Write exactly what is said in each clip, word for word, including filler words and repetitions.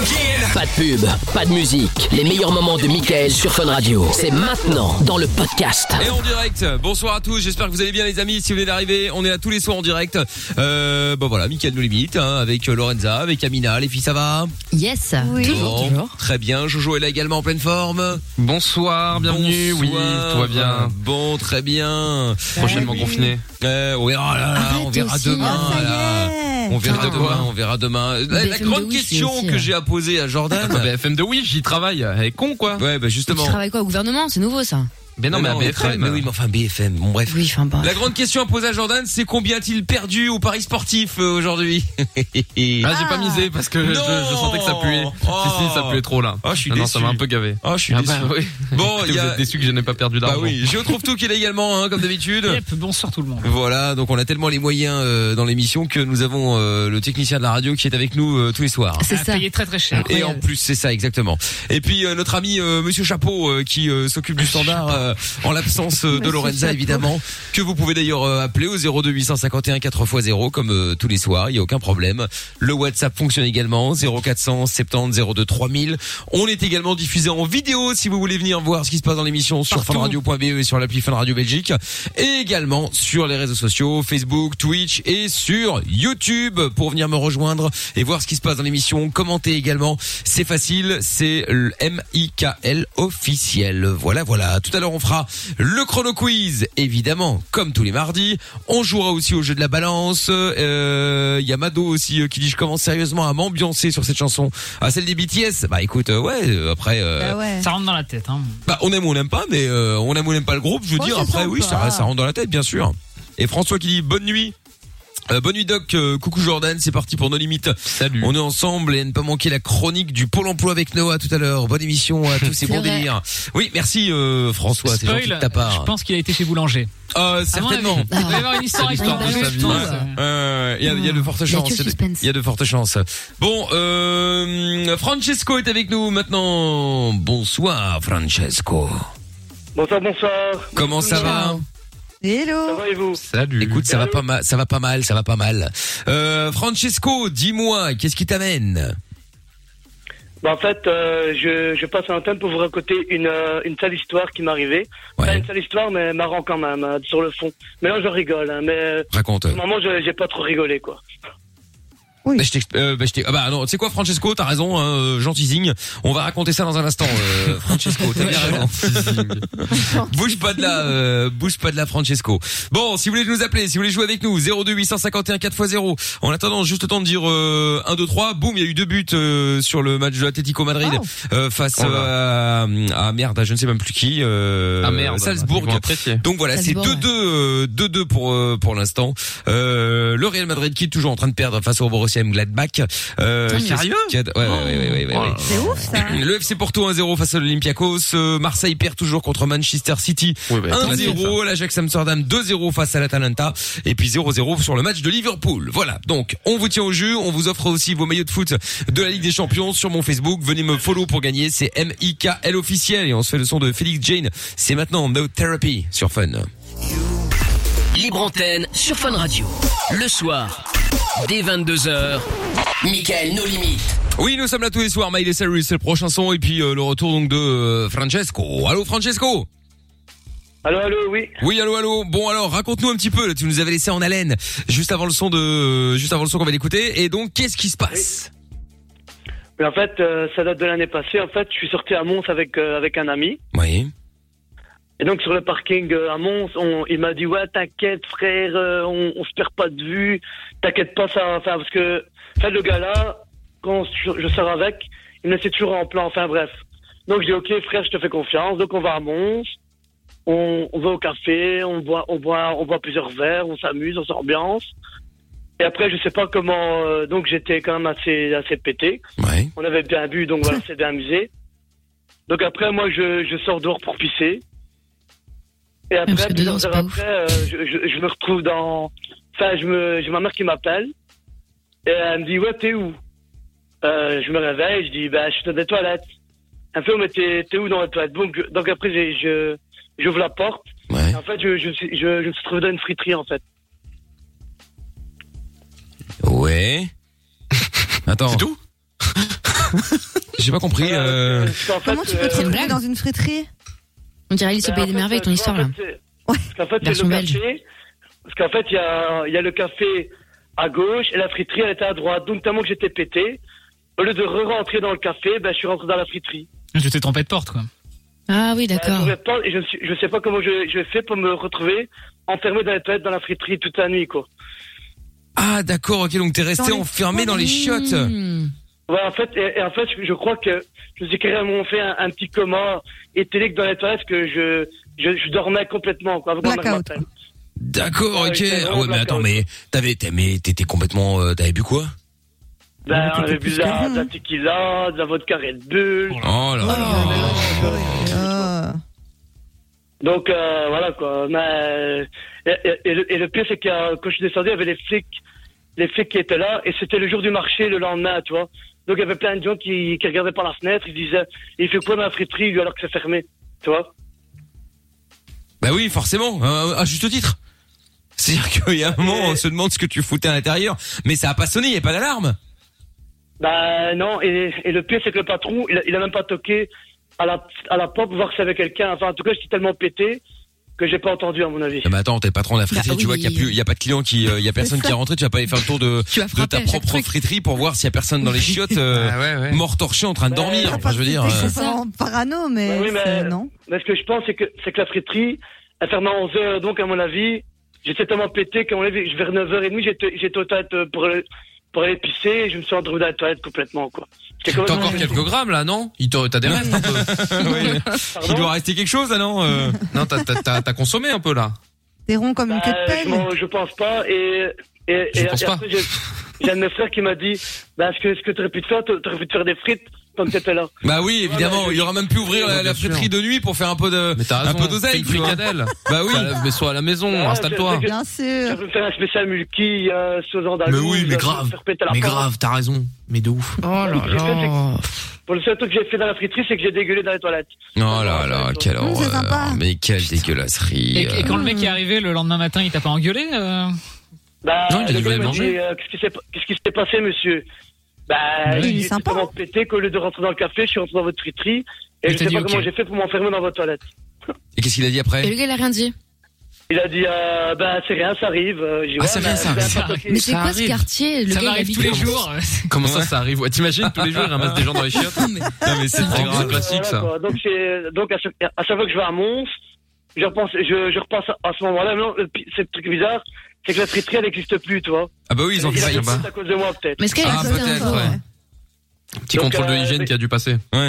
Pas de pub, pas de musique. Les meilleurs moments de Mickaël sur Fun Radio. C'est maintenant dans le podcast. Et en direct. Bonsoir à tous. J'espère que vous allez bien, les amis. Si vous venez d'arriver, on est là tous les soirs en direct. Euh, bon voilà, Mickaël nous limite, hein, avec Lorenza, avec Amina. Les filles, ça va? Yes. Oui. Toujours, bon, toujours. Très bien. Jojo est là également en pleine forme. Bonsoir, bienvenue. Bonsoir. Oui, tout va bien. Bon, très bien. Prochainement oui. confiné. Euh, on verra là, là on verra aussi, demain. là, ça y là. On verra de demain, quoi on verra demain. La, la grande question aussi, que ouais. j'ai à poser à Jordan. Ah, B F M de oui, j'y travaille. Elle est con quoi. Ouais, bah justement. Tu travailles quoi au gouvernement? C'est nouveau ça. Mais non, mais, mais à B F M. Mais oui, mais enfin B F M. Bon bref. Oui, enfin bon. La grande question à poser à Jordan, c'est combien a-t-il perdu au Paris sportif euh, aujourd'hui? Ah, j'ai pas misé parce que je, je sentais que ça puait. Oh. Si, si, ça puait trop là. Oh, je suis ah, non, déçu. ça m'a un peu gavé. Oh, je suis Ah, déçu. bah, oui. Bon, il y Vous a... êtes déçu que je n'ai pas perdu d'argent. Bah oui, je retrouve tout qu'il est également, hein, comme d'habitude. Yep, bonsoir tout le monde. Voilà, donc on a tellement les moyens euh, dans l'émission que nous avons euh, le technicien de la radio qui est avec nous euh, tous les soirs. C'est Ah, ça. payé très très cher. Et en plus, c'est ça exactement. Et puis euh, notre ami euh, Monsieur Chapeau euh, qui euh, s'occupe du standard euh, en l'absence euh, de Lorenza évidemment, que vous pouvez d'ailleurs euh, appeler au zéro deux huit cent cinquante et un quatre fois zéro comme euh, tous les soirs, il y a aucun problème. Le WhatsApp fonctionne également zéro quatre cent soixante-dix zéro deux trois mille. On est également diffusé en vidéo si vous voulez venir voir ce qui se passe dans l'émission sur funradio point be et sur l'appli Fun Radio Belgique, et également sur les réseaux sociaux Facebook, Twitch et sur YouTube pour venir me rejoindre et voir ce qui se passe dans l'émission, commenter également. C'est facile, c'est le M I K L officiel. Voilà, voilà. Tout à l'heure, on fera le chrono quiz, évidemment, comme tous les mardis. On jouera aussi au jeu de la balance. Il euh, y a Mado aussi euh, qui dit je commence sérieusement à m'ambiancer sur cette chanson, à celle des B T S. Bah écoute, euh, ouais, euh, après, euh, Bah ouais. Ça rentre dans la tête, hein. bah on aime ou on n'aime pas, mais euh, on aime ou on n'aime pas le groupe. Je veux Oh, dire, c'est après, sympa. oui, ça, ça rentre dans la tête, bien sûr. Et François qui dit bonne nuit. Euh, bonne nuit Doc, euh, coucou Jordan, c'est parti pour nos limites. Salut. On est ensemble et à ne pas manquer la chronique du Pôle emploi avec Noah tout à l'heure. Bonne émission à tous ces C'est bons vrai. délires. Oui, merci euh, François, c'est gentil de Spoil, ta part. je pense qu'il a été chez Boulanger. Euh, certainement. Il va y avoir une histoire avec l'histoire de Boulanger, sa je vie. pense. Il euh, y, a, y a de fortes Il y a chances. que le suspense. Il y a de fortes chances. Bon, euh, Francesco est avec nous maintenant. Bonsoir Francesco. Bonsoir, bonsoir. Comment ça va? Ça Hello. va et vous? Salut. Écoute, ça va Allô pas mal, ça va pas mal, ça va pas mal. Euh, Francesco, dis-moi, qu'est-ce qui t'amène? Bah, en fait, euh, je, je passe à l'antenne pour vous raconter une, euh, une sale histoire qui m'est arrivée. Ouais. Pas une sale histoire, mais marrant quand même, hein, sur le fond. Mais là, je rigole, hein, mais Raconte. au moment, je- j'ai pas trop rigolé, quoi. Bah, je t'exp- euh, bah, je t'ex- ah bah non, tu sais quoi Francesco, t'as raison, hein, euh, gentil zigne. On va raconter ça dans un instant, euh, Francesco, t'as bien raison. Bouge pas de là, euh, bouge pas de là Francesco. Bon, si vous voulez nous appeler, si vous voulez jouer avec nous, zéro deux huit cent cinquante et un quatre fois zéro. En attendant, juste le temps de dire euh, un, deux, trois, boum, il y a eu deux buts euh, sur le match de l'Atlético Madrid euh, face Oh là. euh, à, à merde, je ne sais même plus qui, euh, Ah merde. Salzbourg. Ils vont apprécier. Donc voilà, c'est Salzbourg, deux deux, euh, deux deux pour euh, pour l'instant. Euh, le Real Madrid qui est toujours en train de perdre face au Borussia Mönchengladbach. Euh, Putain, qui- sérieux qui a- Ouais, ouais, ouais, ouais, ouais, ouais, ouais. C'est ouf ça. Le F C Porto un zéro face à l'Olympiakos. Euh, Marseille perd toujours contre Manchester City Oui, bah, un classique, zéro. L'Ajax Amsterdam deux zéro face à l'Atalanta. Et puis zéro zéro sur le match de Liverpool. Voilà. Donc, on vous tient au jus. On vous offre aussi vos maillots de foot de la Ligue des Champions sur mon Facebook. Venez me follow pour gagner. C'est M I K L officiel. Et on se fait le son de Félix Jane. C'est maintenant No Therapy sur Fun. Libre antenne sur Fun Radio. Le soir, dès vingt-deux heures, Mickaël nos limites. Oui, nous sommes là tous les soirs. Miley Cyrus, c'est le prochain son. Et puis, euh, le retour donc de euh, Francesco. Allô, Francesco? Allô, allô, oui. Oui, allô, allô. Bon, alors, raconte-nous un petit peu. Là, tu nous avais laissé en haleine juste avant le son de, juste avant le son qu'on va l'écouter. Et donc, qu'est-ce qui se passe? Mais en fait, euh, ça date de l'année passée. En fait, je suis sorti à Mons avec, euh, avec un ami. Oui. Et donc, sur le parking euh, à Mons, on, il m'a dit, ouais, t'inquiète, frère, euh, on, on se perd pas de vue. T'inquiète pas, ça, enfin, parce que, en fait, le gars-là, quand je, je sors avec, il me laissait toujours en plan, enfin, bref. Donc, je dis, ok, frère, je te fais confiance. Donc, on va à Mons. On, on va au café, on boit, on boit, on boit plusieurs verres, on s'amuse, on s'ambiance. Et après, je sais pas comment, euh, donc j'étais quand même assez, assez pété. Ouais. On avait bien bu, donc voilà, c'est bien amusé. Donc après, moi, je, je sors dehors pour pisser. Et parce après, que dedans, plusieurs c'est heures pas après, euh, je, je, je me retrouve dans, enfin, je me, j'ai ma mère qui m'appelle. Et elle me dit, ouais, t'es où? Euh, je me réveille, je dis, bah, je suis dans les toilettes. Elle me fait, oh, mais t'es, t'es où dans les toilettes? Donc, je- donc après, j'ai, je, j'ouvre la porte. Ouais. Et en fait, je, je, suis- je, je me suis trouvé dans une friterie, en fait. Ouais. Attends. C'est tout? J'ai pas compris. Euh... Comment tu peux te retrouver dans une friterie? On dirait Alice au pays des merveilles, ton histoire là. Parce qu'en fait, c'est le café. Parce qu'en fait, il y a, il y a le café à gauche et la friterie, elle était à droite. Donc, tellement que j'étais pété, au lieu de re-rentrer dans le café, ben, je suis rentré dans la friterie. Je t'ai trompé de porte, quoi. Ah oui, d'accord. Euh, et je, suis, je sais pas comment je, je fais pour me retrouver enfermé dans les toilettes dans la friterie toute la nuit, quoi. Ah, d'accord, ok, donc t'es resté dans enfermé les... dans les chiottes. Mmh. Ouais, en fait, et, et en fait, je, je crois que je me suis carrément fait un, un petit coma éthylique dans les toilettes que je, je, je dormais complètement, quoi, avant Blackout. D'accord, Ouais, ok. j'étais Ah ouais, mais attends, blackout. mais t'avais, t'as- mais t'étais complètement, euh, t'avais bu quoi? Ben, on t'étais avait bu plus de la, que de la rien. tequila, de la vodka Red Bull. Oh là là. Oh. Donc, euh, voilà, quoi. Mais, et, et- et le, et le pire, c'est que euh, quand je suis descendu, il y avait les flics, les flics qui étaient là, et c'était le jour du marché, le lendemain, tu vois. Donc, il y avait plein de gens qui, qui regardaient par la fenêtre, ils disaient, il fait quoi dans la friterie, lui, alors que c'est fermé, tu vois. Bah oui, forcément, euh, à juste titre. C'est-à-dire qu'il y a un moment, on se demande ce que tu foutais à l'intérieur, mais ça a pas sonné, il y a pas d'alarme. Bah, non, et, et le pire, c'est que le patron, il a, il a même pas toqué à la, à la porte pour voir s'il y avait quelqu'un. Enfin, en tout cas, j'étais tellement pété que j'ai pas entendu, à mon avis. Non, mais attends, t'es le patron de la friterie, Bah tu vois oui. qu'il y a plus, il y a pas de client qui, euh, il y a personne qui est rentré, tu vas pas aller faire le tour de, Tu vas de frapper ta à chaque propre truc. friterie pour voir s'il y a personne dans les chiottes, euh, Ah ouais, ouais. mort torché en train de dormir. Enfin, je veux dire. C'est euh, ça. En parano, mais, Ouais, oui, mais- c'est- non. Mais ce que je pense, c'est que, c'est que la friterie, elle ferme à onze heures, donc, à mon avis, j'étais tellement pété qu'à mon avis, vers neuf heures trente, j'étais, j'étais aux toilettes pour, pour aller pisser, et je me suis endormi dans les toilettes complètement, quoi. C'était T'as complètement encore quelques grammes là, non? Il t'a t'as des restes un peu. oui. Il doit rester quelque chose, là, non? euh Non, t'as t'as t'as t'as consommé un peu là. T'es rond comme une queue de Bah, je, pelle. m'en- je pense pas, et, et, Je et, pense et pas. après, j'ai, j'ai un de mes frères qui m'a dit, bah, ce que, ce que t'aurais pu te faire, t'aurais pu te faire des frites tant que t'étais là. Bah oui, évidemment, Ouais, ouais, il aura même pu ouvrir la, bien la sûr. friterie de nuit pour faire un peu de, Mais t'as un raison. peu Fais d'oseille, une tu vois. fricadelle. Bah oui. Bah, mais sois à la maison, Ouais, installe-toi. je- je- Bien Je sûr. vais me faire un spécial mulki, euh, sous andalou. Mais oui, mais je vais me grave. faire péter la Mais porte. grave, t'as raison. Mais de ouf. Oh là là. Pour le seul truc que j'ai fait dans la friterie, c'est que j'ai dégueulé dans les toilettes. Oh là là, quelle Mmh, c'est sympa. horreur. Mais quelle dégueulasserie. Et, et quand le mec est arrivé le lendemain matin, il t'a pas engueulé euh Bah, Non, il a dit le vous gars allez m'a manger. dit, euh, qu'est-ce qui s'est, qu'est-ce qui s'est passé, monsieur? Bah, Oui, il est j'étais sympa, tellement hein. pété qu'au lieu de rentrer dans le café, je suis rentré dans votre friterie. Et Il je t'a sais dit pas ok. comment j'ai fait pour m'enfermer dans votre toilette. Et qu'est-ce qu'il a dit Et après? le gars, il a rien dit. Il a dit, euh, bah, c'est rien, ça arrive. Euh, j'ai dit, Ah, ouais, c'est bah, rien, ça vous avez arrive. pas Ça toqué. Mais c'est Ça quoi ce arrive. quartier? Le Ça gars, il m'arrive habite tous les où? jours. Comment ça, Ouais. ça arrive? Ouais, t'imagines tous les jours, il ramasse des gens dans les chiottes. Non, mais c'est très C'est grave. un classique, Voilà, ça. quoi. Donc, j'ai- donc à, chaque, à chaque fois que je vais à Mons, je repense, je, je repense à, à ce moment-là. Maintenant, le pi- c'est le truc bizarre, c'est que la friterie, elle n'existe plus, tu vois. Ah bah oui, ils ont Il fait a ça. fait bah. ça à cause de moi, peut-être. Mais est-ce qu'elle Ah, a fait peut-être, un jour, ouais. Petit Donc, contrôle de euh, hygiène mais- qui a dû passer. Ouais.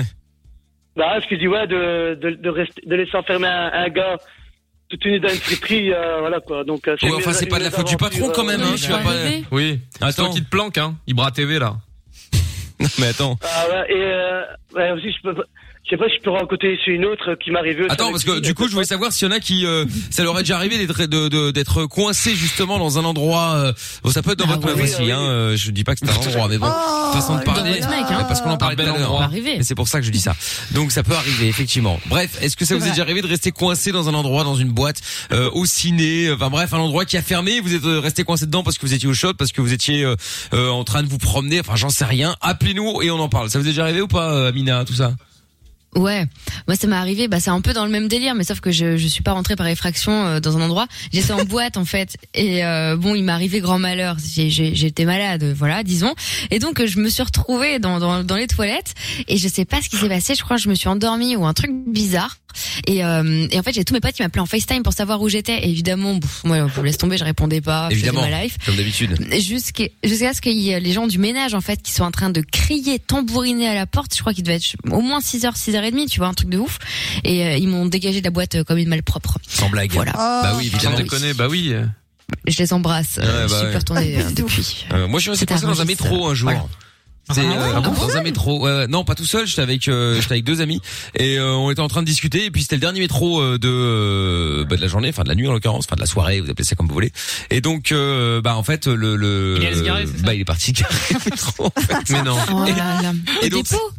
Bah, ce que je dis, ouais, de, de, de, rester, de laisser enfermer un, un gars toute une nuit dans une friterie, euh, voilà, quoi. Donc, euh, Ouais, une- enfin, c'est pas de la une faute du patron, aventure, quand même, euh, hein, mais tu je vas vais pas- arriver. Oui. C'est Attends. toi qui te planque, hein. Ibra T V, là. Non, mais attends. Ah ouais, et euh, ouais, aussi, je peux pas- je sais pas si je peux raconter sur une autre qui m'est arrivée. aussi Attends, avec parce que lui, du coup, je voulais savoir s'il y en a qui, euh, ça leur est déjà arrivé d'être, de, de- d'être coincé justement dans un endroit. Euh, bon, ça peut être dans Ah votre meuf oui, aussi, oui. hein. euh, je dis pas que c'est un endroit, mais bon, Oh, façon de parler. dans votre mec, hein. Ouais, parce qu'on en parlait Un tout bel à l'heure. endroit. Ça peut arriver. Et c'est pour ça que je dis ça. Donc ça peut arriver effectivement. Bref, est-ce que ça C'est vous est vrai. déjà arrivé de rester coincé dans un endroit, dans une boîte, euh, au ciné, enfin bref, un endroit qui a fermé, vous êtes euh, resté coincé dedans parce que vous étiez au shot, parce que vous étiez euh, euh, en train de vous promener, enfin j'en sais rien. Appelez-nous et on en parle. Ça vous est déjà arrivé ou pas, euh, Amina, tout ça? Ouais, moi ça m'est arrivé, bah c'est un peu dans le même délire, mais sauf que je je suis pas rentrée par effraction euh, dans un endroit. J'étais en boîte en fait, et euh, bon il m'est arrivé grand malheur. J'ai j'ai- j'étais malade, voilà, disons, et donc euh, je me suis retrouvée dans dans dans les toilettes et je sais pas ce qui s'est passé. Je crois que je me suis endormie ou un truc bizarre. Et, euh, et en fait j'ai tous mes potes qui m'appelaient en FaceTime pour savoir où j'étais. Et évidemment, pff, moi on laisse tomber, je répondais pas. Je faisais Évidemment, ma life. comme d'habitude. Jusqu'à jusqu'à ce qu'il y ait les gens du ménage en fait qui sont en train de crier, tambouriner à la porte. Je crois qu'il devait être au moins six heures, six heures trente, tu vois, un truc de ouf. Et euh, ils m'ont dégagé de la boîte euh, comme une malpropre. Sans blague. Voilà. Bah oui, Sans évidemment. déconner, bah oui. Je les embrasse. Ouais, Euh, bah je suis ouais. plus retournée euh, C'est ouf. depuis. Euh, moi, je suis resté C'était coincé dans un enregistré. métro un jour. Ouais. C'est Ah euh, ouais, dans un métro. Ouais, ouais. Non, pas tout seul. J'étais avec, euh, j'étais avec deux amis et euh, on était en train de discuter. Et puis c'était le dernier métro euh, de euh, bah, de la journée, enfin de la nuit en l'occurrence, enfin de la soirée. Vous appelez ça comme vous voulez. Et donc, euh, bah en fait le le Il est allé se garer, c'est ça bah il est parti se garer le métro. En fait. Mais non. Oh là là. Et Au donc, dépôt.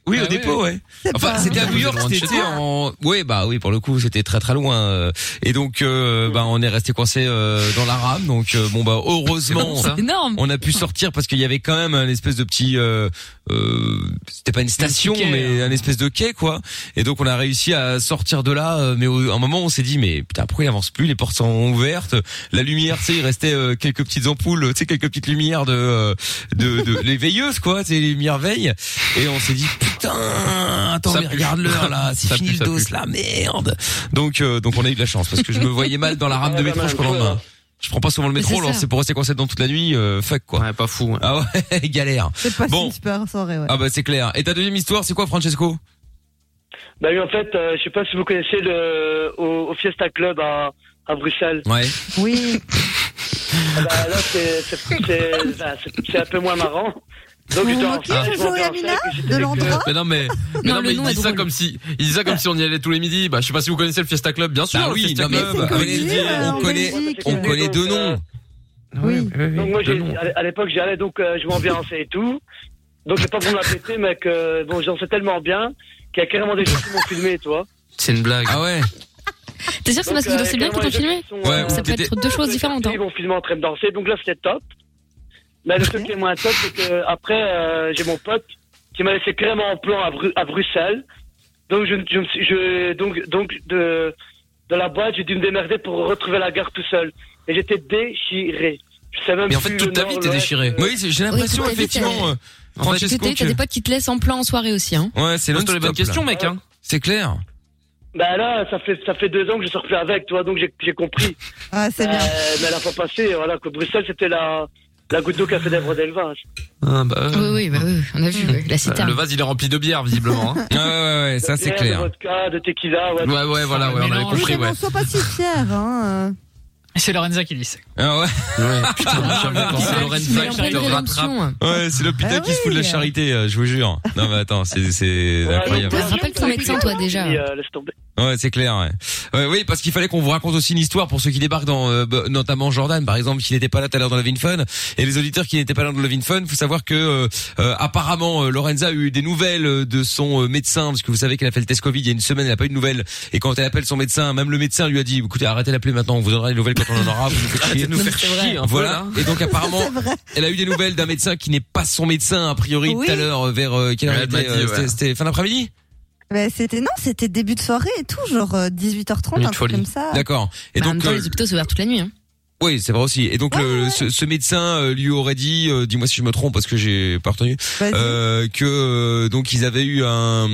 Oui, Ah au ouais, dépôt, ouais. C'est Enfin, pas- c'était à New York, loin de c'était chez en, ouais, bah oui, pour le coup, c'était très très loin. euh, Et donc, euh, bah, on est resté coincé euh, dans la rame. Donc, euh, bon, bah, heureusement, C'est énorme. on a pu sortir parce qu'il y avait quand même un espèce de petit, euh, euh, c'était pas une station, petit quai, mais hein. un espèce de quai, quoi. Et donc, on a réussi à sortir de là. euh, Mais au, à un moment, on s'est dit, mais putain, pourquoi il avance plus? Les portes sont ouvertes. La lumière, tu sais, il restait euh, quelques petites ampoules, tu sais, quelques petites lumières de, euh, de, de, les veilleuses, quoi. Tu sais, les lumières veille. Et on s'est dit, putain, attends, Ça mais pue. regarde l'heure là, c'est Ça fini pue, le ça dos, pue. là, merde. Donc, euh, donc on a eu de la chance parce que je me voyais mal dans la rame de métro jusqu'au lendemain. Je prends pas souvent le Mais métro, c'est alors ça. c'est pour rester coincé dedans toute la nuit, euh, fuck quoi. Ouais, pas fou. Ouais. Ah ouais, galère. C'est pas Bon. une super soirée, ouais. Ah bah c'est clair. Et ta deuxième histoire, c'est quoi, Francesco? Bah oui, en fait, euh, je sais pas si vous connaissez le au, au Fiesta Club à, à Bruxelles. Ouais. Oui. Ah bah, là, c'est c'est c'est bah, c'est- c'est un peu moins marrant. Donc Vous j'étais vous en moquez salle, de je m'ambiançais, Joey Amina, puis j'étais de avec, l'endroit euh, Mais non mais mais Non, non, le mais il nom dit est ça drôle. comme si il dit ça comme si on y allait tous les midis. Bah je sais pas si vous connaissez le Fiesta Club, bien sûr. Bah le oui, Fiesta non mais Club. c'est on connaît, connu, Didier, euh, on en connaît, Belgique. on connaît deux noms. Oui. Donc moi, Deux j'ai, noms. à à l'époque, j'y allais, donc euh, je m'ambiançais et tout. Donc j'ai pas voulu la péter, mais que bon, j'en sais tellement bien qu'il y a carrément des gens qui m'ont filmé, toi. C'est une blague. Ah ouais. T'es sûr que c'est parce qu'ils dansaient bien qu'ils t'ont filmé? Ouais, Ça peut être deux choses différentes, hein. Ils m'ont filmé en train de danser, donc là c'était top. Mais le truc qui est moins top, c'est que après euh, j'ai mon pote qui m'a laissé clairement en plan à, Bru- à Bruxelles. Donc je, je, me suis- je donc donc de de la boîte, j'ai dû me démerder pour retrouver la gare tout seul. Et j'étais déchiré. Je sais même Mais en plus fait, toute le ta nord, vie, t'es l'ouest, déchiré. euh, Oui, c'est- j'ai l'impression toute ta vie, effectivement, euh, En fait, Francesco, T'as t'as que- des potes qui te laissent en plan en soirée aussi, hein. ouais, c'est Pose-toi les bonnes non-stop, questions, là. mec. Hein. C'est clair. Bah là, ça fait ça fait deux ans que je sors plus avec toi, donc j'ai j'ai compris. Ah, c'est Euh, bien. mais la fois passée, voilà, que Bruxelles c'était la la goutte d'eau qui a fait des d'élevage. Ah, bah, Oui, oui, bah oui, on a vu, ouais, la euh, citerne. le vase il est rempli de bière visiblement. Hein. Ouais, ouais, ouais, ça c'est De bière, clair. De vodka, de tequila, ouais. Ouais ouais voilà ouais on avait Mélange. compris Oui, mais ouais. n'en sois pas si fier, hein. C'est Lorenza qui dit ça. Ah ouais. Ouais putain j'avoue quand c'est Ouais, Lorenza Mais ouais, en qui pleine te rattrape. rédemption. Ouais, c'est l'hôpital Ah qui se fout de la oui. charité, euh, je vous jure. Non mais attends, c'est c'est Ouais, incroyable. donc, Ah, rappelle ton médecin, toi, déjà. puis, euh, laisse tomber. Ouais, c'est clair. Ouais. Ouais, oui, parce qu'il fallait qu'on vous raconte aussi une histoire pour ceux qui débarquent dans, euh, bah, notamment Jordan, par exemple, qui n'était pas là tout à l'heure dans Love in Fun, et les auditeurs qui n'étaient pas là dans Love in Fun. Faut savoir que euh, euh, apparemment euh, Lorenza a eu des nouvelles euh, de son euh, médecin, parce que vous savez qu'elle a fait le test Covid il y a une semaine, elle a pas eu de nouvelles. Et quand elle appelle son médecin, même le médecin lui a dit, écoutez, arrêtez d'appeler maintenant, on vous donnera les nouvelles quand on en aura. Vous nous faites chier. Arrêtez de nous Non, faire mais c'est vrai. chier un peu Voilà. là. Et donc apparemment, C'est vrai. elle a eu des nouvelles d'un médecin qui n'est pas son médecin a priori Oui. tout à l'heure euh, vers euh, quelle heure Ouais, il elle était, m'a dit, euh, ouais. c'était- C'était fin d'après-midi. Mais c'était, non, c'était début de soirée et tout, genre euh, dix-huit heures trente, Une un truc folie. comme ça. D'accord. Et Bah, en donc même temps, euh, les hôpitaux sont ouverts toute la nuit, hein. oui, c'est vrai aussi. Et donc Ouais, le, ouais. Ce, ce médecin euh, lui aurait dit, euh, dis-moi si je me trompe parce que j'ai pas retenu, Vas-y. euh, que euh, donc ils avaient eu un,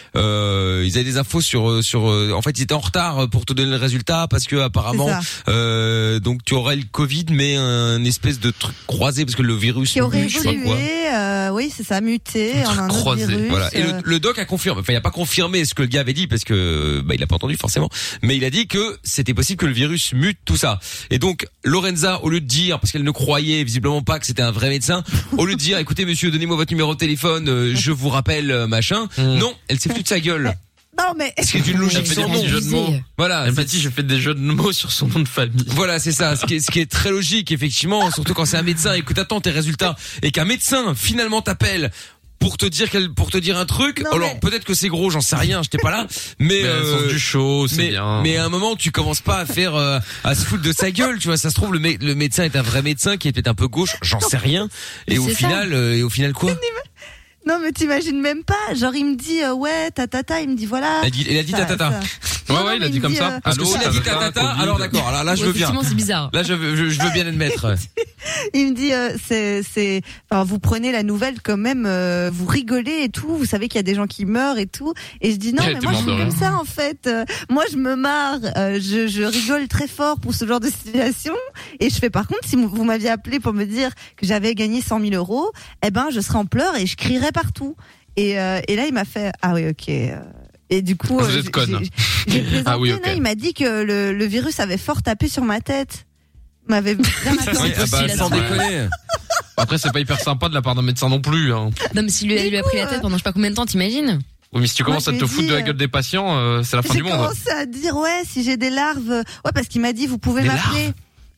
euh, ils avaient des infos sur sur, euh, en fait ils étaient en retard pour te donner le résultat parce que apparemment, C'est ça. euh, donc tu aurais le Covid mais un espèce de truc croisé parce que le virus, Qui aurait je sais pas quoi. évolué, euh, oui, c'est ça, muté Un en truc un autre croisé, virus. Voilà. Et euh, le, le doc a confirmé. Enfin, il a pas confirmé ce que le gars avait dit parce que bah il a pas entendu forcément. Mais il a dit que c'était possible que le virus mute tout ça. Et donc Lorenza, au lieu de dire, parce qu'elle ne croyait visiblement pas que c'était un vrai médecin, au lieu de dire, écoutez monsieur, donnez-moi votre numéro de téléphone, euh, je vous rappelle euh, machin. Mm. Non, elle s'est foutue de sa gueule. Non, mais Ce qui est une logique Elle fait sans des nom. petits jeux de mots. Voilà. Elle m'a dit j'ai fait des jeux de mots sur son nom de famille. Voilà, c'est ça. Ce qui est, ce qui est très logique, effectivement, surtout quand c'est un médecin et que t'attends tes résultats et qu'un médecin finalement t'appelle pour te dire qu'elle, pour te dire un truc. Non, Alors mais- peut-être que c'est gros, j'en sais rien, j'étais pas là. Mais, Mais elle euh, sent du chaud, c'est mais, bien. mais à un moment, tu commences pas à faire, euh, à se foutre de sa gueule, tu vois. Ça se trouve, le, mé- le médecin est un vrai médecin qui est peut-être un peu gauche, j'en sais rien. Et Mais au c'est final, euh, et au final quoi? non, mais t'imagines même pas. Genre, il me dit, euh, ouais, tatata, il me dit, voilà. Elle a dit, elle a dit ça- tatata. ça- Ouais, Non, ouais, non, il mais a dit me comme ça. euh, Parce que Allô, s'il a dit tatata, tatata, Covid. alors d'accord, là, là je Ouais, veux bien. effectivement, c'est bizarre. Là, je veux, je, je veux bien admettre. Il me dit, euh, c'est, c'est, enfin, vous prenez la nouvelle quand même, euh, vous rigolez et tout. Vous savez qu'il y a des gens qui meurent et tout. Et je dis non, Elle mais était moi je suis morte de comme rire. ça en fait. Euh, moi je me marre, euh, je, je rigole très fort pour ce genre de situation. Et je fais par contre, si vous m'aviez appelé pour me dire que j'avais gagné cent mille euros, eh ben je serais en pleurs et je crierais partout. Et, euh, et là il m'a fait, ah oui ok. euh, Et du coup, Vous euh, êtes j'ai- conne. j'ai- j'ai plaisanté, Ah oui, non, ok. il m'a dit que le, le virus avait fort tapé sur ma tête. Il m'avait bien attendu. Oui, ah bah, possible, sans là, ça. déconner. Après c'est pas hyper sympa de la part d'un médecin non plus. Hein. Non, mais s'il lui, a- il lui a pris la tête pendant je sais pas combien de temps, t'imagines? Oui, mais si tu commences Moi, à je te lui ai foutre de la dit, gueule des patients, euh, c'est la fin J'ai du monde. commencé à dire ouais si j'ai des larves, ouais parce qu'il m'a dit vous pouvez Des m'appeler.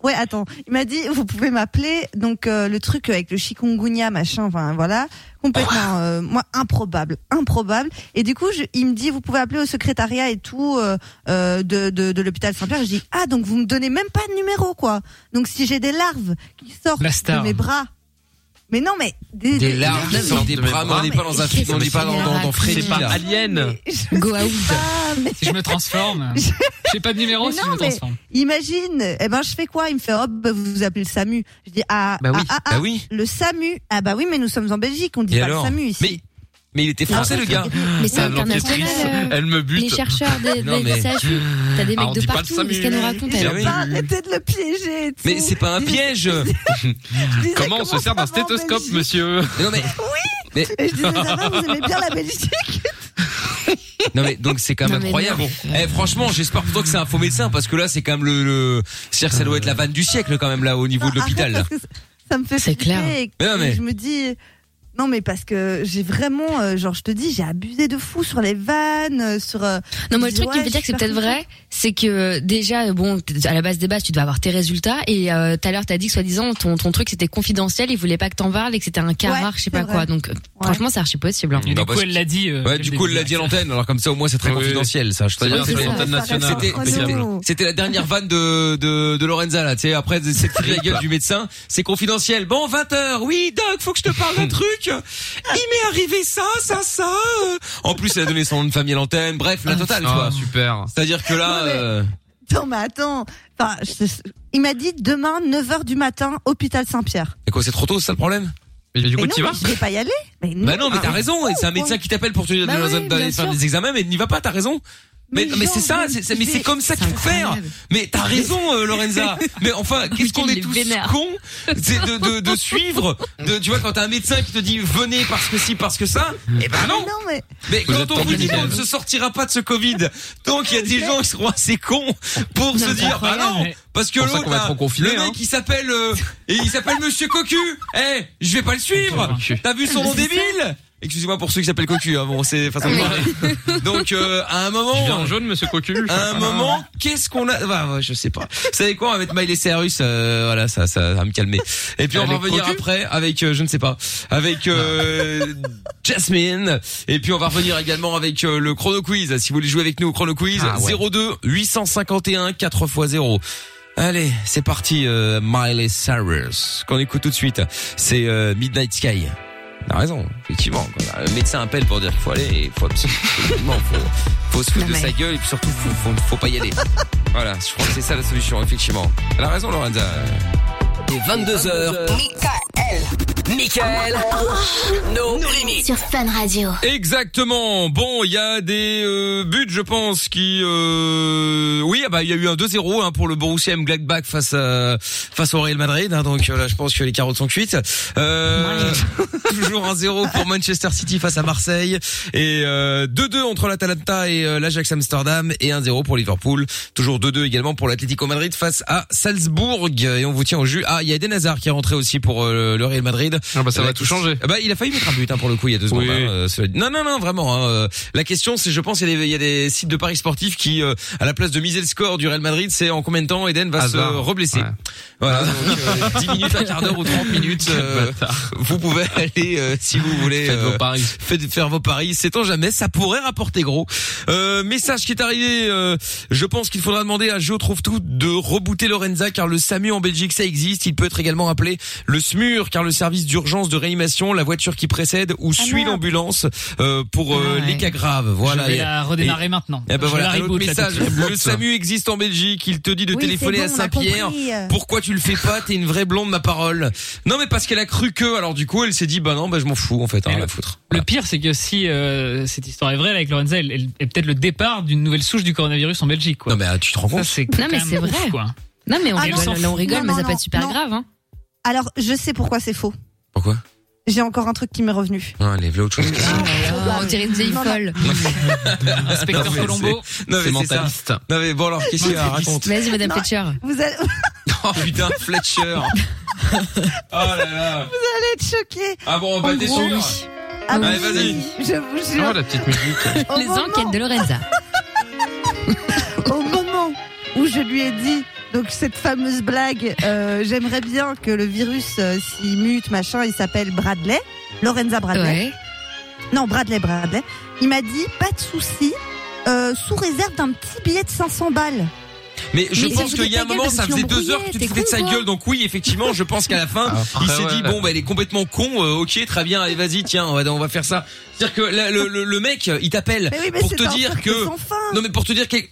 Ouais, attends. Il m'a dit, vous pouvez m'appeler. Donc euh, le truc avec le chikungunya, machin, enfin voilà, complètement, euh, moi improbable, improbable. Et du coup, je, il me dit, vous pouvez appeler au secrétariat et tout euh, euh, de, de de l'hôpital Saint-Pierre. Je dis, ah donc vous me donnez même pas de numéro quoi. Donc si j'ai des larves qui sortent de mes bras. Mais non, mais des, des larves qui sortent des bras, mais on n'est pas dans un film, on n'est pas dans dans, dans Freddy, c'est pas Alien. Go out. Si je me transforme, j'ai pas de numéro. Si je me transforme. Imagine, eh ben je fais quoi? Il me fait, hop, bah, vous vous appelez le SAMU. Je dis, ah, bah oui, ah, ah, bah oui. Le SAMU. Ah bah oui, mais nous sommes en Belgique, on dit et pas alors le SAMU ici. Mais... Mais il était français, le gars. Mais c'est international. Euh, Elle me bute. Les chercheurs des, non, des mais... C H U. T'as des mecs ah, de partout. Qu'est-ce qu'elle nous raconte? Elle a pas arrêté de le piéger. Et tout. Mais c'est pas un piège. Comment on se sert d'un stéthoscope, monsieur? Non mais. Oui. Mais... Et je disais, ça va, vous aimez bien la Belgique? Non mais donc c'est quand même non, incroyable. Eh, franchement, j'espère plutôt que c'est un faux médecin parce que là c'est quand même le, le... c'est-à-dire que ça doit être la vanne du siècle quand même là au niveau non, de l'hôpital. Là. Ça me fait c'est clair. Et, mais non, mais... je me dis. Non mais parce que j'ai vraiment euh, genre je te dis j'ai abusé de fou sur les vannes euh, sur euh, non moi le truc ouais, qui me fait dire que c'est peut-être vrai c'est que déjà bon à la base des bases tu dois avoir tes résultats et euh, tout à l'heure t'as dit que soi-disant ton ton truc c'était confidentiel il voulait pas que t'en parles et que c'était un cas rare ouais, je sais pas vrai. Quoi donc ouais. Franchement c'est archi possible hein. Et du coup elle l'a dit euh, ouais du coup elle l'a dit à l'antenne alors comme ça au moins c'est très oui, confidentiel ça je te dis sur l'antenne nationale c'était la dernière vanne de de de Lorenza là tu sais après cette la gueule du médecin c'est confidentiel bon vingt heures oui doc faut que je te parle d'un truc. Il m'est arrivé ça, ça, ça. En plus, elle a donné son nom de famille à l'antenne. Bref, la totale, ah, quoi. Super. C'est-à-dire que là. Non, mais, euh... non, mais attends. Enfin, je... il m'a dit demain neuf heures du matin, hôpital Saint-Pierre. Et quoi, c'est trop tôt, c'est ça le problème? Mais du coup, tu vas? Je vais pas y aller. Mais non. Bah non, mais t'as raison. C'est un médecin qui t'appelle pour te dire bah d'aller faire des examens, mais n'y va pas. T'as raison. Mais, mais, mais c'est ça, c'est, c'est, mais c'est comme ça qu'il faut faire. Mais t'as raison, euh, Lorenza. Mais enfin, qu'est-ce qu'on est tous cons, c'est de, de, de suivre, de, tu vois, quand t'as un médecin qui te dit venez parce que si, parce que ça, eh ben non. non mais... mais quand on vous dit qu'on ne se sortira pas de ce Covid, donc il y a des gens qui seront assez cons pour se dire bah non, parce que l'autre, là, le mec hein. il s'appelle, euh, et il s'appelle Monsieur Cocu. Eh, hey, je vais pas le suivre. T'as vu son nom débile? Excusez-moi pour ceux qui s'appellent Cocu, hein. Bon, c'est façon de parler. Donc, euh, à un moment. Je viens en jaune, monsieur Cocu. À un moment, qu'est-ce qu'on a, bah, ouais, je sais pas. Vous savez quoi, on va mettre Miley Cyrus, euh, voilà, ça, ça va me calmer. Et puis, on va revenir après avec, euh, je ne sais pas, avec, euh, Jasmine. Et puis, on va revenir également avec, euh, le chrono quiz. Si vous voulez jouer avec nous au chrono quiz, ah, ouais. zéro deux huit cent cinquante et un quatre fois zéro. Allez, c'est parti, euh, Miley Cyrus. Qu'on écoute tout de suite. C'est, euh, Midnight Sky. T'as raison, effectivement. Le médecin appelle pour dire qu'il faut aller et il faut absolument, faut, faut se foutre de sa gueule et puis surtout, faut, faut, faut pas y aller. Voilà, je crois que c'est ça la solution, effectivement. Elle a raison, Lorenza. Et vingt-deux heures. Michael. Michael. No Limit. Sur Fun Radio. Exactement. Bon, il y a des euh, buts, je pense, qui... Euh... Oui, ah bah il y a eu un deux zéro hein, pour le Borussia Mönchengladbach face à, face au Real Madrid. Hein, donc là, je pense que les carottes sont cuites. Euh... Toujours un zéro pour Manchester City face à Marseille. Et euh, deux deux entre l'Atalanta et euh, l'Ajax Amsterdam. Et un zéro pour Liverpool. Toujours deux deux également pour l'Atlético Madrid face à Salzbourg. Et on vous tient au jus. Ah, il y a Eden Hazard qui est rentré aussi pour euh, le Real Madrid. Ah bah ça euh, va tout changer. Bah il a failli mettre un but hein, pour le coup il y a deux secondes. Oui. Hein, euh, non non non vraiment. Hein, la question c'est je pense il y a des, il y a des sites de paris sportifs qui euh, à la place de miser le score du Real Madrid c'est en combien de temps Eden va Hazard. se reblesser. Ouais. Voilà donc euh, dix minutes, un quart d'heure ou trente minutes. Euh, vous pouvez aller euh, si vous voulez. Faites euh, vos paris. Faites faire vos paris. Sait-on jamais ça pourrait rapporter gros. Euh, message qui est arrivé. Euh, je pense qu'il faudra demander à Jo trouve tout de rebooter Lorenza car le SAMU en Belgique ça existe. Il peut être également appelé le SMUR car le service d'urgence de réanimation, la voiture qui précède ou ah suit non. l'ambulance euh, pour euh, ah ouais. les cas graves. Voilà. Je vais la redémarrer et, maintenant. Et ben voilà, un autre message. Le le SAMU existe en Belgique. Il te dit de oui, téléphoner bon, à Saint-Pierre. Pourquoi tu le fais pas? T'es une vraie blonde, ma parole. Non, mais parce qu'elle a cru que. Alors du coup, elle s'est dit bah non, bah je m'en fous en fait. Hein, le, la foutre. Le Voilà. pire, c'est que si euh, cette histoire est vraie avec Lorenza, elle, elle est peut-être le départ d'une nouvelle souche du coronavirus en Belgique. Quoi. Non mais tu te rends compte? Ça, c'est non mais c'est ouf, vrai. Quoi. Non mais on Ah, rigole, non, là, on rigole, non, mais non, ça peut non, être super non. grave. Hein. Alors, je sais pourquoi c'est faux. Pourquoi? J'ai encore un truc qui m'est revenu. Non, allez, voilà autre chose. Ah, là, on dirait une vieille folle. Inspecteur Non, mais Colombo. c'est- Non, mais C'est c'est mentaliste. ça. Non mais bon alors qu'est-ce qu'il y a? Raconte. Vas-y, Madame Non. Fletcher. Vous allez, Oh putain, Fletcher. Oh là là. vous allez être choqués. Ah bon, bah En t'es gros, sûr? Ah, Allez, oui, vas-y. Je vous jure. Oh la petite musique. Au Les moment- enquêtes de Lorenza. Au moment où je lui ai dit Donc cette fameuse blague, euh, j'aimerais bien que le virus euh, s'y mute, machin, il s'appelle Bradley, Lorenza Bradley. Ouais. Non, Bradley, Bradley. Il m'a dit, pas de souci, euh, sous réserve d'un petit billet de cinq cents balles. Mais je Mais pense ça qu'il y a un foutait ta moment, gueule ça parce que faisait tu deux heures que tu te l'embrouillais, foutais de sa t'es con, gueule, donc oui, effectivement, je pense qu'à la fin, Après, il s'est ouais, dit ouais. bon, bah, elle est complètement con, euh, ok, très bien, allez, vas-y, tiens, on va, on va faire ça. C'est-à-dire que la- le, le, le mec, il t'appelle Mais oui, mais pour c'est te un dire cercle que, sans fin. non mais pour te dire que,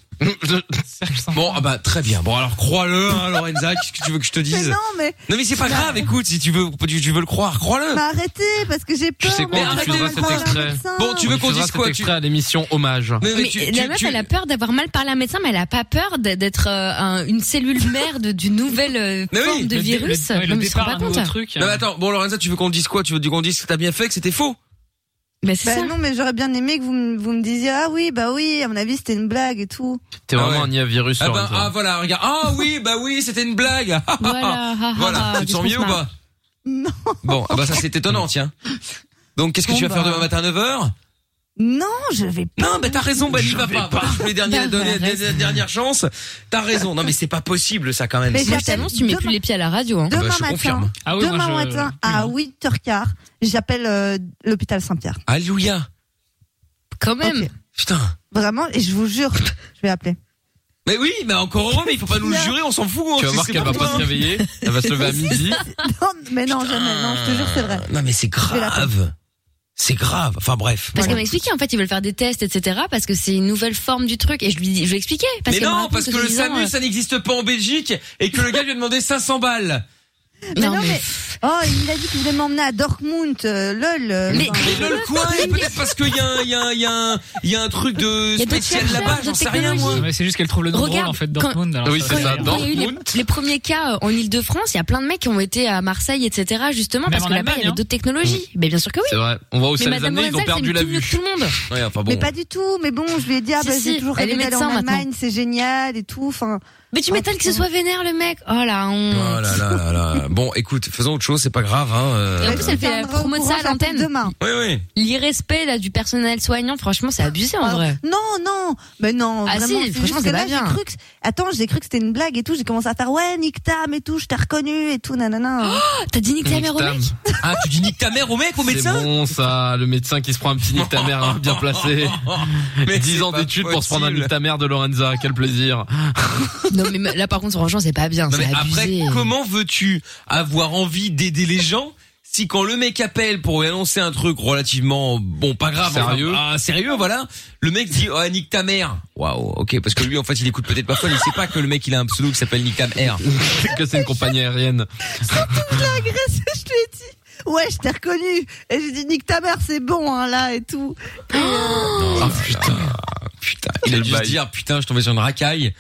bon, ah bah très bien. Bon alors crois-le, hein, Lorenza, qu'est-ce que tu veux que je te Mais dise? non, mais Non mais c'est pas Bah, grave, écoute, si tu veux, tu, tu veux le croire, crois-le. bah, arrêtez, parce que j'ai peur. sais quoi, mais on arrêtez diffusera de cet parler à un extrait. médecin. Bon, tu veux qu'on diffusera dise quoi, cet tu- extrait à l'émission Hommage. Mais, mais Mais tu, la tu- meuf, tu- elle a peur d'avoir mal parlé à un médecin, mais elle a pas peur d- d'être euh, un- une cellule mère de- d'une nouvelle euh, Mais oui, forme de Le dé- virus. Le, ouais, le Non, mais ils se rendent départ pas d'un nouveau compte. truc. Non mais attends, bon Lorenza, tu veux qu'on dise quoi? Tu veux qu'on dise que t'as bien fait, que c'était faux? Mais c'est Bah ça. non, mais j'aurais bien aimé que vous, me- vous me disiez, ah oui, bah oui, à mon avis, c'était une blague et tout. T'es Ah vraiment ouais. un I A virus, Ah bah, Lorenza. ah voilà, regarde. Ah oui, bah oui, c'était une blague. Voilà, ha, ha, Voilà, ha, tu te sens qu'est-ce mieux qu'on ou se marre. pas? Non. Bon, ah bah ça c'est étonnant, tiens. Donc qu'est-ce que Bon, tu vas faire bah. demain matin à neuf heures? Non, je vais pas. Non, bah t'as raison, bah n'y va pas. Voilà, je voulais dernière, Bah, donner arrête. des- dernière chance. T'as raison. Non mais c'est pas possible ça quand même. Mais Moi, je j'appelle t'annonce, tu mets plus demain- les pieds à la radio. Hein. bah, Demain je matin, confirme. Ah oui, moi, demain je- matin oui, à non. huit heures quinze, j'appelle euh, l'hôpital Saint-Pierre. Alléluia. Quand même. Ok. Putain. Vraiment, et je vous jure, je vais appeler. Mais oui, mais encore heureux, mais il faut pas nous le jurer, on s'en fout. hein, Tu vas c'est- voir c'est qu'elle va pour pas toi, se hein. réveiller. Elle va se lever à midi. Non, mais non, jamais, non, je te jure, c'est vrai. Non mais c'est vais l'appeler. grave. C'est grave. Enfin bref. Parce Bon. qu'elle m'a expliqué, en fait, ils veulent faire des tests, et cetera. Parce que c'est une nouvelle forme du truc. Et je lui dis, je lui ai expliqué. Parce Mais qu'elle me non, raconte parce que aux le disant, SAMU, ça n'existe pas en Belgique et que le gars lui a demandé cinq cents balles. Mais Non, non, mais- mais, oh, il a dit qu'il voulait m'emmener à Dortmund, euh, lol. euh, Mais- enfin, Mais le coin, et peut-être parce qu'il y a un, il y a un, il y a un, il y a un truc de Il y a d'autres spécial chercheurs, là-bas, j'en d'autres sais rien, moi. technologies. Ouais, c'est juste qu'elle trouve le nom drôle Regarde, en fait quand- Dortmund. alors Oui, ça, c'est ça, Quand il y a eu les, Dortmund. les premiers cas en Ile-de-France, il y a plein de mecs qui ont été à Marseille, et cetera. Justement, Même parce en que là-bas, il y Allemagne, avait hein. d'autres technologies. Mais bien sûr que oui. C'est vrai. On va où Mais ça les Madame amener, ils ont Lorenza, perdu elle la fait mieux vue. que tout le monde. Ouais, enfin bon. Mais pas du tout, mais bon, je lui ai dit, ah Si, bah, si, j'ai toujours elle est rêvé d'aller en médecin Allemagne, c'est génial et tout, enfin. Mais tu Oh, m'étonnes que ce putain. soit vénère, le mec. Oh là, on... Oh là là là là. Bon, écoute, faisons autre chose, c'est pas grave, hein. euh. Et en plus, elle fait la tiendra au promo de courant, ça à l'antenne. j'appelle demain. Oui, oui. L'irrespect, là, du personnel soignant, franchement, c'est abusé, en Ah, vrai. Non, non, mais non, Ah vraiment, si, c'est franchement, juste c'est que pas là, bien. j'ai cru que, attends, j'ai cru que c'était une blague et tout, j'ai commencé à faire, ouais, nique tam et tout, je t'ai reconnu et tout, nanana. Oh, t'as dit nique ta mère au mec? Ah, tu dis nique ta mère au mec, au C'est médecin? bon ça, le médecin qui se prend un petit nique ta mère hein, bien placé. Mais dix c'est ans pas d'études pour se prendre un possible. nique ta mère de Lorenza, quel plaisir. Non, mais là, par contre, franchement, c'est pas bien, Non, c'est mais après, abusé. comment veux-tu avoir envie d'aider les gens si quand le mec appelle pour lui annoncer un truc relativement, bon, pas grave, Sérieux. enfin, ah, sérieux, voilà, le mec dit, oh, nique ta mère. Waouh, ok, parce que lui, en fait, il écoute peut-être pas fun, il sait pas que le mec, il a un pseudo qui s'appelle nique ta mère. que c'est une compagnie aérienne. Je l'ai agressé, je lui ai dit, ouais, je t'ai reconnu. Et j'ai dit, nique ta mère, c'est bon, hein, là, et tout. Et, euh, Oh, putain, putain. Il a Quel dû se bail. dire, putain, je tombais sur une racaille.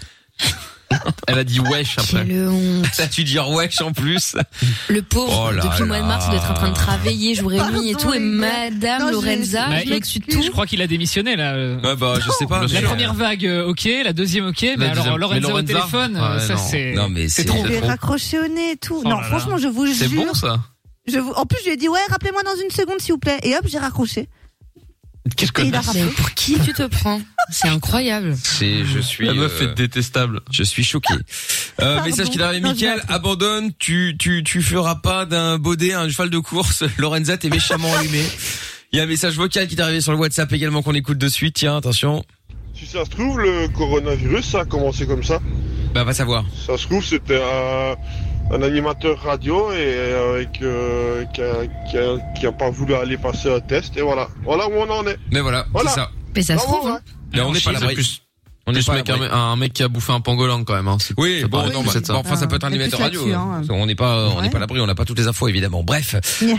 Elle a dit wesh après. Quelle honte. Ça, tu dire wesh en plus. Le pauvre, Oh là depuis le mois de mars, il doit être en train de travailler jour et Pardon, nuit et tout, et les gars. Madame Non, je- Lorenza, Bah, je il- m'excuse Je tout. crois qu'il a démissionné là. euh. Ouais, bah, je sais pas. La mais- première vague, euh, ok. La deuxième, ok. Mais alors deuxième- Lorenza, mais au Lorenza, téléphone, euh, ouais, ça non. c'est. Non, mais c'est- je trop. lui ai trop. raccroché au nez et tout. Oh non, là là. franchement, je vous C'est jure. bon ça. Je vous, en plus, je lui ai dit, ouais, rappelez-moi dans une seconde, s'il vous plaît. Et hop, j'ai raccroché. Quelle Et il a connasse. rappelé. Mais pour qui tu te prends? C'est incroyable. C'est, je suis, La meuf euh, est détestable. je suis choqué. Euh, Pardon. message qui arrive, Non, je Mickaël, vais appeler. abandonne, tu, tu, tu feras pas d'un baudet un cheval de course. Lorenza, t'es méchamment allumé. Il y a un message vocal qui est arrivé sur le WhatsApp également qu'on écoute de suite. Tiens, attention. Si ça se trouve, le coronavirus, ça a commencé comme ça. Bah, va savoir. Ça se trouve, c'était un, un animateur radio et euh, avec, euh, qui, a, qui, a, qui a pas voulu aller passer un test. Et voilà. Voilà où on en est. Mais voilà, Voilà. c'est ça. Mais ça se Bravo, trouve, hein. hein. Mais on n'est pas à C'est l'abri. plus, On n'est plus pas à mec, un, l'abri. un mec qui a bouffé un pangolan quand même. Hein. C'est- Oui, c'est bon, pareil, non, c'est bah, ça. bon, enfin, ça peut être un Ah, animateur mais radio. plus hein. là-dessus, hein. On n'est pas, on n'est Ouais. pas à l'abri, on n'a pas toutes les infos, évidemment. Bref.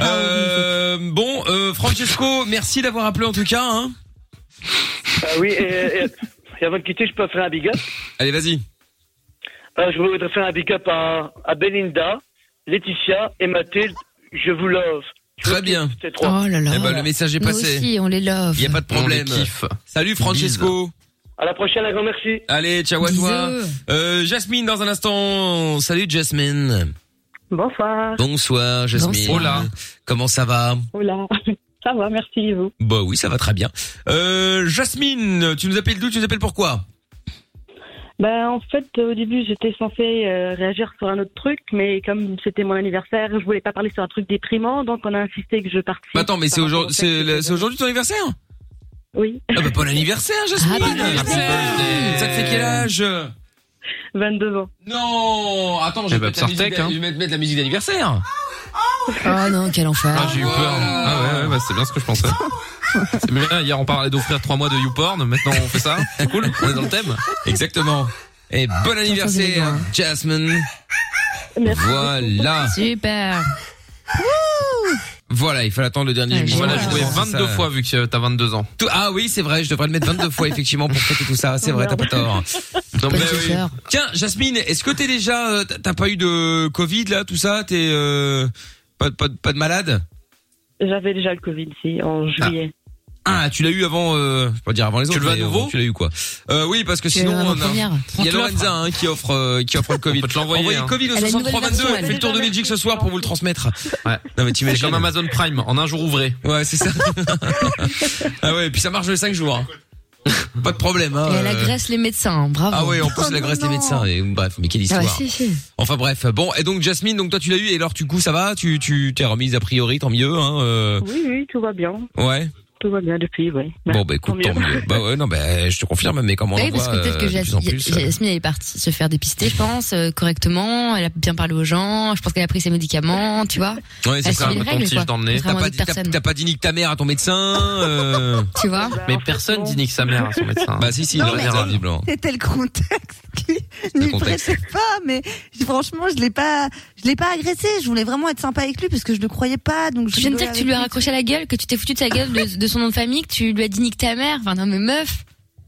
Euh, bon, euh, Francesco, merci d'avoir appelé en tout cas, hein. Ah oui, et, et, et avant de quitter, je peux faire un big up. Allez, vas-y. Euh, je voudrais faire un big up à, à Belinda, Laetitia et Mathilde. Je vous love. Je Très vous bien. kiffe, ces trois. Oh là là. Eh ben, le message est Nous passé. aussi, on les love. Il y a pas de problème. On les kiffe. Salut Francesco. À la prochaine, un grand merci. Allez, ciao à toi. Bisous. Euh, Jasmine dans un instant. Salut Jasmine. Bonsoir. Bonsoir Jasmine. Bonsoir. Hola. Comment ça va? Hola. Ça va, merci et vous. Bah oui, ça va très bien. Euh, Jasmine, tu nous appelles d'où? Tu nous appelles pourquoi? Ben, en fait, au début, j'étais censée euh, réagir sur un autre truc, mais comme c'était mon anniversaire, je voulais pas parler sur un truc déprimant, donc on a insisté que je participe. Bah attends, mais c'est aujourd'hui, c'est, c'est aujourd'hui ton anniversaire? Oui. Ah bah bon anniversaire, Jasmine. Ah, bon anniversaire. Ça te fait quel âge? vingt-deux ans. Non, attends, je Eh vais bah, mettre la musique, Psartec, hein. je vais mettre, mettre la musique d'anniversaire. Oh non, quel enfer. Ah, j'ai eu peur. Voilà. Ah ouais, ouais, bah, c'est bien ce que je pensais. C'est bien, hier on parlait d'offrir trois mois de YouPorn, maintenant on fait ça. C'est cool, on est dans le thème. Exactement. Et bon anniversaire, Jasmine. Merci. Voilà. Super. Voilà, il fallait attendre le dernier Ouais, jour. On va la Voilà, jouer C'est vingt-deux ça. fois vu que t'as vingt-deux ans. Tout- Ah oui, c'est vrai, je devrais le mettre vingt-deux fois effectivement pour fêter tout ça. C'est vrai, t'as pas tort. Non, Pas mais de oui. chauffeur. Tiens, Jasmine, est-ce que t'es déjà, euh, t'as t'as pas eu de Covid là, tout ça? T'es euh, pas, pas, pas de malade? J'avais déjà le Covid, si, en juillet. Ah, tu l'as eu avant, euh, je vais pas dire avant les autres. Tu le veux à mais, nouveau euh, Tu l'as eu quoi? Euh, oui, parce que Tu sinon, l'as en on a- première. il y a On te Lorenza hein, qui offre, euh, qui offre le Covid. On peut te l'envoyer, Envoyez hein. Covid au Elle a une soixante-trois nouvelle vingt-deux. version, Elle fait le tour de elle. Belgique ce soir pour vous le transmettre. Ouais. Non mais C'est t'imagines. comme Amazon Prime, en un jour ouvré. Ouais, c'est ça. Ah ouais, et puis ça marche les cinq jours. Hein. Pas de problème. Hein. Et elle agresse les médecins, bravo. Ah ouais, en plus Oh elle agresse non. les médecins. Et bref, mais quelle Ah histoire. ouais, si, si. Enfin bref, bon et donc Jasmine, donc toi tu l'as eu et alors du coup ça va, tu tu t'es remise a priori, tant mieux. Hein, euh... Oui, oui, tout va bien. Ouais. Tout va bien depuis, oui. Bon bah écoute, tant mieux. Bah ouais, non bah je te confirme, mais comment on Oui, en parce voit que peut-être que euh, de plus en Jas- plus. euh, Jasmine elle est partie se faire dépister, je pense, euh, correctement. Elle a bien parlé aux gens. Je pense qu'elle a pris ses médicaments, tu vois. Ouais, c'est Elle ça. suit les ton règles, tige quoi. dans le nez. T'as Contrairement pas à dit, d'autres t'as, personnes. t'as pas dit nique ta mère à ton médecin. Euh... Tu vois. Bah, Mais en fait, personne non. dit nique sa mère à son médecin. Bah si si, Non, il mais- aurait visiblement. C'était le contexte qui Le n'y contexte. prêtait pas, mais franchement, je l'ai pas, je l'ai pas agressé. Je voulais vraiment être sympa avec lui parce que je le croyais pas. Donc je Je viens de rigolais dire que tu avec lui as raccroché la gueule, que tu t'es foutu de sa gueule, de, de son nom de famille, que tu lui as dit nique ta mère. Enfin non mais meuf,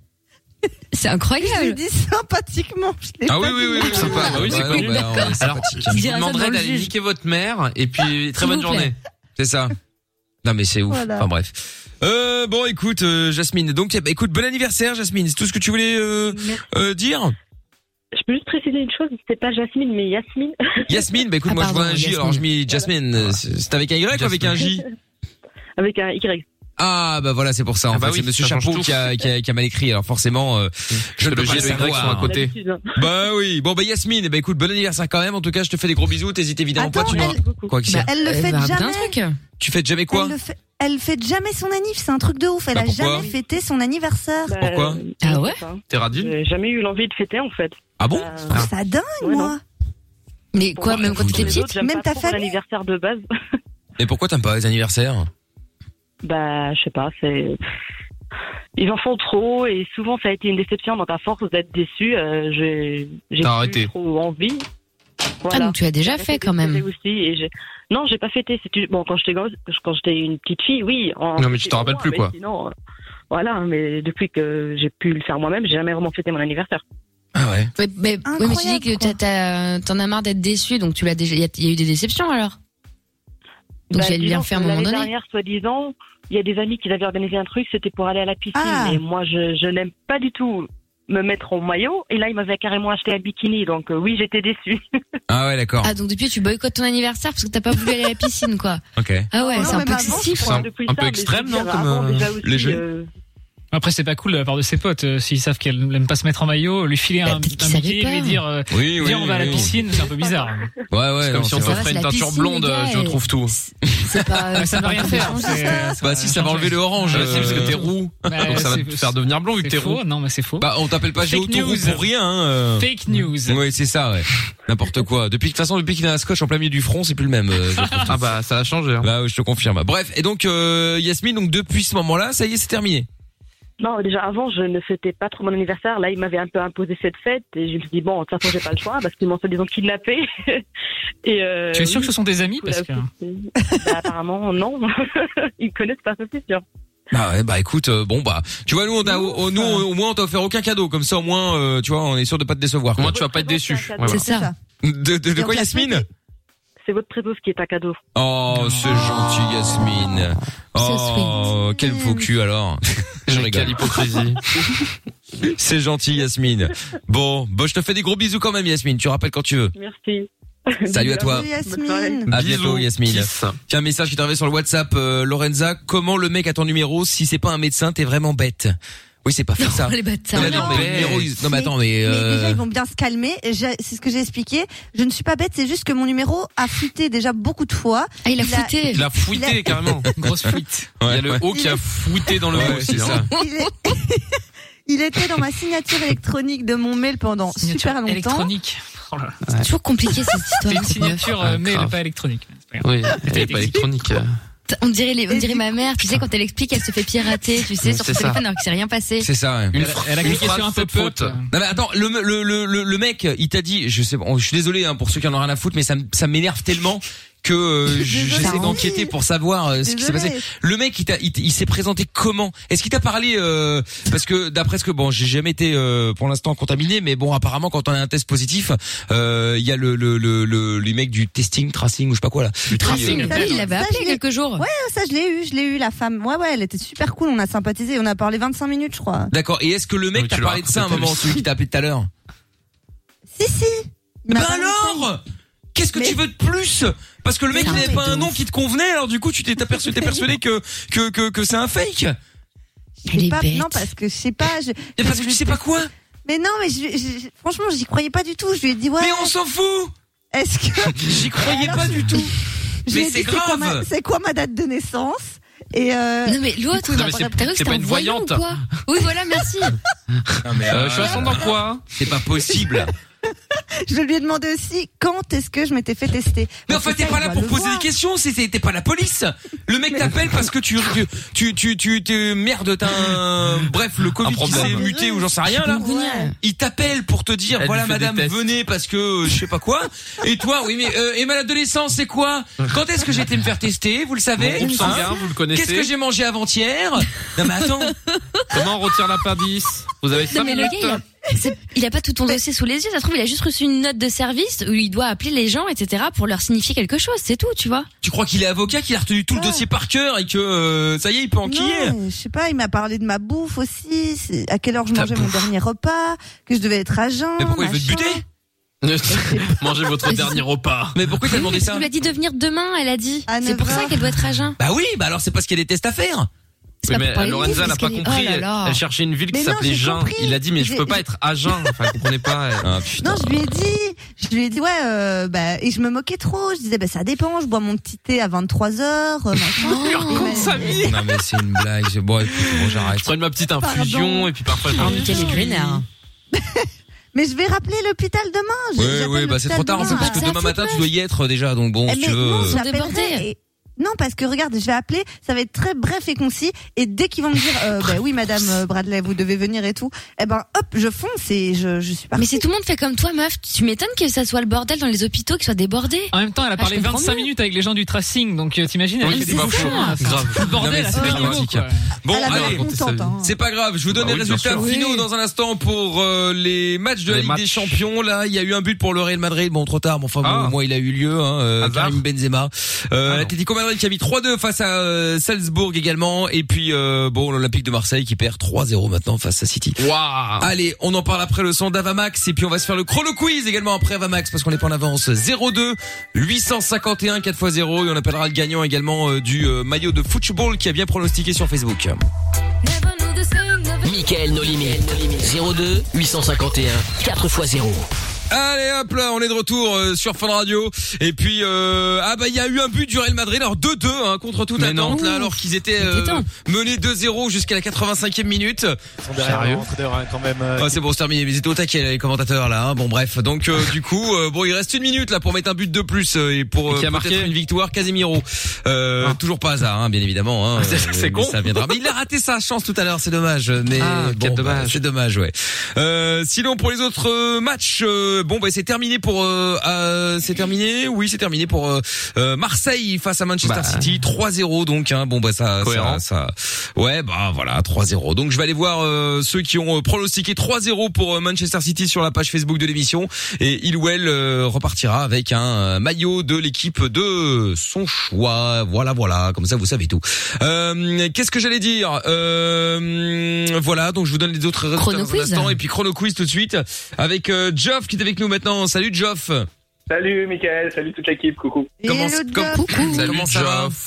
c'est Je l'ai incroyable. dit sympathiquement. Je l'ai Ah oui pas oui dit oui, oui, nique ta sympa. mère. Bah oui, c'est Ouais, connu. ouais, Bah, on est Alors, sympathique. je Dirais vous ça demanderai devant le d'aller juge. niquer votre mère et puis très S'il bonne vous plaît. journée. C'est ça. Non mais c'est ouf. Voilà. Enfin bref. Euh, bon écoute euh, Jasmine, donc bah, écoute bon anniversaire Jasmine, c'est tout ce que tu voulais euh, Merci. euh, dire. Je peux juste préciser une chose, c'est pas Jasmine, mais Yasmine. Yasmine, bah écoute Ah, moi pardon, je vois un J, Yasmine. alors je mis Jasmine, euh, c'est c'est avec un Y ou avec un J? Avec un Y. Ah bah voilà, c'est pour ça en Ah bah fait, oui, c'est Monsieur ça change Chapeau tout. qui a, qui, a, qui a mal écrit, alors forcément euh, je ne Le peux pas J le et le Y sont à savoir. côté. D'habitude, hein. Bah oui, bon bah Yasmine, bah écoute bon anniversaire quand même, en tout cas je te fais des gros bisous, t'hésites évidemment pas, Attends, tu elle- n'auras- quoi que Bah, c'est. Elle le euh, fait bah, un jamais. truc. Tu fêtes jamais quoi? Elle le fait, elle fête jamais son anniv, c'est un truc de ouf. Elle Bah, a pourquoi jamais fêté son anniversaire. Bah, Pourquoi euh, Ah ouais? enfin, T'es radine? J'ai jamais eu l'envie de fêter en fait. Ah bon? Bah, Je trouve ça dingue, Ouais, moi. Mais pour quoi, moi, même quand pour t'étais les petite? autres, j'aime Même pas ta trop famille l'anniversaire de base. Et pourquoi t'aimes pas les anniversaires? Bah, je sais pas, c'est. Ils en font trop et souvent ça a été une déception. Donc à force d'être déçu, euh, j'ai j'ai T'as plus arrêté. trop envie. Ah Voilà. donc tu as déjà J'ai fait fêté quand même. aussi et j'ai... Non, j'ai pas fêté. C'est tu- bon quand j'étais gosse- quand j'étais une petite fille, oui. en- Non, mais tu t'en rappelles plus, mais quoi. Sinon, euh, voilà. Mais depuis que j'ai pu le faire moi-même, j'ai jamais vraiment fêté mon anniversaire. Ah ouais. Ouais, mais, ouais, mais tu dis que Incroyable, t'as- t'as- t'en as marre d'être déçu, donc tu l'as déjà. Il y, a- il y a eu des déceptions alors. Donc Bah, tu vas bien disons le faire à un que moment l'année donné. dernière, soi-disant, il y a des amis qui avaient organisé un truc, c'était pour aller à la piscine. Ah. Et moi, je, je n'aime pas du tout me mettre en maillot. Et là, ils m'avaient carrément acheté un bikini. Donc euh, oui, j'étais déçue. Ah ouais d'accord. Ah donc depuis tu boycottes ton anniversaire parce que t'as pas voulu aller à la piscine quoi. Ok. Ah ouais, Non, c'est un même peu avant, excessif. C'est un- Depuis un peu mais extrême, je veux non, dire, comme, avant, euh, déjà aussi, les jeux euh, Après, c'est pas cool de la part de ses potes. euh, S'ils savent qu'elle n'aime pas se mettre en maillot, lui filer Bah, un, peut-être qu'ils un savaient bikini, pas. lui dire, euh, Oui oui. viens, on va à la oui. piscine, c'est un peu bizarre. Ouais ouais. C'est non, comme si on c'est vrai. va, t'offrait c'est une la teinture piscine, blonde, les gars, je et- trouve tout. C'est pas. Ouais, ça veut pas rien comme faire. changer, c'est- ça. ça Bah si ça va enlever le orange. Euh, si, parce que euh, t'es roux. Bah, Donc ça va c'est- te faire devenir blond vu que C'est t'es roux. faux, non, mais c'est faux. Bah on t'appelle pas Fake Géo tout roux news. pour rien. Hein. euh. Fake news. Oui c'est ça ouais. N'importe quoi. Depuis de toute façon depuis qu'il a un scotch en plein milieu du front c'est plus le même. euh, je trouve. Ah bah ça a changé. Hein. Là je te confirme. Bref et donc euh, Yasmine donc depuis ce moment-là ça y est c'est terminé. Non, déjà avant, je ne fêtais pas trop mon anniversaire. Là, ils m'avaient un peu imposé cette fête et je me suis dit bon, de toute façon, j'ai pas le choix parce qu'ils m'ont soi-disant kidnappé. et euh, Tu es sûr oui, que ce sont tes amis? du coup, Parce que. là aussi, bah, apparemment, non. Ils connaissent pas, ça c'est sûr. Bah ouais, bah écoute, euh, bon bah, tu vois nous on t'a, au, nous au, au moins on t'a offert aucun cadeau, comme ça au moins, euh, tu vois, on est sûr de pas te décevoir. Au moins Quoi. tu vas pas être déçu. C'est Ouais, C'est voilà. ça. De, de, de Et on quoi te l'a Yasmine souhaité. C'est votre présos qui est un cadeau. Oh c'est gentil Yasmine. Oh quel faux cul alors. Je Quelle rigole. hypocrisie. C'est gentil Yasmine. Bon, bon je te fais des gros bisous quand même Yasmine. Tu rappelles quand tu veux. Merci. Salut à toi. Salut Bonne soirée. Yasmine. À bientôt Bisous, Yasmine. kiss. Tiens un message qui est arrivé sur le WhatsApp. Euh, Lorenza, comment le mec a ton numéro si c'est pas un médecin t'es vraiment bête. Oui, c'est pas faire ça. Les bâtards. Non, non, mais les numéros, ils- non, mais attends, mais, Mais euh, déjà, ils vont bien se calmer. J'ai- C'est ce que j'ai expliqué. Je ne suis pas bête, c'est juste que mon numéro a fuité déjà beaucoup de fois. Ah, il a fouetté. Il a fouetté il a- carrément. Grosse fuite. Il y a le ouais. haut qui a fouetté dans le Ouais, haut ouais, aussi. c'est hein. ça. Il, est- il était dans ma signature électronique de mon mail pendant Signature super longtemps. électronique. Oh là là. C'est toujours compliqué cette C'est histoire. une signature Ah, euh, mail, grave. pas électronique. C'est pas grave. Oui, elle est pas électronique. On dirait, les, on dirait ma mère, tu sais, quand elle explique, elle se fait pirater, tu sais, sur C'est son ça. téléphone alors qu'il s'est rien passé. c'est ça, ouais. Une Elle, elle a une cliqué phrase sur un faute, pop-up. faute. Non mais attends, le le le le, le mec, il t'a dit, je sais, bon, je suis désolé hein, pour ceux qui en ont rien à foutre, mais ça m- ça m'énerve tellement que euh, Désolée. j'essaie d'enquêter pour savoir euh, ce qui s'est Désolée. passé. Le mec, il t'a, il, t- il s'est présenté comment? Est-ce qu'il t'a parlé euh, parce que d'après ce que bon, j'ai jamais été euh, pour l'instant contaminé, mais bon, apparemment quand on a un test positif, euh, il y a le le le le les mecs du testing, tracing ou je sais pas quoi là. Du tri, Tracing, euh, le père, il l'avait Ça, appelé je l'ai- quelques jours. Ouais, ça je l'ai eu, je l'ai eu la femme. Ouais ouais, elle était super cool, on a sympathisé, on a parlé vingt-cinq minutes je crois. D'accord. Et est-ce que le mec Oui, t'a tu l'as parlé de ça à un raconté, moment, ta celui qui t'a appelé tout à l'heure? Si si. Il Ben m'a parlé de ça. alors, qu'est-ce que Mais- tu veux de plus? Parce que le mec C'est il un n'avait fake pas de un nom ouf. qui te convenait, alors du coup tu t'es t'as persuadé, t'es persuadé que que que que c'est un fake. Elle C'est est pas- bête. Non parce que je sais pas. Je... Et parce que tu sais pas quoi. Mais non mais je, je- franchement j'y croyais pas du tout. Je lui ai dit ouais. Mais on s'en fout. Est-ce que J'y croyais pas du tout. je lui Mais ai c'est dit, quoi grave. ma- C'est quoi ma date de naissance? Et euh... Non mais l'autre, Non, t'as mais c'est- t'as cru que c'est c'était pas un une voyant ou voyante. quoi? Oui voilà, merci. Non mais Euh, je suis à son d'emploi. c'est pas possible. je lui ai demandé aussi quand est-ce que je m'étais fait tester. Mais Parce enfin que t'es ça, pas il là doit pour le poser voir. des questions, c'est c'est- t'es pas la police. Le mec t'appelle parce que tu tu tu tu tu merde t'as un bref le Covid qui problème. s'est muté ou j'en sais rien là. Ouais. Il t'appelle pour te dire Elle voilà lui fait des madame tests. venez parce que euh, je sais pas quoi. Et toi oui mais euh, et ma adolescence c'est quoi? Quand est-ce que j'ai été me faire tester? Vous le savez? Mon groupe Hein sanguin, vous le Qu'est-ce connaissez. que j'ai mangé avant-hier? Non mais attends. Comment on retire l'appendice? Vous avez Non cinq mais le minutes. gars, il a, c'est- il a pas tout ton dossier sous les yeux. Ça se trouve, il a juste reçu une note de service où il doit appeler les gens, et cetera pour leur signifier quelque chose. C'est tout, tu vois. Tu crois qu'il est avocat, qu'il a retenu tout le Ouais. dossier par cœur et que euh, ça y est il peut enquiller? Non, je sais pas, il m'a parlé de ma bouffe aussi, c'est à quelle heure je Ta mangeais mon bouffe. dernier repas, que je devais être à jeun. Mais pourquoi il veut te machin. buter? Mangez votre dernier repas. Mais pourquoi t'as demandé Parce ça? qu'il lui a dit de venir demain, elle a dit. À C'est pour neuf ça heures. qu'elle doit être à jeun. Bah oui, bah alors c'est parce qu'il y a des tests à faire. C'est Oui, pas mais pour parler de Lorenza lui, n'a parce pas qu'elle est- compris. Oh là Elle, là. elle cherchait une ville qui Mais non, s'appelait j'ai Jeun. compris. Il a dit mais je J'ai- peux pas être à Jeun. Enfin, elle comprenait pas. elle. Ah putain. Non, je lui ai dit, je lui ai dit ouais, euh, bah, et je me moquais trop. Je disais bah ça dépend, je bois mon petit thé à vingt-trois heures. Euh, machin. Il raconte Mais- sa vie. Non mais c'est une blague. C'est- Bon écoute, bon j'arrête. Je prends ma petite infusion Pardon. et puis parfois je Alors, mange. Mickaël est greener. Mais je vais rappeler l'hôpital demain. Je- Oui j'appelle oui bah c'est l'hôpital trop tard en demain. plus parce que C'est à demain matin foutre, tu dois y être déjà donc bon Eh, si mais tu veux. non, euh, Ils sont j'appellerai débordés. et- Non, parce que regarde, je vais appeler, ça va être très bref et concis, et dès qu'ils vont me dire, euh, bah oui, madame euh, Bradley, vous devez venir et tout, eh ben, hop, je fonce et je, je suis partie. Mais si tout le monde fait comme toi, meuf, tu m'étonnes que ça soit le bordel dans les hôpitaux, qu'ils soient débordés. En même temps, elle a Ah, parlé je comprends vingt-cinq mieux. minutes avec les gens du tracing, donc euh, t'imagines, elle Oui, fait c'est des pas bouchons. faux. là, c'est Grave. tout le bordel, Non, mais là, c'est c'est pas pas niveau, dramatique. quoi. Bon Elle a l'air allez. contente, hein. C'est pas grave, je vous donne Bah les oui, bien résultats sûr. finaux Oui. dans un instant pour euh, les matchs de la Les Ligue matchs. des Champions. Là, il y a eu un but pour le Real Madrid. Bon, trop tard. Bon, enfin, bon, Ah. au moins il a eu lieu. Hein, euh, Hasard. Karim Benzema. Euh, Ah non. L'Atlético Madrid qui a mis trois deux face à euh, Salzbourg également. Et puis euh, bon, l'Olympique de Marseille qui perd trois zéro maintenant face à City. Waouh. Allez, on en parle après le son d'Avamax et puis on va se faire le chrono quiz également après Avamax parce qu'on est pas en avance. zéro deux huit cent cinquante et un quatre fois zéro et on appellera le gagnant également euh, du euh, maillot de football qui a bien pronostiqué sur Facebook. Mickaël No Limit. zéro deux huit cent cinquante et un quatre fois zéro. Allez hop là, on est de retour euh, sur Fun Radio. Et puis euh, ah bah il y a eu un but du Real Madrid, alors deux deux hein, contre toute Mais attente non. là, alors qu'ils étaient euh, C'était temps. menés deux zéro jusqu'à la quatre-vingt-cinquième minute. Sérieux quand même. euh, Ah, c'est bon, c'est terminé. Mais ils étaient au taquet, là, les commentateurs là. Hein. Bon bref, donc euh, du coup, euh, bon il reste une minute là pour mettre un but de plus euh, et pour Et qui a euh, peut-être marqué une victoire. Casemiro, euh, Ah. toujours pas hasard, hein, bien évidemment. Hein, Ah, c'est- Euh, c'est mais con. Ça viendra. Mais il a raté sa chance tout à l'heure, c'est dommage. Mais Ah, bon, quel bah, dommage. c'est dommage, ouais. Euh, sinon pour les autres euh, matchs, euh, bon bah c'est terminé pour, euh, euh, c'est terminé. Oui, c'est terminé pour euh, euh, Marseille face à Manchester Bah. City, trois zéro donc. Hein, bon bah ça, Cohérent. ça, ça, ouais bah voilà, trois zéro. Donc je vais aller voir euh, ceux qui ont euh, pronostiqué trois zéro pour euh, Manchester City sur la page Facebook de l'émission et il ou elle euh, repartira avec un euh, maillot de l'équipe de son choix. Voilà voilà, comme ça vous savez tout. Euh, qu'est-ce que j'allais dire euh, Voilà, donc je vous donne les autres résultats Chrono dans un quiz. instant et puis chrono quiz tout de suite avec euh, Geoff qui est avec nous maintenant. Salut Geoff. Salut Mickaël, salut toute l'équipe, coucou. Et Comment le com- job. Salut, comment ça va?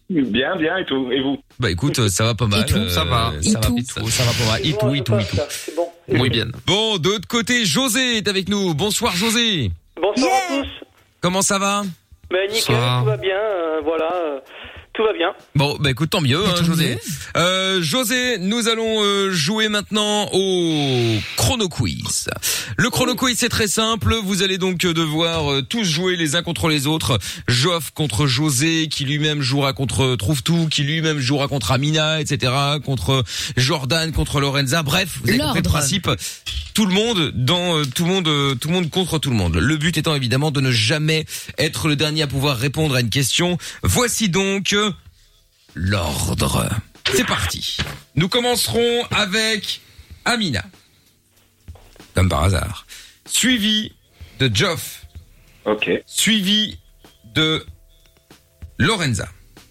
Bien, bien, et tout, et vous? Bah écoute, ça va pas mal. Et tout, ça va. Euh, ça va, ça, ça va pas mal. Et tout, et tout, et tout. C'est bon. Oui, bien. Bon, de l'autre côté, José est avec nous. Bonsoir, José. Bonsoir à tous. Comment ça va? Ben nickel, Bonsoir. tout va bien, euh, voilà, euh, tout va bien. Bon, bah écoute, tant mieux, hein, José. Euh, José, nous allons euh, jouer maintenant au chrono quiz. Le chrono quiz, c'est très simple. Vous allez donc euh, devoir euh, tous jouer les uns contre les autres. Joff contre José, qui lui-même jouera contre Trouve-Tout, qui lui-même jouera contre Amina, et cetera. Contre Jordan, contre Lorenza. Bref, vous avez compris le principe. Tout le monde dans euh, tout le monde, euh, tout le monde contre tout le monde. Le but étant évidemment de ne jamais être le dernier à pouvoir répondre à une question. Voici donc euh, l'ordre. C'est parti. Nous commencerons avec Amina, comme par hasard, suivi de Joff. Ok. Suivi de Lorenza,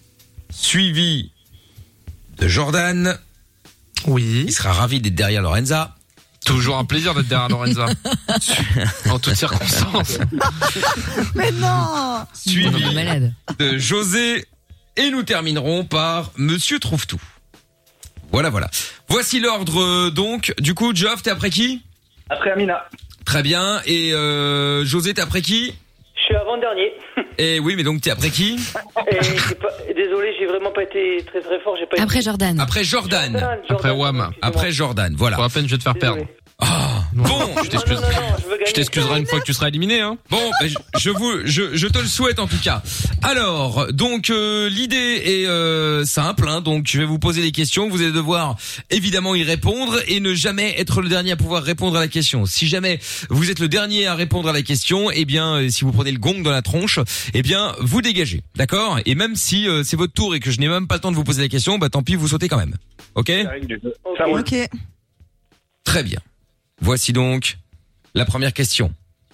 suivi de Jordan. Oui. Il sera ravi d'être derrière Lorenza. Toujours un plaisir d'être derrière Lorenza. En toutes circonstances. Mais non. Suivi Non, malade. de José. Et nous terminerons par Monsieur Trouve-Tout. Voilà, voilà. Voici l'ordre, euh, donc. Du coup, Geoff, t'es après qui? Après Amina. Très bien. Et euh, José, t'es après qui? Je suis avant-dernier. Et oui, mais donc t'es après qui? Et j'ai pas, désolé, j'ai vraiment pas été très très fort, j'ai pas Après été... Jordan. Après Jordan. Jordan, Après Jordan, Wham. excusez-moi. Après Jordan, voilà. Pour à peine, je vais te faire perdre. Ah, bon, je t'excuse. Non, non, non, je veux gagner. Je t'excuserai une fois que tu seras éliminé, hein. Bon, ben, je, je vous, je, je te le souhaite en tout cas. Alors, donc euh, l'idée est euh, simple, hein, donc je vais vous poser des questions. Vous allez devoir évidemment y répondre et ne jamais être le dernier à pouvoir répondre à la question. Si jamais vous êtes le dernier à répondre à la question, eh bien, euh, si vous prenez le gong dans la tronche, eh bien, vous dégagez, d'accord? Et même si euh, c'est votre tour et que je n'ai même pas le temps de vous poser la question, bah tant pis, vous sautez quand même. Ok? Ça roule. Ok. Très bien. Voici donc la première question.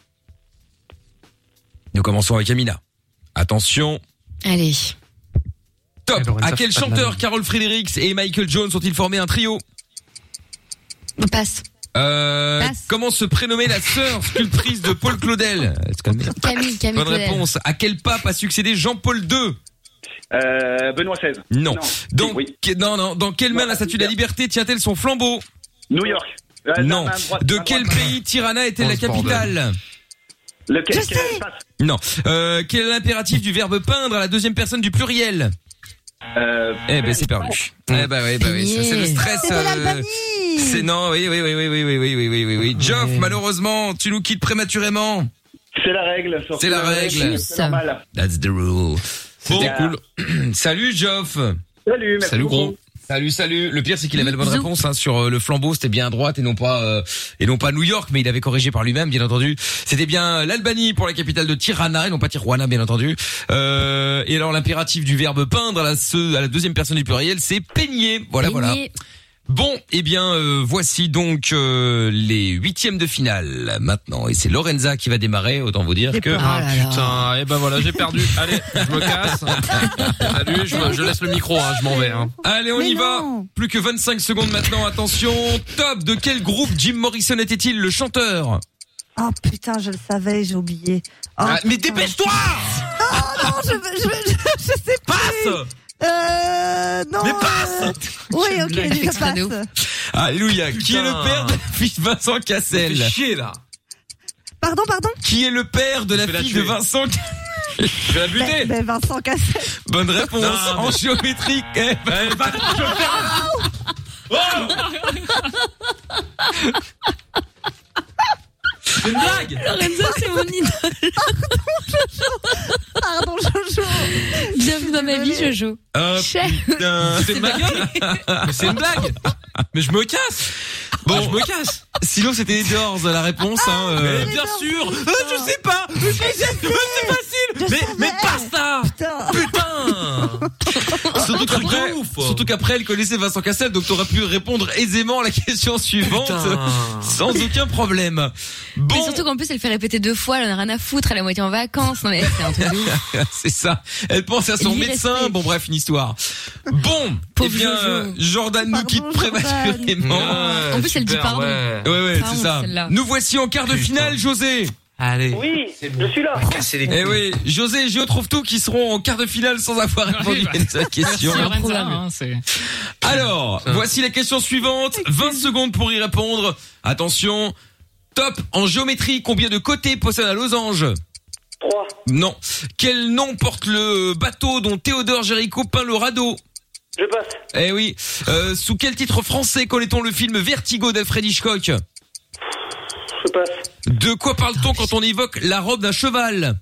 Nous commençons avec Amina. Attention. Allez. Top. Et Lorenza À quel fait pas de chanteur la- Carol Fredericks et Michael Jones ont-ils formé un trio? On passe. Euh, Passe. comment se prénommait la sœur sculptrice de Paul Claudel? C'est quand même bien. Camille, Camille. Bonne Claudel. réponse. À quel pape a succédé Jean-Paul deux? Euh, Benoît seize. Non. Dans, Oui. que- non, non. Dans quelle main la statue de la liberté tient-elle son flambeau? New York. Euh, Non. main droite, De main quel droite. pays Tirana était la Oh, ce bordel. capitale? Lequel? Je quel- sais. passe. Non. Euh, quel est l'impératif du verbe peindre à la deuxième personne du pluriel? Euh, Eh ben c'est perdu. Eh ben oui, bah oui, ça, c'est le stress. C'est de euh, l'Albanie. C'est non, oui, oui, oui, oui, oui, oui, oui, oui, oui, oui, oui. Geoff, malheureusement, tu nous quittes prématurément. c'est la règle. surtout C'est la règle. C'est normal. That's the rule. C'était Bon. cool. Salut Geoff. Salut, merci Salut, beaucoup. gros. Salut, salut. Le pire, c'est qu'il avait la bonne Bisous. réponse hein, sur euh, le flambeau. C'était bien à droite et non pas euh, et non pas New York, mais il avait corrigé par lui-même, bien entendu. C'était bien l'Albanie pour la capitale de Tirana et non pas Tijuana, bien entendu. Euh, et alors l'impératif du verbe peindre à la, ce- à la deuxième personne du pluriel, c'est peigner. Voilà, voilà. Peigné. Bon, eh bien, euh, voici donc euh, les huitièmes de finale maintenant, et c'est Lorenza qui va démarrer. Autant vous dire J'ai que peur. Ah Oh là là. putain, et ben voilà, j'ai perdu. Allez, je me casse. Salut, je, je laisse le micro, hein, je m'en vais. Hein. allez, on Mais y va. non. Plus que vingt-cinq secondes maintenant. Attention, top. De quel groupe Jim Morrison était-il le chanteur? Oh putain, je le savais, j'ai oublié. Oh, Ah, mais putain. dépêche-toi. Oh non, je, veux- je, veux- je, je sais pas. Passe. Euh, non. Mais passe. euh, Oui, ok, blague je extra de passe. Alléluia. Qui est le père de la fille de Vincent Cassel? Fais chier là. Pardon, pardon. Qui est le père de la Je vais la fille de tuer. Vincent? Je vais la buter. Ben, ben Vincent Cassel. Bonne réponse. Non, En géométrie. Eh, ben, C'est une blague. Lorenzo, c'est mon idole. Pardon, Jojo. Bienvenue dans ma vie, Jojo. Ah, Chef. putain. C'est de ma gueule. Mais c'est une blague. Mais je me casse. Bon, je me casse. Sinon, c'était les Doors, la réponse. Hein, euh. Mais bien sûr. Euh, je sais pas. Mais c'est facile. Mais mais basta. Putain. Putain. Surtout qu'après, surtout qu'après, elle connaissait Vincent Cassel, donc t'aurais pu répondre aisément à la question suivante, Putain. sans aucun problème. Bon, Mais surtout qu'en plus, elle fait répéter deux fois, elle en a rien à foutre, elle est à moitié en vacances. Non mais c'est un truc de ouf. c'est ça. Elle pense à son L'irrespect. médecin. Bon, bref, une histoire. Bon, Pauvre eh bien, Jojo. euh, Jordan nous Pardon, quitte prématurément. En plus, elle dit pardon. Ouais, ouais, Pardon, c'est ça. celle-là. Nous voici en quart de finale, José. Allez. Oui, je suis là. Eh oui, José et Gio trouvent tout qui seront en quart de finale sans avoir répondu à cette question. Merci, Lorenza, hein, c'est... Alors, voici la question suivante. vingt secondes pour y répondre. Attention. Top. En géométrie, combien de côtés possède un losange? trois. Non. Quel nom porte le bateau dont Théodore Géricault peint le radeau? Je passe. Eh oui. Euh, sous quel titre français connaît-on le film Vertigo d'Alfred Hitchcock? Je passe. De quoi parle-t-on quand on évoque la robe d'un cheval?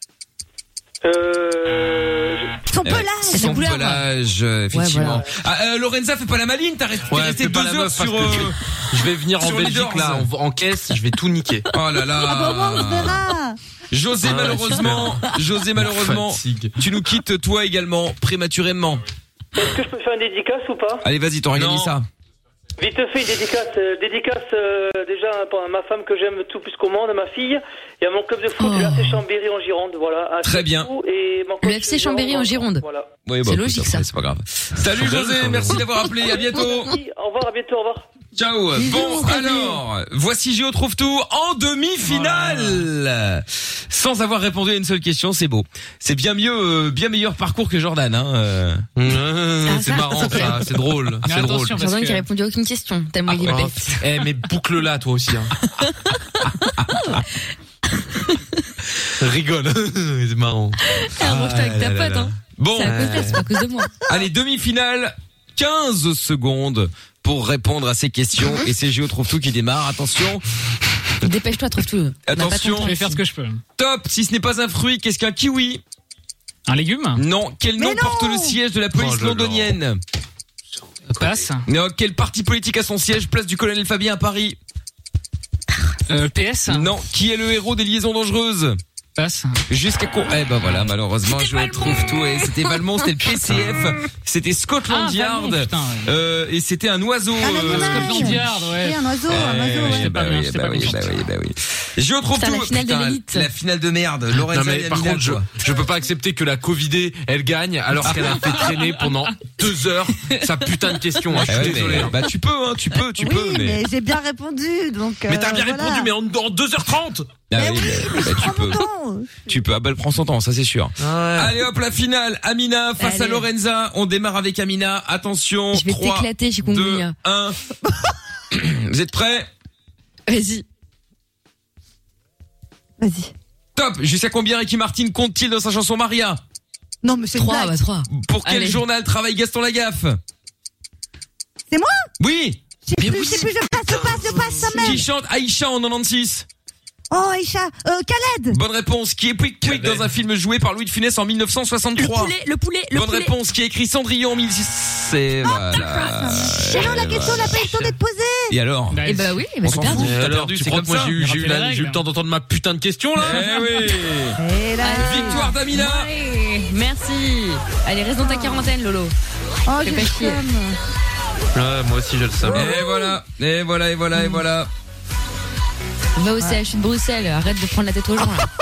Euh... Son Eh, pelage. Son pelage, euh, effectivement. Ouais, Ah, euh, Lorenza, fais pas la maline, t'as resté, Ouais, t'es resté fais pas deux la heures meuf parce sur... que euh, Je vais venir en sur Belgique Leaders. là, en, en caisse, je vais tout niquer. Oh là là. Ah bon, on se verra. José, Ah ouais, malheureusement, José, malheureusement, Fatigue. tu nous quittes toi également, prématurément. Est-ce que je peux faire une dédicace ou pas? Allez, vas-y, t'organises Non. ça. Vite fait, une dédicace. euh, dédicace euh, déjà pour ma femme que j'aime tout plus qu'au monde, ma fille. Il y a mon club de foot, Oh. le F C Chambéry en Gironde, voilà. Très bien. Et mon Le coach F C Chambéry en Gironde. Voilà. Oui, C'est écoute, logique, après, ça. C'est pas grave. Salut José, merci d'avoir appelé, à bientôt. Merci, au revoir, à bientôt, au revoir. Ciao. Bisous, Bon, salut. alors, voici Géo trouve tout en demi-finale. Sans avoir répondu à une seule question, c'est beau. C'est bien mieux, euh, bien meilleur parcours que Jordan, hein. euh. Ah, c'est ça, marrant c'est ça, c'est drôle, Mais c'est drôle. attention, parce Jordan que... qui a répondu à aucune question. Tellement il est Oh, bête. eh mais boucle-la toi aussi hein. Rigole, c'est marrant. Arrange-toi avec ta Ah là pote, là. hein. Bon, C'est à cause de toi, c'est pas à cause de moi. allez, demi-finale, quinze secondes pour répondre à ces questions. Et c'est Géo trouve tout qui démarre. Attention, Dépêche-toi, trouve tout. On n'a pas attention. ton Je vais temps faire ce ici. que je peux. Top. Si ce n'est pas un fruit, qu'est-ce qu'un kiwi? Un légume? Non. Quel nom Mais non. porte le siège de la police Oh là là. londonienne? Passe. Non. Quel parti politique a son siège place du colonel Fabien à Paris? Euh, P S? Non. Qui est le héros des liaisons dangereuses? Passe. Jusqu'à quoi? Eh ben voilà, malheureusement, je trouve tout. Et c'était Valmont, c'était le P C F, c'était Scotland Ah, Yard, Valmont, putain, ouais. euh, et c'était un oiseau. Un euh, animal. Scotland Yard, ouais. Oui, un oiseau, Eh, un oiseau. ouais, ouais. bah pas bien, oui, j'étais bah pas oui, conscient. bah oui, bah oui. Je retrouve Putain, tout. la finale de Putain, l'élite. la finale de merde. Non Lorenza mais et par Amina, contre, je, quoi. je peux pas accepter que la Covidée, elle gagne alors qu'elle a fait traîner pendant deux heures sa putain de question. Hein. Je Eh suis ouais, désolé. mais, hein. bah tu peux, hein, tu peux, tu oui, peux, mais. mais j'ai bien répondu, donc. Mais t'as euh, bien voilà. répondu, mais en, en deux heures trente. Ah Mais oui, oui, mais- mais bah, je tu prends peux, mon temps. tu peux. Ah bah elle prend son temps, ça c'est sûr. Ouais. Allez hop, la finale. Amina face à Allez. Lorenza. On démarre avec Amina. Attention. Je vais trois, t'éclater, deux, chikungunya. un. Vous êtes prêts? Vas-y. Vas-y. Top. Jusqu'à combien Ricky Martin compte-t-il dans sa chanson Maria? Non, mais c'est une trois, blague. bah trois. Pour quel Allez. journal travaille Gaston Lagaffe? C'est moi? Oui. Je sais plus, je sais plus, je passe, je passe, je passe, sa mère. Qui chante Aïcha en quatre-vingt-six? Oh, Aïcha, euh, Khaled. Bonne réponse. Qui est Pouic Pouic dans un film joué par Louis de Funès en mille neuf cent Le soixante-trois? poulet, le poulet, le Bonne poulet. réponse. Qui a écrit Cendrillon en mille six cents? C'est voilà. Mais non, la question n'a pas eu le temps d'être posée. Et alors? Bah, Eh bah oui, bah On c'est s'en perdu. fout. Et T'as alors, perdu, tu c'est crois comme que moi ça. j'ai eu, j'ai eu, Rappelez la- les j'ai eu règles. le temps d'entendre ma putain de question là? Eh oui. Et là. Victoire d'Amina. Ouais, merci. Allez, reste dans ta quarantaine, Lolo. Oh, Fais j'ai pas le chier. seum. Ouais, moi aussi je le savais. Et voilà. Et voilà, et voilà, et voilà. Va au C H U de Bruxelles, arrête de prendre la tête aux gens. là.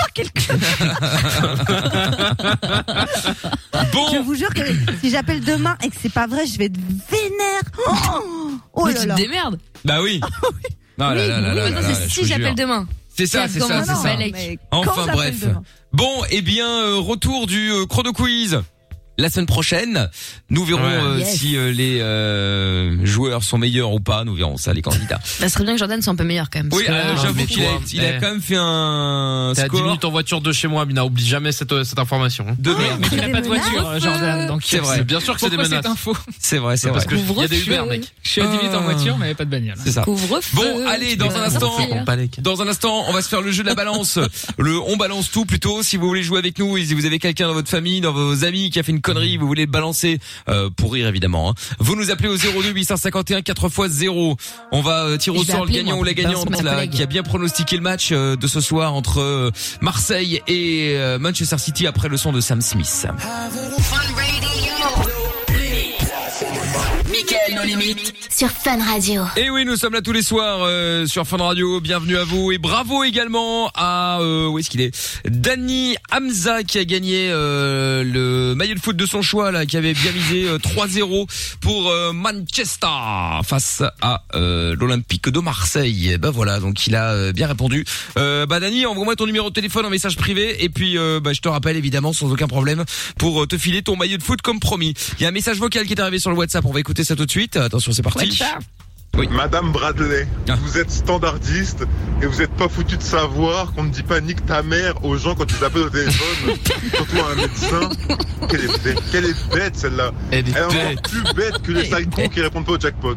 Je Bon. vous jure que si j'appelle demain et que c'est pas vrai, je vais être vénère. Oh, oh Mais là tu là. te démerdes. Bah oui. Non, là, là, là, là, là, Maintenant, là, c'est je si vous j'appelle jure. demain. C'est ça, c'est ça, Comment c'est ça ça. va, Alex Mais quand Enfin j'appelle bref. demain Bon, eh bien, euh, retour du euh, chrono quiz. La semaine prochaine, nous verrons Ouais. euh, Yes. si euh, les euh, joueurs sont meilleurs ou pas. Nous verrons ça, les candidats. Ça serait bien que Jordan soit un peu meilleur quand même. parce Oui, que euh, là, j'avoue mais qu'il a, toi, il a eh. quand même fait un T'es à dix score minutes en voiture de chez moi, Mina. Oublie jamais cette, cette information. hein. de merde. Mais tu C'est n'as des pas de voiture, menaces. Jordan. Donc C'est vrai. Mais bien sûr que c'est des Pourquoi cette menaces. info? C'est vrai, c'est Parce vrai. que il y a des Couvre-feu. Uber, mec. Je suis à dix minutes en voiture, mais pas de bagnole. C'est ça. Couvre-feu. Bon, allez, tu dans peux un pas instant, sortir. Dans un instant, on va se faire le jeu de la balance. Le on balance tout plutôt. Si vous voulez jouer avec nous et si vous avez quelqu'un dans votre famille, dans vos amis qui a fait une connerie, vous voulez le balancer euh, pour rire évidemment. Hein. Vous nous appelez au zéro deux huit cent cinquante et un quatre fois zéro. On va euh, tirer au Je vais sort le appeler, gagnant moi, ou la pour balancer gagnante ma là, collègue. qui a bien pronostiqué le match euh, de ce soir entre euh, Marseille et euh, Manchester City après le son de Sam Smith. Mickaël nos limites sur Fun Radio. Et oui, nous sommes là tous les soirs euh, sur Fun Radio. Bienvenue à vous et bravo également à euh, où est-ce qu'il est Dani Hamza qui a gagné euh, le maillot de foot de son choix là, qui avait bien misé euh, trois zéro pour euh, Manchester face à euh, l'Olympique de Marseille. Ben voilà, donc il a euh, bien répondu. Euh, bah Dani, envoie-moi ton numéro de téléphone en message privé et puis euh, bah je te rappelle évidemment sans aucun problème pour te filer ton maillot de foot comme promis. Il y a un message vocal qui est arrivé sur le WhatsApp, on va écouter ça tout de suite. Attention, c'est parti. Oui. Madame Bradley, ah. vous êtes standardiste et vous êtes pas foutu de savoir qu'on ne dit pas nique ta mère aux gens quand ils appellent au téléphone, surtout à un médecin. Quelle est bête, quelle est bête celle-là. Elle est, Elle est bête. encore plus bête que les sales cons qui répondent pas au jackpot.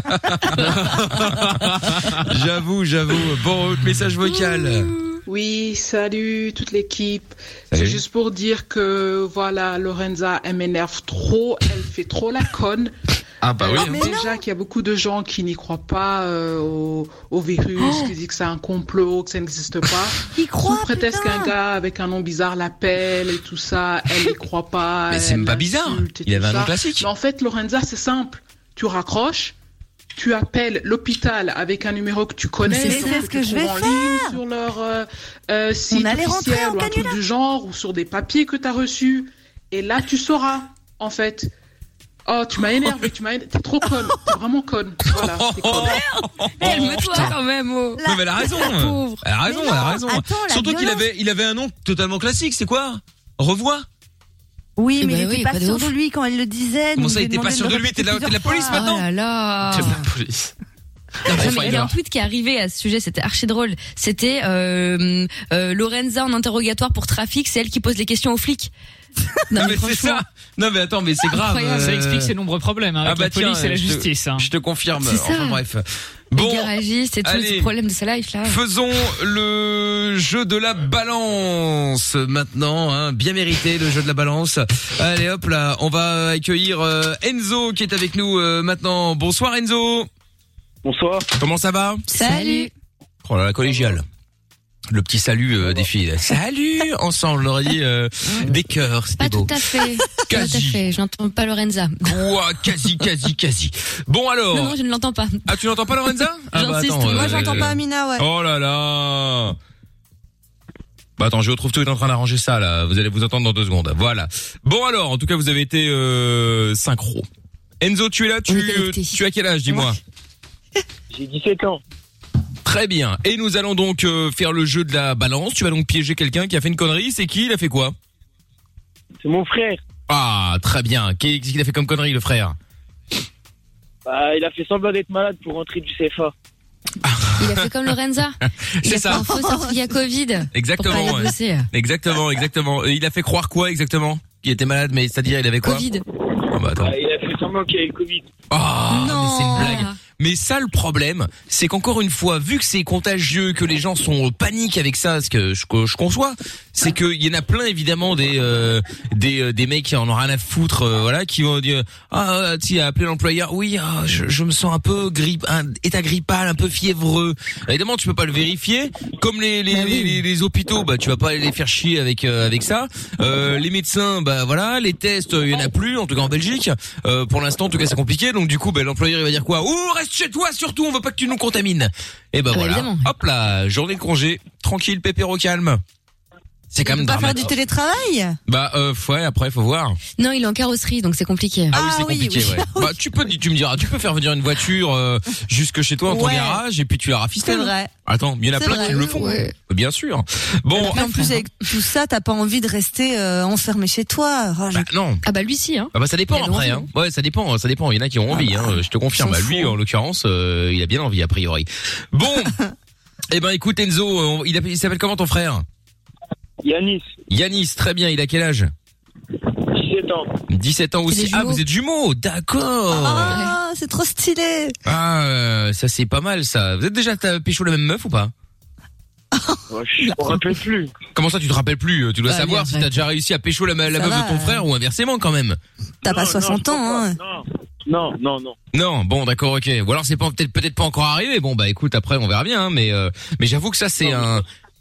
J'avoue, j'avoue. Bon, message vocal. Oui, salut toute l'équipe. Salut. C'est juste pour dire que voilà, Lorenza, elle m'énerve trop, elle fait trop la conne. Ah bah oui. Euh, déjà qu'il y a beaucoup de gens qui n'y croient pas euh, au, au virus, oh. qui disent que c'est un complot, que ça n'existe pas. Ils croient. Sous prétexte qu'un gars avec un nom bizarre l'appelle et tout ça, elle n'y croit pas. Mais c'est même pas bizarre. Il avait un nom classique. Mais en fait, Lorenza, c'est simple. Tu raccroches. Tu appelles l'hôpital avec un numéro que tu connais. Mais c'est ce que je vais en faire. Ligne sur leur euh, euh, site On allait rentrer officiel en ou un truc du genre ou sur des papiers que tu as reçus. Et là, tu sauras, en fait. Oh, tu m'as énervé, tu m'as énervé. T'es trop conne, t'es vraiment conne. Voilà, t'es conne. Calme-toi quand même, oh. Non mais elle a raison. Elle a raison, elle a raison. Attends, la Surtout qu'il violence. avait, il avait un nom totalement classique. C'est quoi? Revois. Oui, Eh mais ben il oui, était pas pas de sûr ouf. de lui quand elle le disait. Comment donc ça, je il lui ai était pas demandé sûr de lui? répéter T'es de la, t'es de la police plusieurs fois. maintenant? Oh là là. C'est la police. Non, mais il y a un tweet qui est arrivé à ce sujet, c'était archi drôle. C'était euh, euh, Lorenza en interrogatoire pour trafic, c'est elle qui pose les questions aux flics. Non, mais, mais c'est ça. Non mais attends, mais c'est grave. Euh... Ça explique ses nombreux problèmes hein, avec ah bah la police tiens, et la je te, justice. Hein. Je te confirme. C'est ça. Enfin bref. Bon, les garagistes et tous les problèmes de sa life là. Faisons le jeu de la balance maintenant, hein, bien mérité le jeu de la balance. Allez hop là, on va accueillir euh, Enzo qui est avec nous euh, maintenant. Bonsoir Enzo. Bonsoir. Comment ça va? Salut. Oh là la collégiale. Le petit salut euh, des filles. Salut ensemble, on aurait dit euh, des cœurs, c'était pas beau. Pas tout à fait. Quasi. Pas tout à fait. Je n'entends pas Lorenza. Ouah, quasi, quasi, quasi. Bon alors. Non, non, je ne l'entends pas. Ah, tu n'entends pas Lorenza? Ah, bah, J'insiste. attends, Moi, euh, j'entends pas Amina, ouais. Oh là là. Bah attends, je retrouve tout est en train d'arranger ça là. Vous allez vous entendre dans deux secondes. Voilà. Bon alors, en tout cas, vous avez été euh, synchro. Enzo, tu es là. Tu, euh, tu as quel âge, dis-moi? J'ai dix-sept ans. Très bien. Et nous allons donc euh, faire le jeu de la balance. Tu vas donc piéger quelqu'un qui a fait une connerie. C'est qui? Il a fait quoi? C'est mon frère. Ah, très bien. Qu'est-ce qu'il a fait comme connerie, le frère? Bah, il a fait semblant d'être malade pour rentrer du C F A. Il a fait comme Lorenza. Il C'est a ça. fait un faux certificat Covid. Exactement. Pour pas aller Ouais. bosser. Exactement, exactement. Et il a fait croire quoi exactement? Qu'il était malade, mais c'est-à-dire il avait quoi? Covid. Oh bah attends. Bah, il a fait semblant qu'il avait le Covid. Ah, non. mais c'est une blague. Mais ça, le problème, c'est qu'encore une fois, vu que c'est contagieux, que les gens sont en panique avec ça, ce que je, que je conçois, c'est qu'il y en a plein évidemment des euh, des euh, des mecs qui en ont rien à foutre, euh, voilà, qui vont dire ah tu as appelé l'employeur, oui, ah, je, je me sens un peu grippe, un état grippal, un peu fiévreux. Évidemment, tu peux pas le vérifier. Comme les les, les, les, les hôpitaux, bah tu vas pas aller les faire chier avec euh, avec ça. Euh, les médecins, bah voilà, les tests, il y en a plus, en tout cas en Belgique. Euh, pour l'instant, en tout cas, c'est compliqué. Donc du coup, bah, l'employeur il va dire quoi? Oh, reste chez toi surtout, on veut pas que tu nous contamines. Et ben Ah, voilà. évidemment. Hop là, journée de congé, tranquille, pépère au calme. C'est quand On même peut pas faire dramatique. du télétravail? Bah euh, ouais, après faut voir. Non, il est en carrosserie, donc c'est compliqué. Ah oui, c'est Ah oui, compliqué, oui. ouais. Bah tu peux, tu me diras, tu peux faire venir une voiture euh, jusque chez toi dans ton Ouais. garage et puis tu la rafistelles. C'est vrai. Attends, il y en a C'est plein vrai. qui le font. Ouais. Bien sûr. Bon, En plus, avec tout ça, t'as pas envie de rester euh, enfermé chez toi. Oh, je- bah, non. Ah bah lui si, hein. Ah bah ça dépend Il a après, envie. hein. Ouais, ça dépend, ça dépend. Il y en a qui ont envie, Ah hein. Je te confirme. s'en Bah, lui, fout. en l'occurrence, euh, il a bien envie a priori. Bon. Eh ben écoute Enzo, on- il, a- il s'appelle comment ton frère? Yanis, Yanis, très bien. Il a quel âge? dix-sept ans. dix-sept ans C'est aussi. des Ah, jumeaux. vous êtes jumeaux, d'accord. Ah, c'est trop stylé. Ah, euh, ça c'est pas mal ça. Vous êtes déjà t'as pécho la même meuf ou pas? Ouais, je me rappelle plus. Comment ça tu te rappelles plus? Tu dois Bah, savoir bien, si ouais. t'as déjà réussi à pécho la, la Ça meuf va, de ton euh. frère ou inversement quand même. T'as pas Non, soixante non, ans, hein. Non, non, non, non. Non, bon d'accord, ok. Ou alors c'est pas peut-être peut-être pas encore arrivé. Bon bah écoute, après on verra bien. Hein, mais euh, mais j'avoue que ça c'est Non, un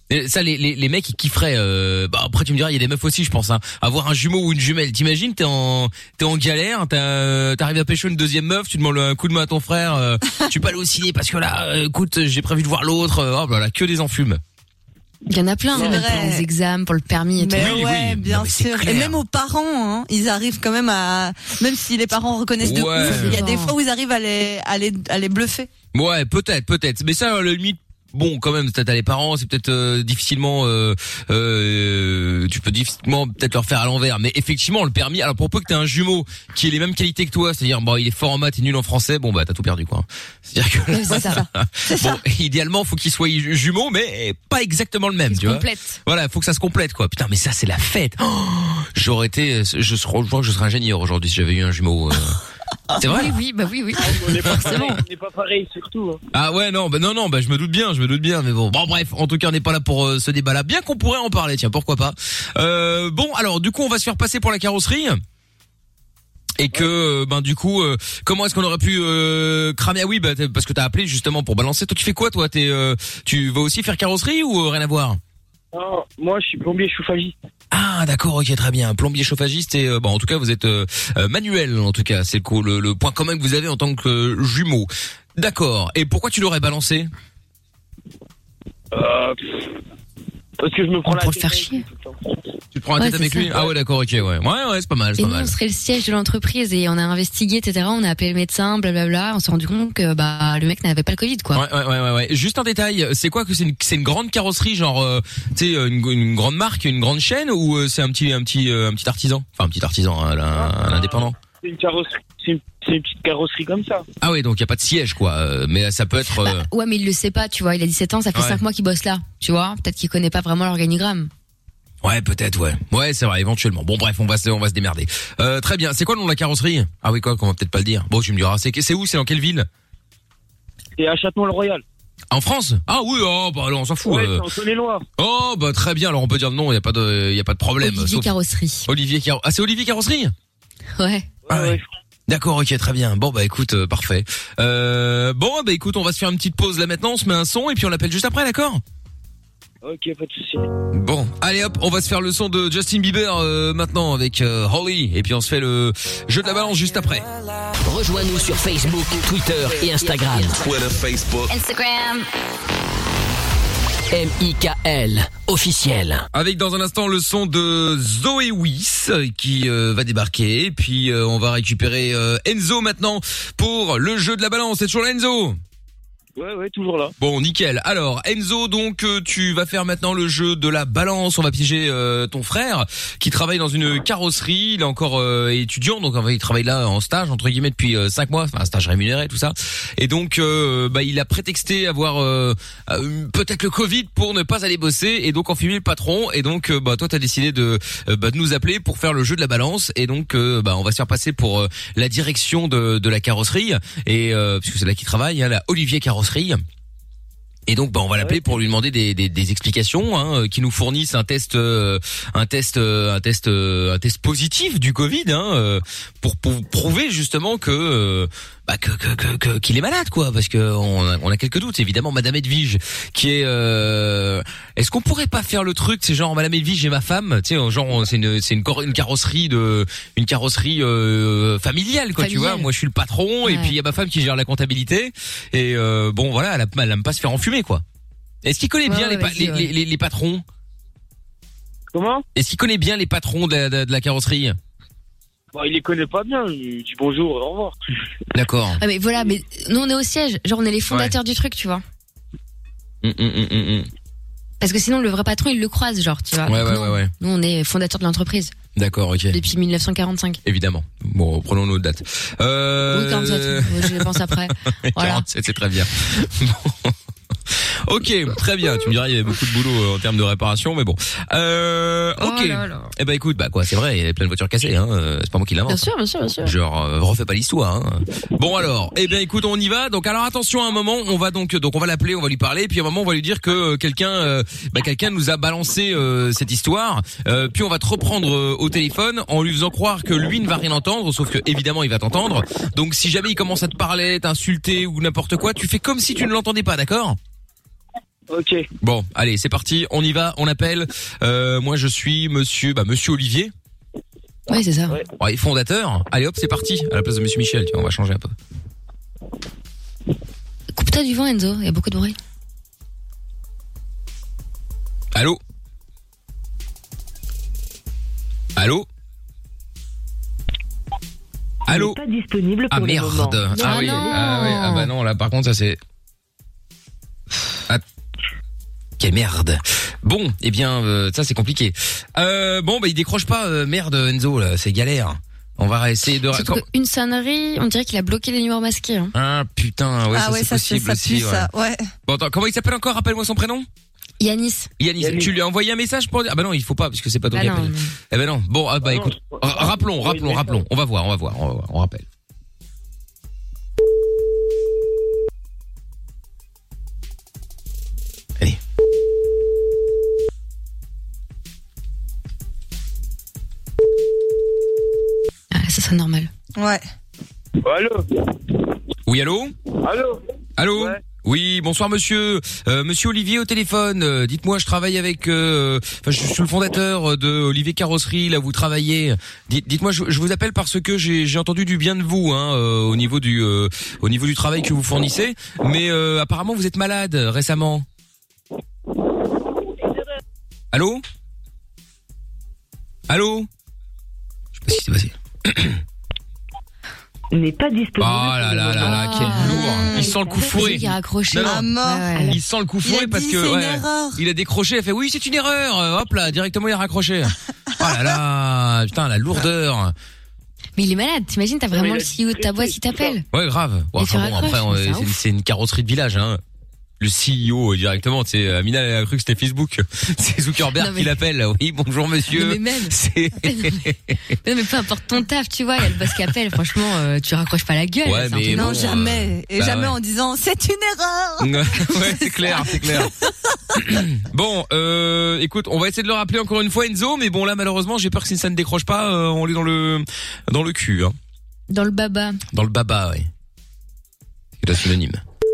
Et ça, les, les, les mecs, ils kifferaient. Euh, bah après, tu me diras, il y a des meufs aussi, je pense. Hein, avoir un jumeau ou une jumelle. T'imagines, t'es en, t'es en galère, t'as, t'arrives à pécho une deuxième meuf, tu demandes un coup de main à ton frère. Euh, tu peux aller au ciné parce que là, euh, écoute, j'ai prévu de voir l'autre. Euh, oh, voilà, que des enfumes. Il y en a plein, C'est hein, vrai. pour les examens, pour le permis et tout. Mais Oui, ouais, oui. bien Non, mais c'est sûr. clair. Et même aux parents, hein, ils arrivent quand même à, même si les parents reconnaissent de Ouais. ouf, il y a des Non. fois où ils arrivent à les, à les, à les bluffer. Ouais, peut-être, peut-être. Mais ça, à la limite, bon, quand même, t'as les parents, c'est peut-être euh, difficilement, euh, euh, tu peux difficilement peut-être leur faire à l'envers. Mais effectivement, le permis, alors pour peu que t'aies un jumeau qui ait les mêmes qualités que toi, c'est-à-dire, bon, il est fort en maths et nul en français, bon, bah, t'as tout perdu, quoi. C'est-à-dire que, Ouais, c'est ça. bon, idéalement, faut qu'il soit ju- jumeau, mais pas exactement le même, Ils se tu vois. complètent. Voilà, faut que ça se complète, quoi. Putain, mais ça, c'est la fête. Oh, j'aurais été, je serais, je crois que je serais ingénieur aujourd'hui si j'avais eu un jumeau. Euh... C'est vrai? Oui, oui, bah oui, oui. On n'est pas Forcément. pareil, on n'est pas pareil, surtout. hein. Ah ouais, non, bah non, non, bah je me doute bien, je me doute bien, mais bon. Bon, bref, en tout cas, on n'est pas là pour euh, ce débat-là. Bien qu'on pourrait en parler, tiens, pourquoi pas. Euh, bon, alors, du coup, on va se faire passer pour la carrosserie. Et que, euh, ben du coup, euh, comment est-ce qu'on aurait pu euh, cramer? Ah oui, bah, t'es- parce que t'as appelé justement pour balancer. Toi, tu fais quoi, toi? T'es, euh, tu vas aussi faire carrosserie ou euh, rien à voir? Non, moi, je suis plombier chauffagiste. Ah d'accord, ok, très bien. Plombier chauffagiste et euh, bon, en tout cas vous êtes euh, euh, manuel, en tout cas c'est le, co- le, le point commun que vous avez en tant que euh, jumeau. D'accord. Et pourquoi tu l'aurais balancé? Euh, pff, parce que je me prends la Pour le tête faire avec chier. lui tout le temps. Tu te prends la Ouais, tête c'est avec ça. lui? Ah ouais, d'accord, ok, ouais, ouais, ouais, c'est pas mal, c'est Et pas nous, mal. on serait le siège de l'entreprise et on a investigué, et cetera. On a appelé le médecin, blablabla. On s'est rendu compte que bah le mec n'avait pas le Covid, quoi. Ouais, ouais, ouais, ouais, ouais. Juste un détail, c'est quoi que c'est une, c'est une grande carrosserie, genre, euh, tu sais, une, une grande marque, une grande chaîne, ou euh, c'est un petit, un petit, euh, un petit artisan, enfin un petit artisan, un, un, un indépendant. C'est une carrosserie, c'est une, c'est une petite carrosserie comme ça. Ah ouais, donc il y a pas de siège, quoi. euh, Mais ça peut être. euh, Bah, ouais, mais il le sait pas, tu vois. Il a dix-sept ans, ça fait Ouais. cinq mois qu'il bosse là, tu vois. Peut-être qu'il connaît pas vraiment l'organigramme. Ouais, peut-être, ouais. Ouais, c'est vrai, éventuellement. Bon, bref, on va se, on va se démerder. Euh, très bien. C'est quoi le nom de la carrosserie? Ah oui, quoi, qu'on va peut-être pas le dire. Bon, tu me diras. C'est, c'est où? C'est dans quelle ville? Et à Châtellon-le-Royal. En France? Ah oui, oh, bah, alors, on s'en fout. Ouais, euh. c'est en Saône-et-Loire. Oh, bah, très bien. Alors, on peut dire non, il y a pas de, il y a pas de problème. Olivier sauf- Carrosserie. Olivier Carrosserie. Ah, c'est Olivier Carrosserie? Ouais. Ah ouais. D'accord, ok, très bien. Bon, bah, écoute, euh, parfait. Euh, bon, bah, écoute, on va se faire une petite pause là maintenant. On se met un son et puis on l'appelle juste après, d'accord? Ok, pas de souci. Bon, allez hop, on va se faire le son de Justin Bieber euh, maintenant avec euh, Holly et puis on se fait le jeu de la balance juste après. Rejoins-nous sur Facebook, Twitter et Instagram. Twitter, Facebook. Instagram. M I K L, officiel. Avec dans un instant le son de Zoé Wiss euh, qui euh, va débarquer, puis euh, on va récupérer euh, Enzo maintenant pour le jeu de la balance. C'est toujours là, Enzo? Ouais, ouais, toujours là. Bon, nickel. Alors, Enzo, donc euh, tu vas faire maintenant le jeu de la balance. On va piéger euh, ton frère qui travaille dans une carrosserie. Il est encore euh, étudiant, donc il travaille là en stage entre guillemets depuis euh, cinq mois, enfin un stage rémunéré, tout ça. Et donc, euh, bah, il a prétexté avoir euh, euh, peut-être le Covid pour ne pas aller bosser et donc enfumer le patron. Et donc, euh, bah, toi, t'as décidé de, euh, bah, de nous appeler pour faire le jeu de la balance. Et donc, euh, bah, on va se faire passer pour euh, la direction de, de la carrosserie et euh, puisque c'est là qu'il travaille, hein, la Olivier Carrosserie. Et donc, bah, on va l'appeler pour lui demander des, des, des explications, hein, qui nous fournissent un test, euh, un test, euh, un test, euh, un test positif du Covid, hein, euh, pour, pour prouver justement que, euh, bah, que, que, que, que- qu'il est malade, quoi, parce que on a, on a quelques doutes. Évidemment, Madame Edwige, qui est, euh, est-ce qu'on pourrait pas faire le truc, c'est genre Madame Edwige et ma femme, tu sais, genre c'est une, c'est une, cor- une carrosserie de, une carrosserie euh, familiale, quoi, tu Familiale. vois. Moi, je suis le patron, et Ouais. puis il y a ma femme qui gère la comptabilité, et euh, bon, voilà, elle, a, elle aime pas se faire enfumer, quoi. Est-ce qu'il connaît Ouais, bien ouais, les, pa- vas-y, les, ouais. les, les, les patrons? Comment? Est-ce qu'il connaît bien les patrons de, la- de, de la carrosserie? Bon, il les connaît pas bien. Il dit bonjour et au revoir. D'accord. Ah, mais voilà, mais nous on est au siège. Genre on est les fondateurs du truc, tu vois. Hum, hum, hum, hum, hum. Parce que sinon le vrai patron il le croise, genre, tu vois. Ouais, Donc, ouais, non. ouais, ouais. Nous on est fondateurs de l'entreprise D'accord, ok. depuis mille neuf cent quarante-cinq. Évidemment. Bon, prenons notre date. Euh... Oui, quarante-sept. Moi, je les pense après. Voilà. quarante-sept, c'est très bien. Bon. Ok, très bien. Tu me diras, il y avait beaucoup de boulot euh, en termes de réparation, mais bon. Euh, ok. Oh là là. Eh ben écoute, bah quoi, c'est vrai, il y a plein de voitures cassées, hein. euh, C'est pas moi qui l'invente. Bien sûr, bien sûr, bien sûr. Genre, euh, refais pas l'histoire. Hein. Bon alors, eh bien écoute, on y va. Donc alors attention, à un moment, on va donc donc on va l'appeler, on va lui parler, puis à un moment on va lui dire que euh, quelqu'un, euh, bah, quelqu'un nous a balancé euh, cette histoire. Euh, puis on va te reprendre euh, au téléphone en lui faisant croire que lui ne va rien entendre, sauf que évidemment il va t'entendre. Donc si jamais il commence à te parler, t'insulter ou n'importe quoi, tu fais comme si tu ne l'entendais pas, d'accord? Ok. Bon, allez, c'est parti, on y va, on appelle. Euh, moi, je suis Monsieur, bah Monsieur Olivier. Oui, c'est ça. Ouais. Ouais, fondateur. Allez, hop, c'est parti. À la place de Monsieur Michel, tu vois, on va changer un peu. Coupe-toi du vent, Enzo. Il y a beaucoup de bruit. Allô. Allô. Allô. Pas disponible pour ah le merde. moment. Ah Non, oui. non. Ah oui. Ah bah non, là par contre ça c'est. Ah. Quelle merde. Bon, eh bien euh, ça c'est compliqué. Euh, bon bah il décroche pas. Euh, merde Enzo là, c'est galère. On va essayer de. Surtout une sonnerie, on dirait qu'il a bloqué les numéros masqués. Hein. Ah putain, ouais, ah ça ouais, c'est ça, possible ça aussi. pue, Ouais. ça. Ouais. Bon attends, comment il s'appelle encore? Rappelle-moi son prénom. Yanis. Yanis. Yanis. Tu lui as envoyé un message pour dire. Ah bah non, il faut pas parce que c'est pas toi Ah qui non, appelle. non. Eh ben non. Bon, ah bah Ah non, écoute, je- ra- rappelons, Oui, rappelons, mais- rappelons. On va voir, on va voir, on va voir, on rappelle. Allez. Ah, ça serait normal. Ouais. Allô. Oui, allô? Allô. Allô? Ouais. Oui, bonsoir monsieur. Euh, monsieur Olivier au téléphone. Euh, dites-moi, je travaille avec euh, enfin je suis le fondateur de Olivier Carrosserie, là vous travaillez. Dites, dites-moi, je, je vous appelle parce que j'ai j'ai entendu du bien de vous hein euh, au niveau du euh, au niveau du travail que vous fournissez, mais euh, apparemment vous êtes malade récemment. Allô? Allô? Je sais pas ce qui s'est passé. N'est pas disponible. Oh là là là là, quel lourd. Il sent le coup fourré. Il a raccroché. Non, non. Ah, mort. Ouais, ouais. Il sent le coup fourré Il a parce dit, que c'est une ouais, erreur. il a décroché, il a fait oui, c'est une erreur. Euh, Hop là, directement il a raccroché. Oh là là, putain la lourdeur. Mais il est malade. T'imagines, t'as vraiment il a le C E O de ta boîte qui t'appelle. Ouais, grave. Bon, Et enfin, tu bon, après raccroches, on- mais c'est c'est une, ouf. c'est une carrosserie de village hein. Le C E O euh, directement, tu sais, Amina elle a cru que c'était Facebook. C'est Zuckerberg Non, mais- qui l'appelle. Oui, bonjour monsieur. Non, mais même. C'est Non, mais peu importe ton taf, tu vois, il y a le boss qui appelle. Franchement, euh, tu raccroches pas la gueule. Ouais, c'est un mais truc de bon, Non, ouf. jamais. Et bah jamais ouais. en disant c'est une erreur. ouais, c'est clair, c'est clair. Bon, euh, écoute, on va essayer de le rappeler encore une fois Enzo, mais bon là malheureusement j'ai peur que si ça ne décroche pas, euh, on est dans le dans le cul, hein. Dans le baba. Dans le baba, ouais. C'est la synonyme.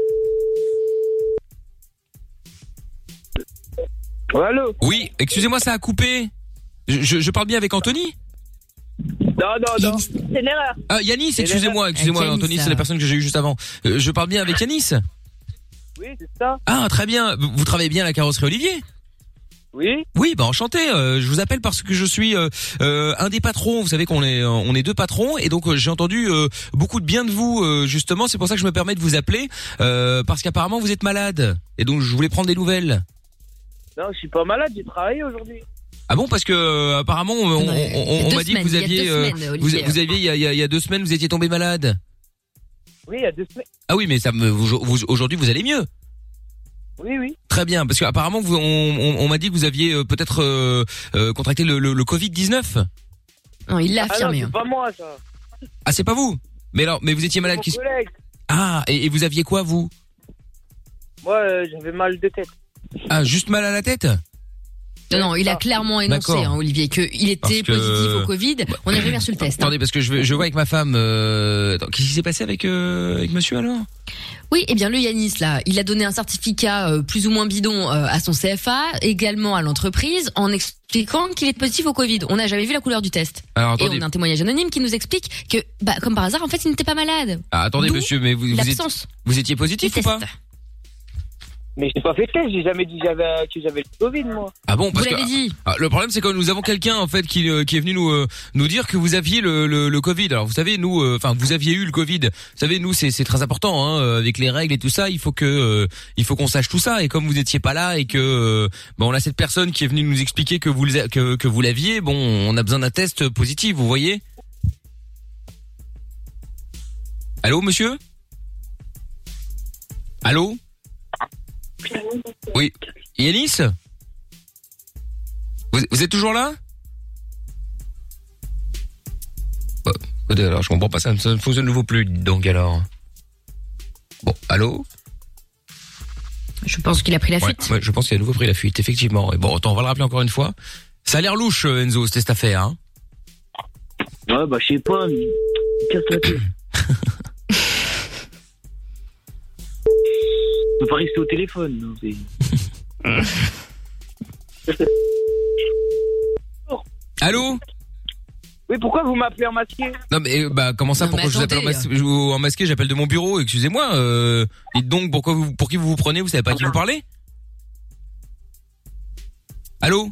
Allô. Oui, excusez-moi, ça a coupé. Je, je, je parle bien avec Anthony. Non, non, non. C'est une erreur. Ah, Yanis, excusez-moi, excusez-moi, Avec Yanis, Anthony, ça. c'est la personne que j'ai eue juste avant. Euh, je parle bien avec Yanis. Oui, c'est ça. Ah, très bien. Vous, vous travaillez bien à la carrosserie Olivier? Oui. Oui, bah enchanté. Euh, je vous appelle parce que je suis euh, euh, un des patrons. Vous savez qu'on est on est deux patrons et donc euh, j'ai entendu euh, beaucoup de bien de vous euh, justement. C'est pour ça que je me permets de vous appeler euh, parce qu'apparemment vous êtes malade et donc je voulais prendre des nouvelles. Non, je suis pas malade, j'ai travaillé aujourd'hui. Ah bon, parce que euh, apparemment on, on, Non, il y a on- on deux m'a dit que vous semaines, il y a aviez deux euh, semaines, vous, Olivier. vous aviez il y a, il y a- il y a deux semaines vous étiez tombé malade. Oui, il y a deux semaines. Ah oui, mais ça me vous, vous- aujourd'hui vous allez mieux. Oui, oui. Très bien, parce qu'apparemment vous, on, on, on m'a dit que vous aviez euh, peut-être euh, euh, contracté le, le, le Covid dix-neuf. Non, il l'a Ah non, affirmé. c'est hein. pas moi, ça. Ah c'est pas vous. Mais alors, mais vous étiez malade. Mon qui- collègue. Ah et, et vous aviez quoi vous? Moi, euh, j'avais mal de tête. Ah juste mal à la tête? Non, non, il a clairement énoncé, D'accord. hein, Olivier, qu'il était Parce que- positif au Covid. On a jamais reçu le test. hein. Attendez, parce que je, vais- je vois avec ma femme. Euh... attends, qu'est-ce qui s'est passé avec euh, avec monsieur alors? Oui, eh bien le Yanis là, il a donné un certificat euh, plus ou moins bidon euh, à son C F A, également à l'entreprise, en expliquant qu'il est positif au Covid. On n'a jamais vu la couleur du test. Alors Et attendez, on a un témoignage anonyme qui nous explique que, bah, comme par hasard, en fait, il n'était pas malade. ah, attendez D'où monsieur, mais vous vous, étiez, L'absence vous étiez positif du ou pas? test. Mais j'ai pas fait de test, j'ai jamais dit que j'avais, que j'avais le Covid, moi. Ah bon, parce Vous que l'avez dit. ah, le problème c'est que nous avons quelqu'un en fait qui euh, qui est venu nous euh, nous dire que vous aviez le le, le Covid. Alors vous savez nous, euh, enfin vous aviez eu le Covid. Vous savez nous c'est c'est très important hein, euh, avec les règles et tout ça. Il faut que euh, il faut qu'on sache tout ça. Et comme vous étiez pas là et que euh, bon on a cette personne qui est venue nous expliquer que vous le- que que vous l'aviez. Bon, on a besoin d'un test positif. Vous voyez? Allô monsieur? Allô? Oui. Yanis? Vous, vous êtes toujours là? Bah, écoutez, alors, je comprends pas, ça, ça ne fonctionne de nouveau plus, donc alors. Bon, allô? Je pense qu'il a pris la Ouais, fuite. ouais, je pense qu'il a de nouveau pris la fuite, effectivement. Et bon, attends, on va le rappeler encore une fois. Ça a l'air louche, euh, Enzo, c'était cette affaire, hein? Ouais, bah, je sais pas, mais. Casse la tête. On peut pas rester au téléphone, non, c'est. Allô? Oui, pourquoi vous m'appelez en masqué? Non mais bah comment ça? Non, Pourquoi mais je vous appelle en, attendez. mas- en masqué? J'appelle de mon bureau. Excusez-moi. Euh, dites donc pourquoi vous, pour qui vous vous prenez? Vous savez pas à qui vous parlez? Allô?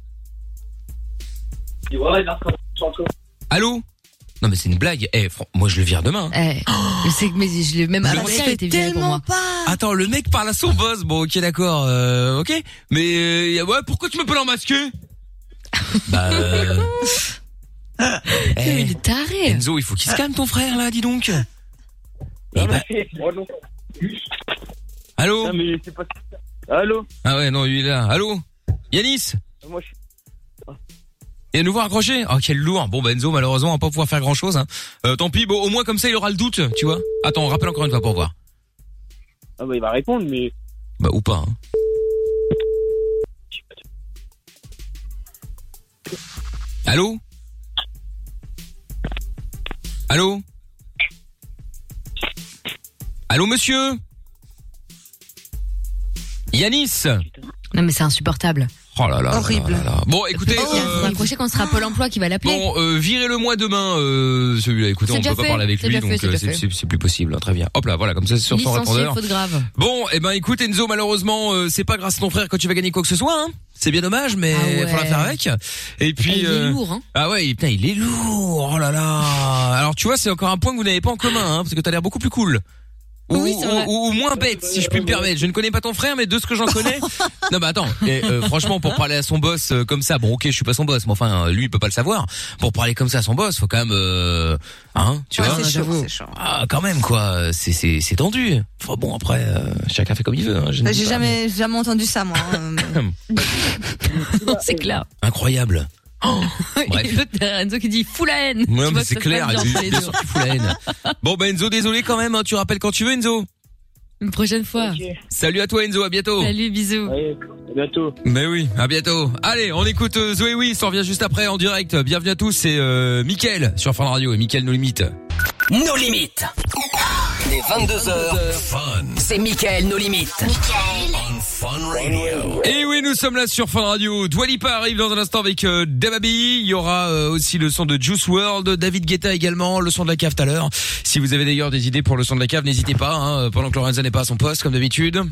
Allô? Non mais c'est une blague. Eh, fran- moi je le vire demain. hein. Eh, mais c'est que mais je l'ai même Le avant mec ça, il était viré pour moi. Attends, le mec parle à son boss. Bon, ok, d'accord. Euh, ok. Mais euh, ouais, pourquoi tu m'appelles en masqué? Bah. Euh... Il est taré. Enzo, il faut qu'il se calme ton frère là, dis donc. Eh bah... Allô? Non, mais c'est pas... Allô? Ah ouais, non, lui il est là. Allô? Yanis? Moi, je... Et à nouveau raccroché. Oh, quel lourd. Bon, bah Enzo, malheureusement, on va pas pouvoir faire grand chose. Hein. Euh, tant pis. Bon, au moins comme ça, il aura le doute, tu vois. Attends, on rappelle encore une fois pour voir. Ah bah il va répondre, mais... Bah ou pas. Hein. Allô? Allô? Allô, monsieur? Yanis? Non mais c'est insupportable. Oh là là. Horrible. Là là là. Bon, écoutez, Oh, euh, faut accrocher quand ce sera Pôle emploi qui va l'appeler. bon, euh, virez-le moi demain, euh, celui-là. Écoutez, C'est on déjà peut pas fait, parler avec c'est lui, déjà donc fait, c'est euh, déjà c'est, fait. c'est, c'est plus possible. Hein, très bien. Hop là, voilà, comme ça, c'est sur son Licencié, répondeur. faute grave. Bon, eh ben, écoute, Enzo, malheureusement, euh, c'est pas grâce à ton frère que tu vas gagner quoi que ce soit. Hein. C'est bien dommage, mais Ah ouais. faudra faire avec. Et puis, Et il est euh, lourd, hein. ah ouais, putain, il est lourd. Oh là là. Alors, tu vois, c'est encore un point que vous n'avez pas en commun, hein, parce que t'as l'air beaucoup plus cool. Ou, Oui, c'est vrai. ou, ou moins bête, si je puis me permettre. Je ne connais pas ton frère, mais de ce que j'en connais. Non, mais attends. Et, euh, franchement, pour parler à son boss euh, comme ça, bon, ok, je suis pas son boss, mais enfin, lui, il peut pas le savoir. Pour parler comme ça à son boss, faut quand même, euh, hein, tu Ouais, vois. c'est chaud, j'avoue. c'est chaud. Ah, quand même, quoi. C'est, c'est, c'est tendu. Enfin, bon, après, euh, chacun fait comme il veut. Hein, je ne Bah, dis J'ai pas, jamais, j'ai jamais entendu ça, moi. hein, mais- C'est clair. mais- Incroyable. Bref. Et l'autre derrière Enzo qui dit fou la haine. Ouais, Tu mais vois que c'est ça se clair. passe bien Bien, entre les bien deux. sûr qu'il fout la haine. Bon, bah, Enzo, désolé quand même. Hein, tu rappelles quand tu veux, Enzo. Une prochaine fois. Salut à toi, Enzo. À bientôt. Salut, bisous. Ouais, à bientôt. Mais oui, à bientôt. Allez, on écoute euh, Zoé Wiss, on revient juste après en direct. Bienvenue à tous, c'est euh, Mickaël sur Fun Radio et Mickaël No Limite. Nos limites. Les vingt-deux heures. C'est Mickaël No Limites. Et oui, nous sommes là sur Fun Radio. Dua Lipa arrive dans un instant avec euh, Demabi. Il y aura euh, aussi le son de Juice world, David Guetta également, le son de la cave tout à l'heure. Si vous avez d'ailleurs des idées pour le son de la cave, n'hésitez pas, hein, pendant que Lorenza n'est pas à son poste, comme d'habitude.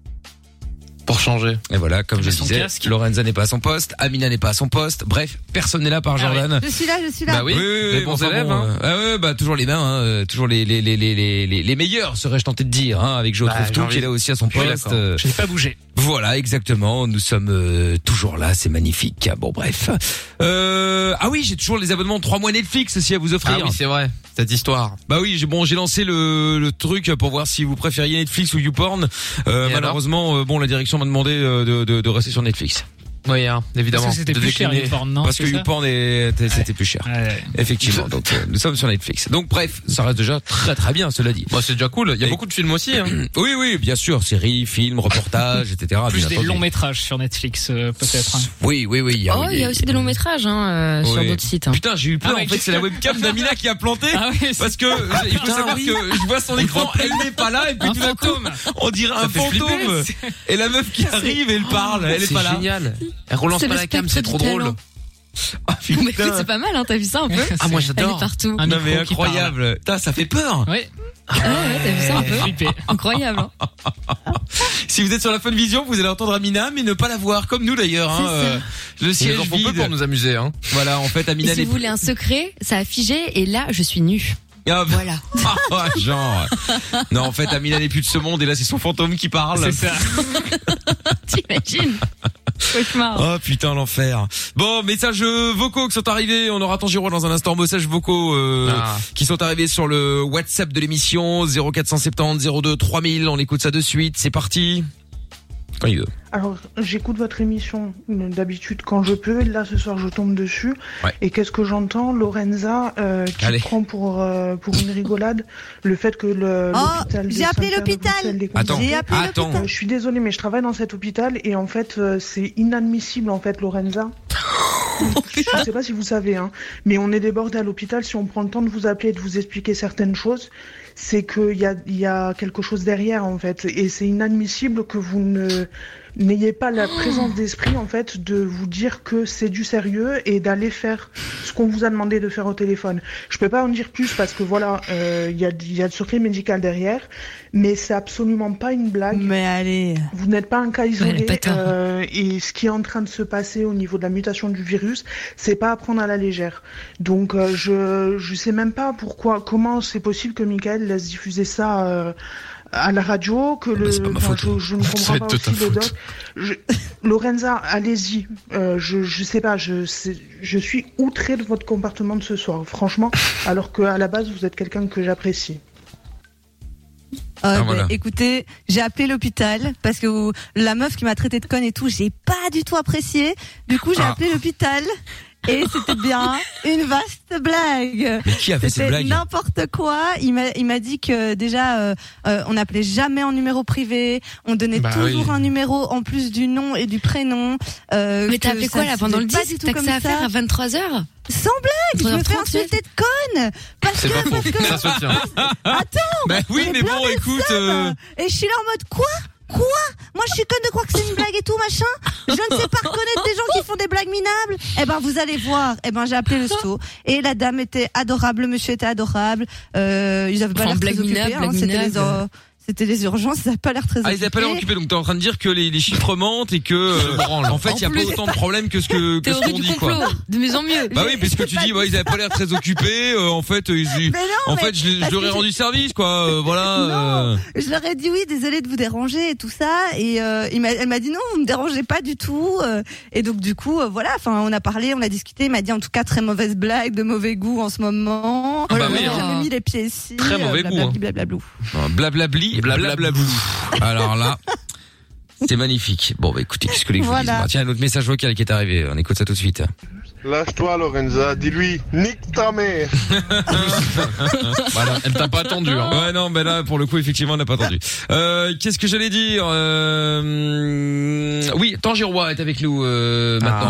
Pour changer. Et voilà, comme je Son disais, casque. Lorenza n'est pas à son poste, Amina n'est pas à son poste. Bref, personne n'est là par Jordan. Je suis là, je suis là. Bah oui, les bons élèves. bon, Hein. Ah ouais, bah toujours les mêmes, hein, euh, toujours les les les les les les, les meilleurs, serais-je tenté de dire, hein, avec Jo Bah, trouve j'ai tout envie- qui est là aussi à son Je suis poste. d'accord. euh, Je n'ai pas bougé. Voilà, exactement. Nous sommes euh, toujours là, c'est magnifique. Bon, bref. Euh, ah oui, j'ai toujours les abonnements de trois mois Netflix aussi à vous offrir. Ah oui, c'est vrai. Cette histoire. Bah oui, j'ai bon, j'ai lancé le, le truc pour voir si vous préfériez Netflix ou YouPorn. Euh, Et malheureusement, euh, bon, la direction m'a demandé euh, de, de, de rester sur Netflix. Oui, hein, évidemment. Parce que c'était De plus cher, décliner. YouPorn, non? Parce que c'est ça YouPorn est, c'était plus cher. Ouais. Effectivement. Donc euh, nous sommes sur Netflix. Donc bref, ça reste déjà très très bien, cela dit. Bah, c'est déjà cool. Il y a Et- beaucoup de films aussi, hein. Oui, oui, bien sûr, séries, films, reportages, et cetera. Plus bien des entendu. longs métrages sur Netflix, euh, peut-être. hein. Oui, oui, oui. Il y a, Oh, il y a aussi des longs métrages hein, euh, sur Oui. d'autres sites. Hein. Putain, j'ai eu peur. Ah ouais, en fait, c'est la webcam d'Amina qui a planté. Ah oui, c'est- Parce que il faut Putain, savoir oui. que je vois son écran, elle n'est pas là, et puis Un tout d'un coup, fantôme. on dirait un Ça fait fantôme. flipper. Et la meuf qui arrive, elle parle, elle est C'est pas là. génial. Elle relance C'est pas le la cam, spectre c'est trop du drôle. talent. Ah, Mais écoute, putain. c'est pas mal, hein, t'as vu ça un peu? Ah, moi, Elle j'adore. est partout. Un Non mais micro qui parle. incroyable. Putain, ça fait peur. Oui. Ah ouais, t'as vu ça un peu? Flippé. Incroyable. Hein. Si vous êtes sur la Fun Vision, vous allez entendre Amina, mais ne pas la voir, comme nous d'ailleurs. Hein, C'est ça. euh, le Il siège nous en faut peu vide. pour nous amuser, hein. Voilà, en fait, Et Amina si n'est vous voulez un secret, ça a figé et là, je suis nue. Ah, bah, Voilà. ah, genre. Non, en fait, Amina n'est plus de ce monde et là, c'est son fantôme qui parle. C'est ça. T'imagines? Cauchemar. Oh putain, l'enfer. Bon, messages vocaux qui sont arrivés. On aura Tanjiro dans un instant. Messages vocaux euh, Ah. qui sont arrivés sur le WhatsApp de l'émission zéro quatre cent soixante-dix zéro deux trois mille. On écoute ça de suite. C'est parti. Quand il veut. Alors, j'écoute votre émission euh, d'habitude quand je peux. Et là, ce soir, je tombe dessus. Ouais. Et qu'est-ce que j'entends? Lorenza euh, qui Allez. prend pour euh, pour une rigolade le fait que le Oh, l'hôpital de j'ai appelé Saint-Pierre de l'hôpital. Bruxelles les Attends. J'ai appelé Attends. l'hôpital. Euh, je suis désolée, mais je travaille dans cet hôpital et en fait, euh, c'est inadmissible, en fait, Lorenza. Je sais pas si vous savez, hein, mais on est débordé à l'hôpital. Si on prend le temps de vous appeler et de vous expliquer certaines choses, c'est qu'il y a, il y a quelque chose derrière, en fait. Et c'est inadmissible que vous ne, n'ayez pas la présence d'esprit en fait de vous dire que c'est du sérieux et d'aller faire ce qu'on vous a demandé de faire au téléphone. Je peux pas en dire plus parce que voilà, il euh, y a il y a le secret médical derrière, mais c'est absolument pas une blague. Mais allez, vous n'êtes pas un cas isolé Ouais, euh, et ce qui est en train de se passer au niveau de la mutation du virus, c'est pas à prendre à la légère. Donc euh, je je sais même pas pourquoi, comment c'est possible que Michael laisse diffuser ça euh, à la radio, que le, enfin, je, je ne comprends pas aussi le doc. Je, Lorenza, allez-y. Euh, je, je sais pas, je, c'est, je suis outrée de votre comportement de ce soir, franchement, alors qu'à la base vous êtes quelqu'un que j'apprécie. Euh, Ah, bah, voilà. écoutez, j'ai appelé l'hôpital parce que vous- la meuf qui m'a traité de conne et tout, j'ai pas du tout apprécié. Du coup, j'ai Ah. appelé l'hôpital et c'était bien une vaste blague. Mais qui a fait cette C'était blague? n'importe quoi. Il m'a, il m'a dit que déjà, euh, euh, on n'appelait jamais en numéro privé. On donnait Bah toujours oui. un numéro en plus du nom et du prénom. Euh, Mais t'as que appelé ça quoi là se pendant le faisait pas dix? du tout T'as que comme ça à faire à vingt-trois heures? Sans blague, je me fais insulter de conne. Parce C'est que, pas parce faux, que- ça se tient. Attends. Bah oui, j'ai mais plein bon, de écoute, seum. euh, Et je suis là en mode quoi? Quoi? Moi je suis conne de croire que c'est une blague et tout machin. Je ne sais pas reconnaître des gens qui font des blagues minables. Eh ben vous allez voir. Eh ben j'ai appelé le sto et la dame était adorable, le monsieur était adorable. Euh, ils avaient pas Enfin, l'air blague très occupés. minable, hein. blague C'était les, minable. euh, c'était les urgences, ils avaient pas l'air très Ah, ils occupés. avaient pas l'air occupés, donc t'es en train de dire que les, les chiffres mentent et que, euh, en fait, il y a En pas plus. autant de problèmes que ce que, que ce Théorie qu'on du dit, complot, quoi. de mieux en mieux. Bah oui, puisque tu dis, ouais, ils avaient pas l'air très occupés, euh, en fait, ils, ils- Mais non, en mais fait, je, les- je parce leur ai que rendu service, quoi, euh, voilà, euh. Je leur ai dit oui, désolé de vous déranger et tout ça. Et euh, il m'a, elle m'a dit non, vous me dérangez pas du tout. euh, Et donc du coup, euh, voilà. Enfin, on a parlé, on a discuté. Il m'a dit en tout cas très mauvaise blague, de mauvais goût en ce moment. Ah bah J'ai oui, hein. jamais mis les pieds ici. Très mauvais euh, goût, hein. blablabli, blablablou. Non, Blablabli, blablablou. Alors là, c'est magnifique. Bon, bah écoutez, qu'est-ce que les que je vous dise, Voilà. moi. Tiens, un autre message vocal qui est arrivé. On écoute ça tout de suite. Lâche-toi, Lorenza. Dis-lui, nique ta mère. Voilà, elle t'a pas attendu. Hein. Ouais, non, mais là, pour le coup, effectivement, elle n'a pas attendu. Euh, qu'est-ce que j'allais dire euh... Oui, Tangirois est avec nous euh, maintenant.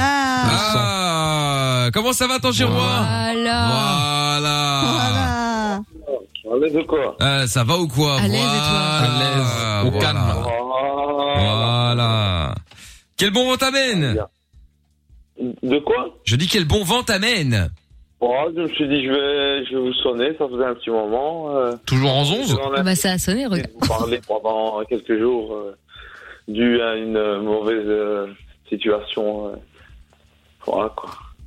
Ah. Comment ça va, Tangirois Voilà. Voilà. À l'aise de quoi? Euh, ça va ou quoi? À l'aise, et toi? À l'aise, au calme. Voilà. Quel bon vent t'amène? De quoi? Je dis quel bon vent t'amène. Bon, je me suis dit, je vais, je vais vous sonner, ça faisait un petit moment. Euh, Toujours en onze? Ah bah ça a sonné, regarde. vous parler pendant quelques jours, euh, dû à une euh, mauvaise euh, situation. Euh, voilà, quoi.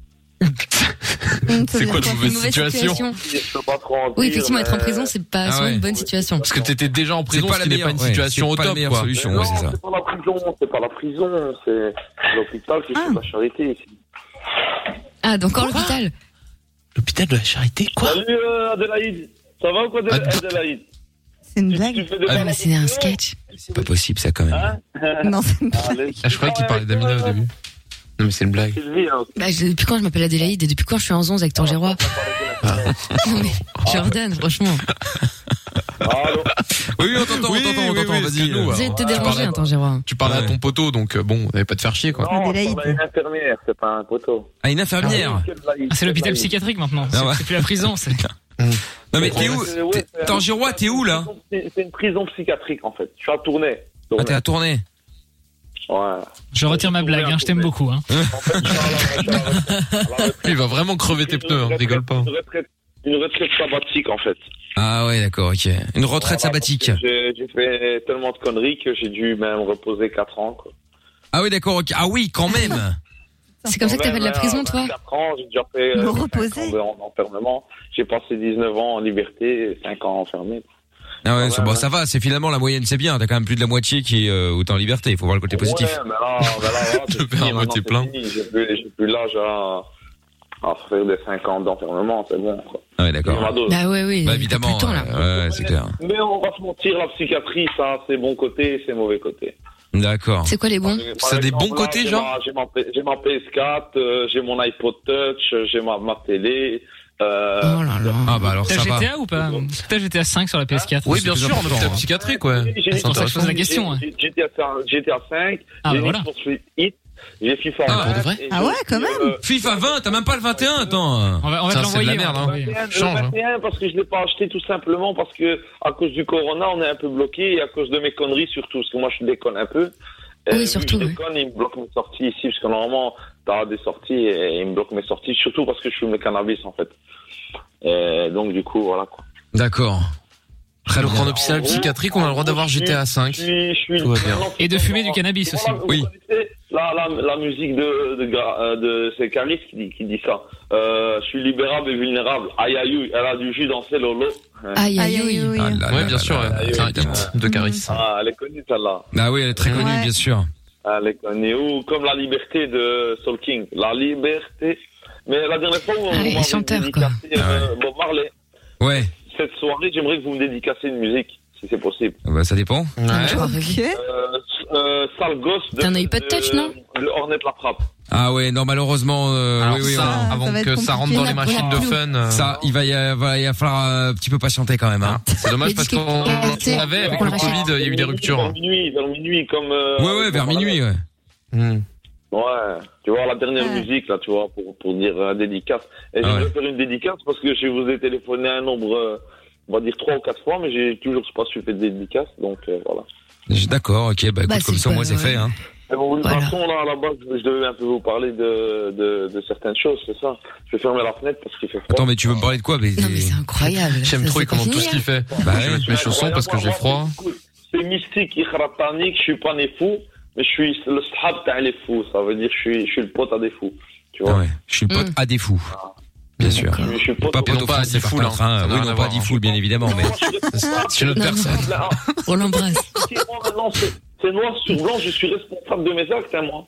C'est quoi une mauvaise Une mauvaise situation? situation. Je peux pas trop en Oui, dire, effectivement, être en mais- prison, c'est pas Ah souvent ouais. une bonne situation. Parce que t'étais déjà en prison, C'est pas ce la qui n'est meilleure- pas une ouais, situation c'est au pas la top, meilleure quoi. solution, Non, ouais, c'est ça. c'est pas la prison, c'est pas la prison, c'est l'hôpital qui fait la charité ici. Ah, donc encore l'hôpital. L'hôpital de la charité, quoi? Salut euh, Adélaïde, ça va ou quoi Ah, Adé- Adélaïde? C'est une blague. Ah, mais c'est un sketch. C'est pas possible, ça, quand même. Hein? Non, c'est une Allez. Ah, je croyais qu'il parlait d'Amina au début. Non, mais c'est une blague. Bah, je- depuis quand je m'appelle Adélaïde et depuis quand je suis en onze avec Tangirois? Non mais, Jordan, franchement. Oui, oui, on t'entend, on t'entend, on t'entend, vas-y. J'ai été dérangé, hein, Tangirois. Tu parlais à ton poteau, donc euh, bon, on n'avait pas te faire chier, quoi. Non, c'est pas une infirmière, c'est pas un poteau. Ah, une infirmière. Ah, c'est l'hôpital psychiatrique maintenant. Ah C'est ouais. c'est plus la prison. c'est- Non, mais t'es où? Ouais, ouais, T'es- c'est- Tangirois, t'es où, là? C'est c'est une prison psychiatrique en fait. Je suis à Tournai. Ah, t'es à Tournai. Ouais. Je retire ma blague, hein, je t'aime beaucoup. Hein. Il va vraiment crever tes pneus, hein, rigole pas. Une retraite, une retraite sabbatique en fait. Ah ouais, d'accord, ok. Une retraite sabbatique. J'ai j'ai fait tellement de conneries que j'ai dû même reposer quatre ans. Quoi. Ah oui, d'accord, ok. Ah oui, quand même. C'est comme ça que t'appelles la prison, toi? quatre ans, j'ai déjà fait Me euh, reposer. cinq ans d'enfermement. J'ai passé dix-neuf ans en liberté et cinq ans enfermé. Ah ouais, ça, bon, ça va, c'est finalement la moyenne, c'est bien. T'as quand même plus de la moitié qui est euh, où t'es en liberté. Il faut voir le côté positif. Ouais, mais là, mais là, là, c'est Le verre fini, à moitié maintenant, plein. c'est fini. J'ai plus, j'ai plus l'âge à, à faire des cinq ans d'enfermement, c'est bon. Quoi. Ah ouais, d'accord. J'ai ma dose. Bah ouais, oui. Bah évidemment. Plus le temps, là. euh, ouais, c'est clair. Mais on va se mentir, la psychiatrie, ça a ses bons côtés et ses mauvais côtés. D'accord. C'est quoi les bons? Par Ça a des exemple, bons là, côtés, j'ai genre? ma- J'ai ma, P- j'ai ma P S quatre, euh, j'ai mon iPod Touch, j'ai ma, ma télé. Euh, Oh là là. Ah bah alors T'as ça va. G T A ou pas? T'as G T A cinq sur la P S quatre? Oui, bien C'est sûr, en important, hôpital hein. psychiatrique, ouais. J'ai- C'est pour ça que je pose la j'ai- question. hein. j'ai- G T A cinq, G T A cinq, Ah, j'ai bah voilà. Need for Speed Hit, j'ai FIFA Ah, vingt, pour de vrai et Ah j'ai ouais, quand aussi, même. euh, FIFA vingt, t'as même pas le vingt et un, attends. On va, on va Ça, te c'est de la l'envoyer. merde, on va hein. te l'envoyer. Le Change, hein. vingt et un parce que je l'ai pas acheté tout simplement parce que à cause du corona on est un peu bloqué et à cause de mes conneries surtout parce que moi je déconne un peu Oui, vu surtout, que je ouais. déconne, il me bloque mes sorties ici, parce que normalement, t'as des sorties et il me bloque mes sorties, surtout parce que je fume le cannabis, en fait. Et donc, du coup, voilà, quoi. D'accord. Très donc en hôpital psychiatrique, on a le droit d'avoir G T A cinq. Je suis, je suis Tout va bien. Et de fumer du cannabis aussi. Voilà, vous Oui. connaissez la, la, la musique de, de, de, de c'est Caris qui dit, qui dit ça. Euh, je suis libérable et vulnérable. Aïe aïe aïe, elle a du jus dans ses lolos. Aïe, aïe, aïe. oui. Ah là Ouais, là bien là sûr, là ouais. là, C'est un évidemment. hit de Caris. Ah, elle est connue celle-là. Ah oui, elle est très connue, Ouais. bien sûr. Elle est connue. Ou comme la liberté de Soul King. La liberté. Mais la dernière fois où on Ah, les m'avait chanteurs, dédicacé quoi. euh, Ah ouais. Bob Marley, Ouais. cette soirée, j'aimerais que vous me dédicassez une musique, si c'est possible. Bah, ça dépend. Ouais. Ok. Euh, euh, Sale gosse de, T'en as eu pas de touch, non Le Hornet la frappe. Ah ouais, non, malheureusement, euh, Alors oui, oui, ça, on- ça avant va être que ça rentre dans les compliqué. machines de On a- fun. euh, ça, il va y, avoir- il va falloir un petit peu patienter quand même, hein. C'est dommage Les parce disques qu'on écoutés, on avait, avec qu'on le rachète. Covid, il y a eu des ruptures. Vers minuit, vers minuit, comme... euh, Ouais, ouais, vers comme minuit, ouais. Hmm. Ouais, tu vois, la dernière Ouais. musique, là, tu vois, pour, pour dire euh, dédicace. Et Ah j'aimerais ouais. faire une dédicace parce que je vous ai téléphoné un nombre, euh, on va dire trois ou quatre fois, mais j'ai toujours pas su faire de dédicace, donc euh, voilà. D'accord, ok, bah écoute, Bah, comme c'est ça, pas- moi, c'est ouais. fait, hein. Mais bon, de toute Voilà. façon, là, à la base, je devais un peu vous parler de, de, de certaines choses, c'est ça. Je vais fermer la fenêtre parce qu'il fait froid. Attends, mais tu veux me parler de quoi? Mais, Non, mais c'est incroyable. J'aime Ça, trop, c'est il commande pas tout ce fini, qu'il hein. fait. Bah Je vais ouais. mettre mes chaussons parce que j'ai froid. C'est mystique, ikhrapanique, je suis pas né fou, mais je suis le sahab t'as les fous. Ça veut dire, je suis, je suis le pote à des fous. Tu vois. Ah ouais, je suis le pote Mm. à des fous. Bien sûr. Je, je suis le pote Pas aux- pote non au pas à français, dix par foules, contre, hein. hein. Ça n'a Oui, rien non, à pas voir, dix hein. foules, bien évidemment, mais. C'est une autre Non, non. personne. Là, On l'embrasse. si moi, maintenant, c'est c'est noir sur blanc, je suis responsable de mes actes, hein, moi.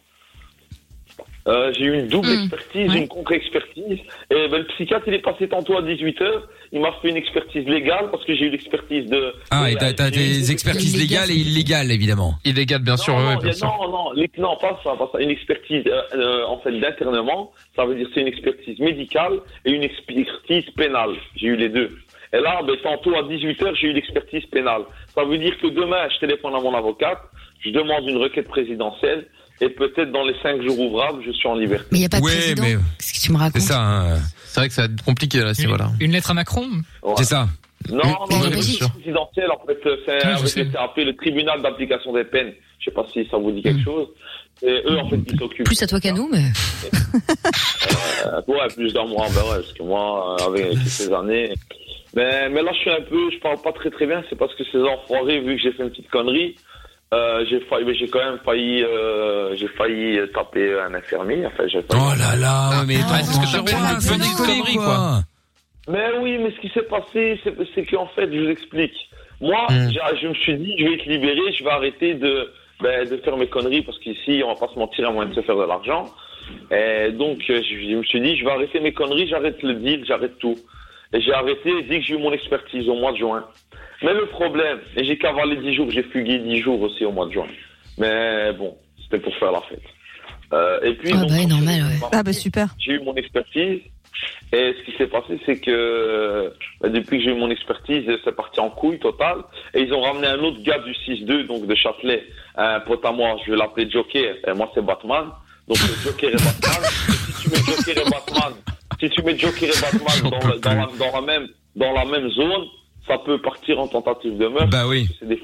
Euh, j'ai eu une double Mm. expertise, Ouais. une contre-expertise. Et ben, le psychiatre, il est passé tantôt à dix-huit heures. Il m'a fait une expertise légale parce que j'ai eu l'expertise de... Ah, et de- t'as, t'as j'ai eu des une- expertises Illégal. légales et illégales, évidemment. Illégal, bien sûr, non, ouais, non, ouais, il y bien a- sûr. non, non, les- non, pas ça, pas ça. Une expertise, euh, euh, en fait, d'internement, ça veut dire c'est une expertise médicale et une expertise pénale. J'ai eu les deux. Et là, ben, tantôt à dix-huit heures, j'ai eu l'expertise pénale. Ça veut dire que demain, je téléphone à mon avocate, je demande une requête présidentielle et peut-être dans les cinq jours ouvrables, je suis en liberté. Mais il n'y a pas de Ouais, président. mais- Qu'est-ce que tu me racontes? C'est ça, hein. C'est vrai que ça va être compliqué là, si Une, voilà. une lettre à Macron. Ouais. C'est ça. Non, Mais non, il est le Belgique. justice présidentiel, en fait, euh, c'est Ouais, je avec sais. le T A P, le tribunal d'application des peines. Je sais pas si ça vous dit quelque Mm. chose. Et eux, en fait, ils s'occupent. Plus à toi qu'à nous, mais. Euh, ouais, plus d'un mois, ben ouais, parce que moi, euh, avec toutes ces années. Mais, mais là, je suis un peu, je parle pas très très bien, c'est parce que ces enfoirés, vu que j'ai fait une petite connerie, euh, j'ai failli, mais j'ai quand même failli, euh, j'ai failli taper un infirmier. Enfin, j'ai failli- Oh là là, mais Ah, attends, parce que t'as Giroud, fait une c'est petite déconner, connerie, quoi. Mais oui, mais ce qui s'est passé, c'est, c'est qu'en fait, je vous explique. Moi, Mm. j'ai- je me suis dit, je vais être libéré, je vais arrêter de, ben, de faire mes conneries parce qu'ici, on va pas se mentir, à moins de se faire de l'argent. Et donc, euh, je, je me suis dit, je vais arrêter mes conneries, j'arrête le deal, j'arrête tout. Et j'ai arrêté dès que j'ai eu mon expertise au mois de juin. Mais le problème, et j'ai cavalé dix jours, j'ai fugué dix jours aussi au mois de juin. Mais bon, c'était pour faire la fête. Euh, et puis, Ah donc, bah, normal, ouais. Ah bah super. j'ai eu mon expertise. Et ce qui s'est passé, c'est que bah, depuis que j'ai eu mon expertise, c'est parti en couille totale. Et ils ont ramené un autre gars du six deux, donc de Châtelet, un pote à moi, je vais l'appeler Joker. Et moi, c'est Batman. Donc le Joker et Batman. Et si tu mets Joker et Batman, si tu mets Joker et Batman dans, le- dans, la, dans la même dans la même zone, ça peut partir en tentative de meurtre. Bah oui. C'est des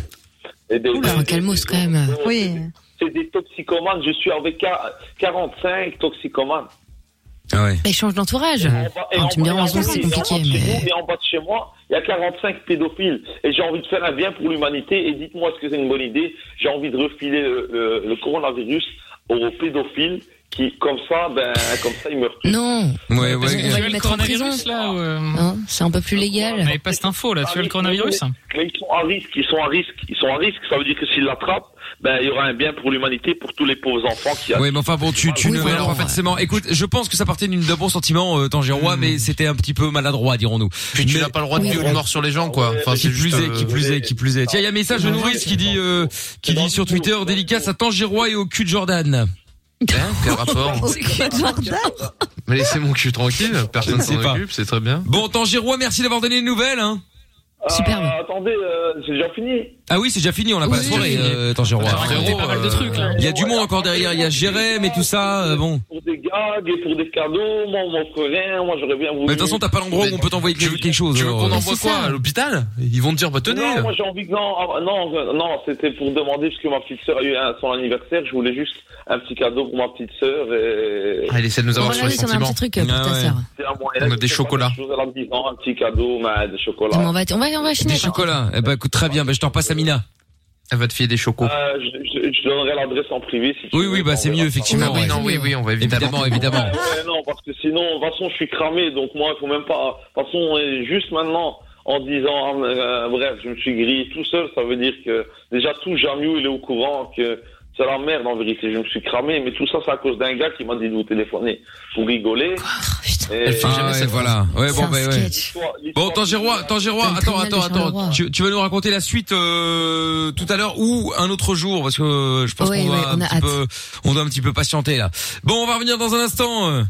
et des, Oula, un calmos quand même. Oui. c'est des toxicomanes. Je suis avec quarante-cinq toxicomanes. Ah ouais. Bah, il change d'entourage. Et en bas- et Ah, en tu me diras, bas- en ce moment, c'est et en bas de compliqué, chez mais. nous, Et en bas de chez moi, il y a quarante-cinq pédophiles. Et j'ai envie de faire un bien pour l'humanité. Et dites-moi, est-ce que c'est une bonne idée? J'ai envie de refiler le, le- le coronavirus aux pédophiles qui, comme ça, ben, comme ça, ils meurent. Non. Ouais, On ouais. va Tu les as le mettre en prison. coronavirus là ou, euh, Hein, c'est un peu plus On légal. n'avait pas cette info là. Tu as le coronavirus? Mais ils sont à risque, ils sont à risque, ils sont à risque. Ça veut dire que s'ils l'attrapent, ben, il y aura un bien pour l'humanité, pour tous les pauvres enfants qui. Oui, mais enfin bon, tu, tu Oui, ne voilà, mélanges pas ouais. forcément. Écoute, je pense que ça partait d'une- d'un bon sentiment, euh, Tangirois, mais c'était un petit peu maladroit, dirons-nous. Puis tu Mais- n'as pas le droit de Oui. violer une mort sur les gens, quoi. Enfin, Qui c'est plus juste, est, qui euh, plus est, qui plus est. Tiens, il y a un message de Nourrice qui dit, euh, qui dit sur Twitter, dédicace à Tangirois et au cul de Jordan. Hein, quel rapport? Jordan. Mais laissez mon cul tranquille, personne Je sais s'en pas. occupe, c'est très bien. Bon, Tangirois, merci d'avoir donné des nouvelles, hein. Superbe. Euh, attendez, euh, c'est déjà fini. Ah oui, c'est déjà fini, on n'a pas la soirée, euh, Tangirois. raconté pas mal de trucs, là. Il y a du monde encore derrière, il y a Jérém et tout ça, euh, bon. Pour des gags et pour des cadeaux, moi on m'offre rien, moi j'aurais bien voulu. Mais de toute façon, t'as pas l'endroit où on peut t'envoyer quelque quelque chose. Tu veux alors, qu'on euh. envoie quoi à l'hôpital? Ils vont te dire, bah tenez. Non, moi j'ai envie que non, ah, non, euh, non, c'était pour demander parce que ma petite sœur a eu un, son anniversaire, je voulais juste un petit cadeau pour ma petite sœur et. Ah, il essaie de nous avoir sur les Regardez si on a un sentiments. petit truc euh, pour Ah ta ouais. sœur. C'est à moi, On a des chocolats. Elle a dix ans, un petit cadeau, mais des chocolats. On va, on va, on va chiner. Des chocolats. Eh ben, écoute, très bien, ben, je t'en repasse à Mina. Elle va te filer des chocos. Euh, je, je, je donnerai l'adresse en privé si tu Oui, veux, oui, bah, c'est mieux, effectivement. Ah oui, ouais. non, oui, oui, on va évidemment. Évidemment, évidemment. Ouais, ouais, non, parce que sinon, de toute façon, je suis cramé, donc moi, il faut même pas. De toute façon, euh, juste maintenant, en disant, euh, bref, je me suis grillé tout seul, ça veut dire que déjà tout Jamiou, il est au courant que c'est la merde en vérité. Je me suis cramé, mais tout ça, c'est à cause d'un gars qui m'a dit de vous téléphoner pour rigoler. Et... Elle fait Ah jamais ouais, cette voilà. Ouais, C'est bon, un bah, ouais. sketch. Bon, Tangirois, Tangirois, Un attends, criminel attends, de attends. Charleroi. Tu, tu vas nous raconter la suite euh, tout à l'heure ou un autre jour parce que euh, je pense Ouais, qu'on ouais, doit on un a petit hâte. peu, on doit un petit peu patienter là. Bon, on va revenir dans un instant. euh.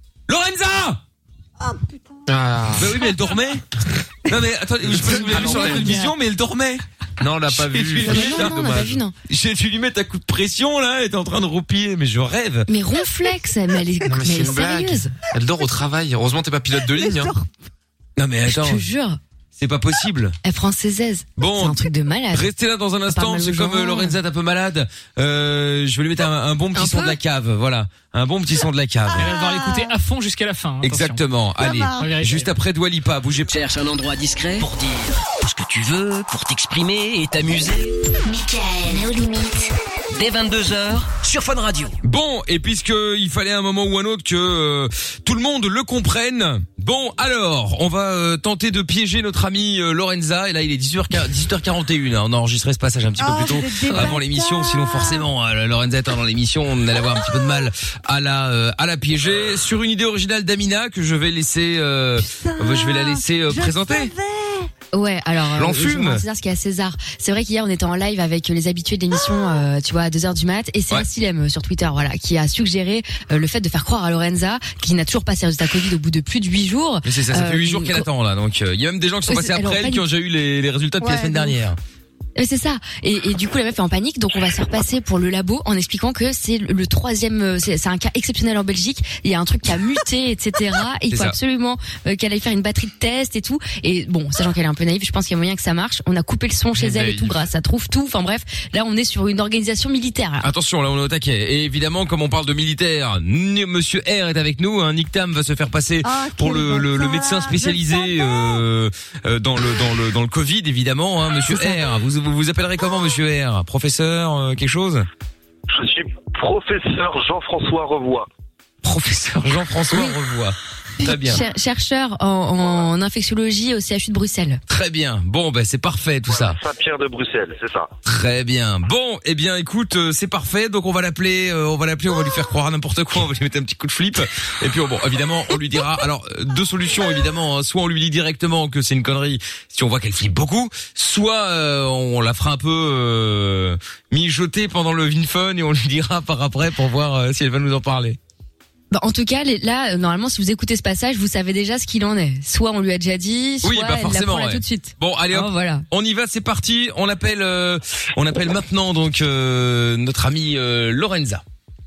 Lorenza. Oh putain. Ah. Bah oui, mais elle dormait. Non mais attends, je sais pas si vous l'avez vu sur la télévision, mais elle dormait. Non, on l'a pas vu. J'ai Ah, dû mais lui non, mettre- non, on n'a pas vu, non. J'ai dû lui mettre un coup de pression là, elle était en train de roupiller, mais je rêve. Mais ronflex, mais elle est, Non, mais mais c'est elle est une blague. sérieuse. Elle dort au travail. Heureusement, t'es pas pilote de ligne. Hein. Non mais Je attends, te jure. c'est pas possible. Elle prend ses aises. Bon. C'est un truc de malade. Restez là dans un Ça instant, part mal c'est aux comme gens. euh, Lorenza est un peu malade. Euh, je vais lui mettre un, un bon petit Un son peu de la cave, voilà. Un bon petit son de la cave. Elle va devoir l'écouter à fond jusqu'à la fin. Attention. Exactement. Allez, va. On va vérifier. juste après Dua Lipa, bougez pas. Cherche un endroit discret pour dire tout ce que tu veux, pour t'exprimer et t'amuser. Mickaël, aux limites. Dès vingt-deux heures sur Fun Radio. Bon, et puisque il fallait un moment ou un autre que euh, tout le monde le comprenne. Bon, alors, on va euh, tenter de piéger notre ami euh, Lorenza. Et là, il est dix-huit heures quarante et une. Hein. On a enregistré ce passage un petit Oh, peu plus tôt vous êtes des avant l'émission. Sinon, forcément, euh, Lorenza étant dans l'émission, on allait avoir un petit peu de mal à la euh, à la piéger. Sur une idée originale d'Amina que je vais laisser, euh, euh, je vais la laisser euh, Je présenter. savais. Ouais, alors euh, L'enfume. je vais César ce qu'il y a à César. C'est vrai qu'hier on était en live avec les habitués de l'émission, euh, tu vois, à deux heures du mat, et c'est Ouais. Assilem euh, sur Twitter, voilà, qui a suggéré euh, le fait de faire croire à Lorenza qui n'a toujours pas ses résultats Covid au bout de plus de huit jours. Mais c'est ça, ça fait Euh, huit jours qu'elle attend là. Donc, il euh, y a même des gens qui sont Oui, passés c'est- alors, après elle pas qui ont du- déjà eu les, les résultats depuis Ouais, la semaine de ouf. dernière. Euh, C'est ça. Et, et du coup, la meuf est en panique, donc on va se faire passer pour le labo en expliquant que c'est le, le troisième, euh, c'est c'est un cas exceptionnel en Belgique. Il y a un truc qui a muté, et cetera. Et il C'est faut ça. absolument euh, qu'elle aille faire une batterie de tests et tout. Et bon, sachant qu'elle est un peu naïve, je pense qu'il y a moyen que ça marche. On a coupé le son chez Elle est elle et tout, naïve. grâce, ça trouve tout. Enfin bref, là on est sur une organisation militaire. là. Attention, là on est au taquet. Et évidemment, comme on parle de militaire, N- Monsieur R est avec nous. Hein. Nick Tam va se faire passer Ah, pour quel le, le, le bâtard, médecin je spécialisé savais. euh, euh, dans le dans le dans le Covid, évidemment. Hein, Monsieur R, vous, vous vous appellerez comment, Monsieur R? Professeur, euh, quelque chose? Je suis professeur Jean-François Revoix. Professeur Jean-François Revoix. Très bien. Cher- chercheur en, en infectiologie au C H U de Bruxelles. Très bien. Bon, ben c'est parfait tout ça. Saint-Pierre de Bruxelles, c'est ça. Très bien. Bon, eh bien, écoute, euh, c'est parfait. Donc on va l'appeler, euh, on va l'appeler, on va lui faire croire à n'importe quoi, on va lui mettre un petit coup de flip. Et puis bon, évidemment, on lui dira. Alors euh, deux solutions évidemment. Hein. Soit on lui dit directement que c'est une connerie, si on voit qu'elle flippe beaucoup. Soit euh, on la fera un peu euh, mijoter pendant le VinFun et on lui dira par après pour voir euh, si elle va nous en parler. Bah, en tout cas, les- là, euh, normalement, si vous écoutez ce passage, vous savez déjà ce qu'il en est. Soit on lui a déjà dit, soit Oui, bah elle forcément. l'apprend là ouais. tout de suite. Bon, allez hop, Oh, voilà. on y va, c'est parti. On appelle, euh, on appelle maintenant donc euh, notre amie euh, Lorenza.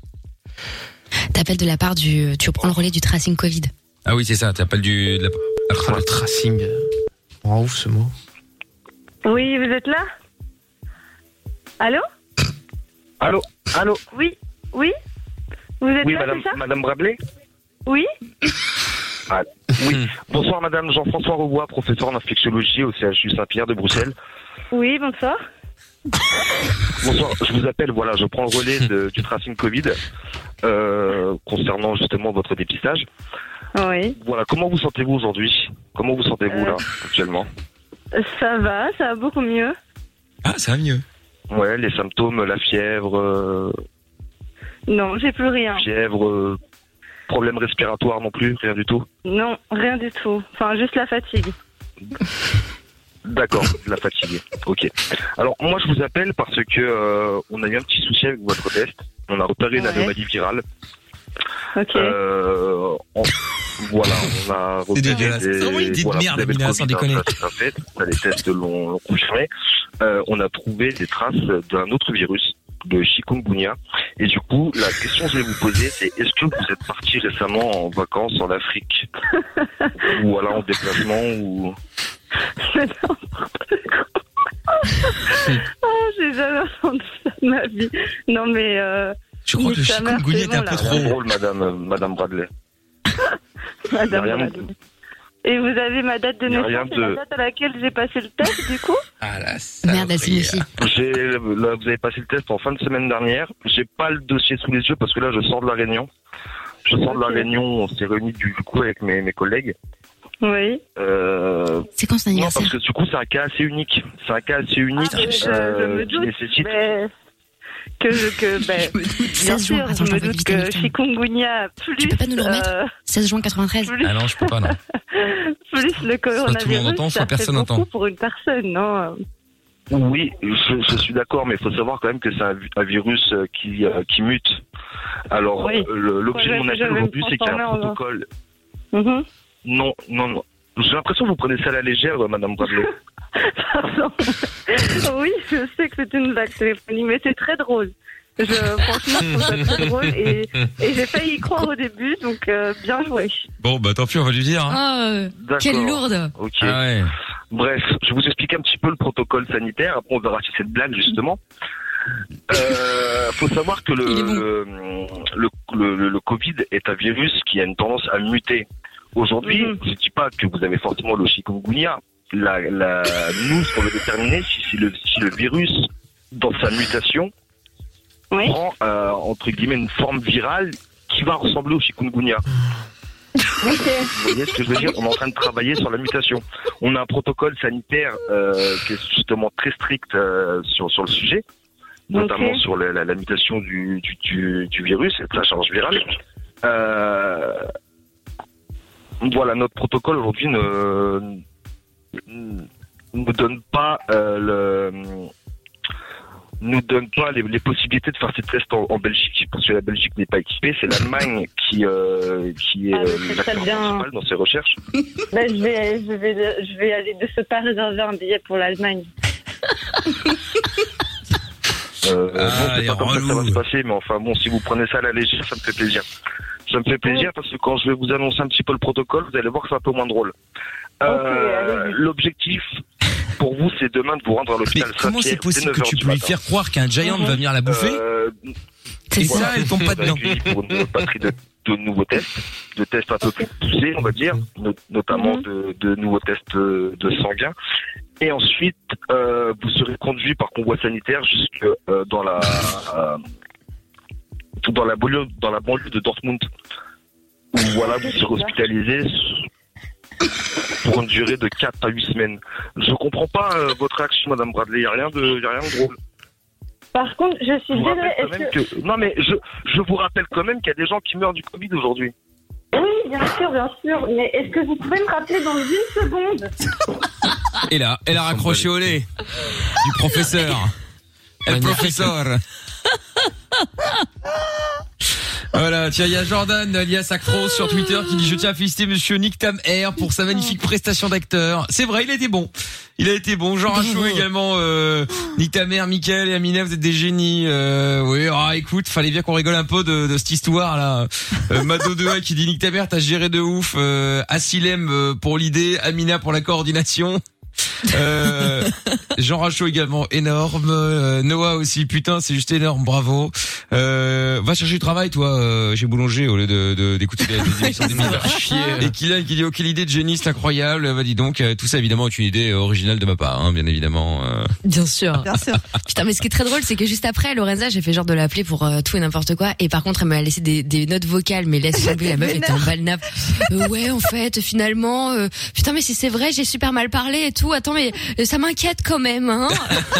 T'appelles de la part du, tu reprends le relais du tracing Covid. Ah oui, c'est ça. T'appelles du. De la... Ah, le tracing. Oh, ouf ce mot. Oui, vous êtes là? Allô? Allô Allô Oui, oui? Vous êtes Oui, là, madame, c'est ça? madame Bradley Oui? Ah, oui. Bonsoir, madame Jean-François Revoix, professeur en infectiologie au C H U Saint-Pierre de Bruxelles. Oui, bonsoir. Bonsoir, je vous appelle, voilà, je prends le relais de- du tracing Covid euh, concernant justement votre dépistage. Oui. Voilà, comment vous sentez-vous aujourd'hui? Comment vous sentez-vous Euh. là, actuellement? Ça va, ça va beaucoup mieux. Ah, ça va mieux. Ouais, les symptômes, la fièvre, euh, Non, j'ai plus rien. fièvre, euh, problème respiratoire non plus, rien du tout. Non, rien du tout. Enfin, juste la fatigue. D'accord, la fatigue. Ok. Alors moi je vous appelle parce que euh, on a eu un petit souci avec votre test. On a repéré une Ouais. anomalie virale. Ok. Euh, en, Voilà, on a C'est dégueulasse. des- C'est vraiment une idée de voilà, merde, vous avez le Amina, sans Covid, déconner. hein, ça, c'est un fait. Ça, les tests l'ont l'ont confirmé. Euh, on a trouvé des traces d'un autre virus, de chikungunya. Et du coup, la question que je vais vous poser, c'est est-ce que vous êtes parti récemment en vacances en Afrique ou alors en déplacement ou Oh, j'ai jamais entendu ça de ma vie. Non, mais. Euh, Je crois que le nique ta mère, chikungunya c'est était un bon, peu là. trop drôle, madame, euh, madame Bradley. Madame Y a rien Bradley. Et vous avez ma date de Y a naissance rien et de- la date à laquelle j'ai passé le test, du coup Ah la Merde, elle signifie. J'ai, là, vous avez passé le test en fin de semaine dernière. J'ai pas le dossier sous les yeux parce que là, je sors de la réunion. Je sors de la réunion, on s'est réunis du coup avec mes, mes collègues. Oui. Euh, C'est quand son non, anniversaire parce que du coup, c'est un cas assez unique. C'est un cas assez unique Ah, je, je euh, me qui doute, nécessite. mais que je, que, ben, bien seize juin. sûr, Attends, je je me l'envoie doute vite que avec toi. chikungunya plus. Tu peux pas nous le remettre euh, seize juin quatre-vingt-treize. plus- Ah non, je peux pas, non. plus le Soit tout le monde coronavirus, entend, soit ça fait personne beaucoup entend. pour une personne, non Oui, je, je suis d'accord, mais il faut savoir quand même que c'est un, vi- un virus euh, qui, euh, qui mute. Alors, Oui. euh, le- l'objet Ouais, de mon je appel vais me aujourd'hui, c'est qu'il y a un transformer en- protocole. Mhm. Non, non, non. J'ai l'impression que vous prenez ça à la légère, euh, Madame Bradley. Pardon. Oui, je sais que c'est une blague téléphonique, mais c'est très drôle. Je, franchement, je trouve ça très drôle et, et j'ai failli y croire au début, donc euh, bien joué. Bon, bah tant pis, on va lui dire. Hein. Oh, D'accord. quelle lourde. Ok. Ah ouais. Bref, je vais vous expliquer un petit peu le protocole sanitaire. Après, on verra si c'est de blague, justement. Euh, faut savoir que le, Il est bon. le, le, le, le Covid est un virus qui a une tendance à muter. Aujourd'hui, Mhm. je ne dis pas que vous avez forcément le chikungunya. La, la, nous, ce qu'on veut déterminer, si, si, le, si le virus, dans sa mutation, Oui. prend, euh, entre guillemets, une forme virale qui va ressembler au chikungunya. Vous voyez ce que je veux dire? On est en train de travailler sur la mutation. On a un protocole sanitaire euh, qui est justement très strict euh, sur, sur le sujet, notamment Ok. sur la, la, la mutation du, du, du, du virus et de la charge virale. Euh, voilà, notre protocole aujourd'hui ne nous donne pas euh, le nous donne pas les, les possibilités de faire ces tests en, en Belgique, parce que la Belgique n'est pas équipée, c'est l'Allemagne qui euh, qui est Ah, mais euh, c'est l'acteur très bien. principal dans ses recherches. Ben, je vais, je vais, je vais aller de ce pas réserver un billet pour l'Allemagne. Euh, Ah, bon, c'est les pas comme ça que ça va relous. se passer, mais enfin bon, si vous prenez ça à la légère, ça me fait plaisir. Ça me fait plaisir parce que quand je vais vous annoncer un petit peu le protocole, vous allez voir que c'est un peu moins drôle. Euh, allez-y. L'objectif pour vous, c'est demain de vous rendre à Mais l'hôpital comment c'est Saint-Pierre dès possible neuf que heures tu du peux lui matin. faire croire qu'un giant va venir la bouffer Euh, C'est Et ça. ça, elle tombe pas dedans. accueilli pour une batterie de, de nouveaux tests, de tests un peu plus poussés, on va dire, no- notamment Mhm. de, de nouveaux tests euh, de sanguin. Et ensuite, euh, vous serez conduit par convoi sanitaire jusque euh, dans la euh, dans la banlieue dans la banlieue de Dortmund, où voilà, vous serez hospitalisé pour une durée de quatre à huit semaines. Je comprends pas euh, votre réaction, Madame Bradley. Il y a rien de, y a rien de drôle. Par contre, je suis Je vous désolée. rappelle quand Est-ce même que... que... Non mais je, je vous rappelle quand même qu'il y a des gens qui meurent du Covid aujourd'hui. Oui, bien sûr, bien sûr. Mais est-ce que vous pouvez me rappeler dans une seconde? Et là, elle a raccroché au lait du professeur. El professeur. Voilà, tiens, il y a Jordan, alias Actros, sur Twitter, qui dit: je tiens à féliciter monsieur Nick Tam Air pour sa magnifique prestation d'acteur. C'est vrai, il a été bon. Il a été bon. Jean Rachaud également, euh, Nick Tam Air, Mickaël et Amina, vous êtes des génies. Euh, oui, ah, écoute, fallait bien qu'on rigole un peu de, de cette histoire, là. Euh, Mado deux A qui dit: Nick Tam Air, t'as géré de ouf. Euh, Asilem euh, pour l'idée, Amina pour la coordination. Euh, Jean Rachaud également, énorme. Euh, Noah aussi, putain, c'est juste énorme, bravo. Euh, va chercher du travail, toi, euh, chez Boulanger, au lieu de, de d'écouter les, les émissions des médias. Et Kylian qui dit: ok, l'idée de génie, c'est incroyable. Bah dis donc, euh, tout ça évidemment est une idée originale de ma part, hein, bien évidemment. Euh. Bien sûr. Bien sûr. Putain, mais ce qui est très drôle, c'est que juste après, Lorenza, j'ai fait genre de l'appeler pour euh, tout et n'importe quoi. Et par contre, elle m'a laissé des, des notes vocales, mais laisse tomber, la meuf était en balnaf. Euh, ouais, en fait, finalement, euh, putain, mais si c'est vrai, j'ai super mal parlé et tout. Attends, mais euh, ça m'inquiète quand même, hein.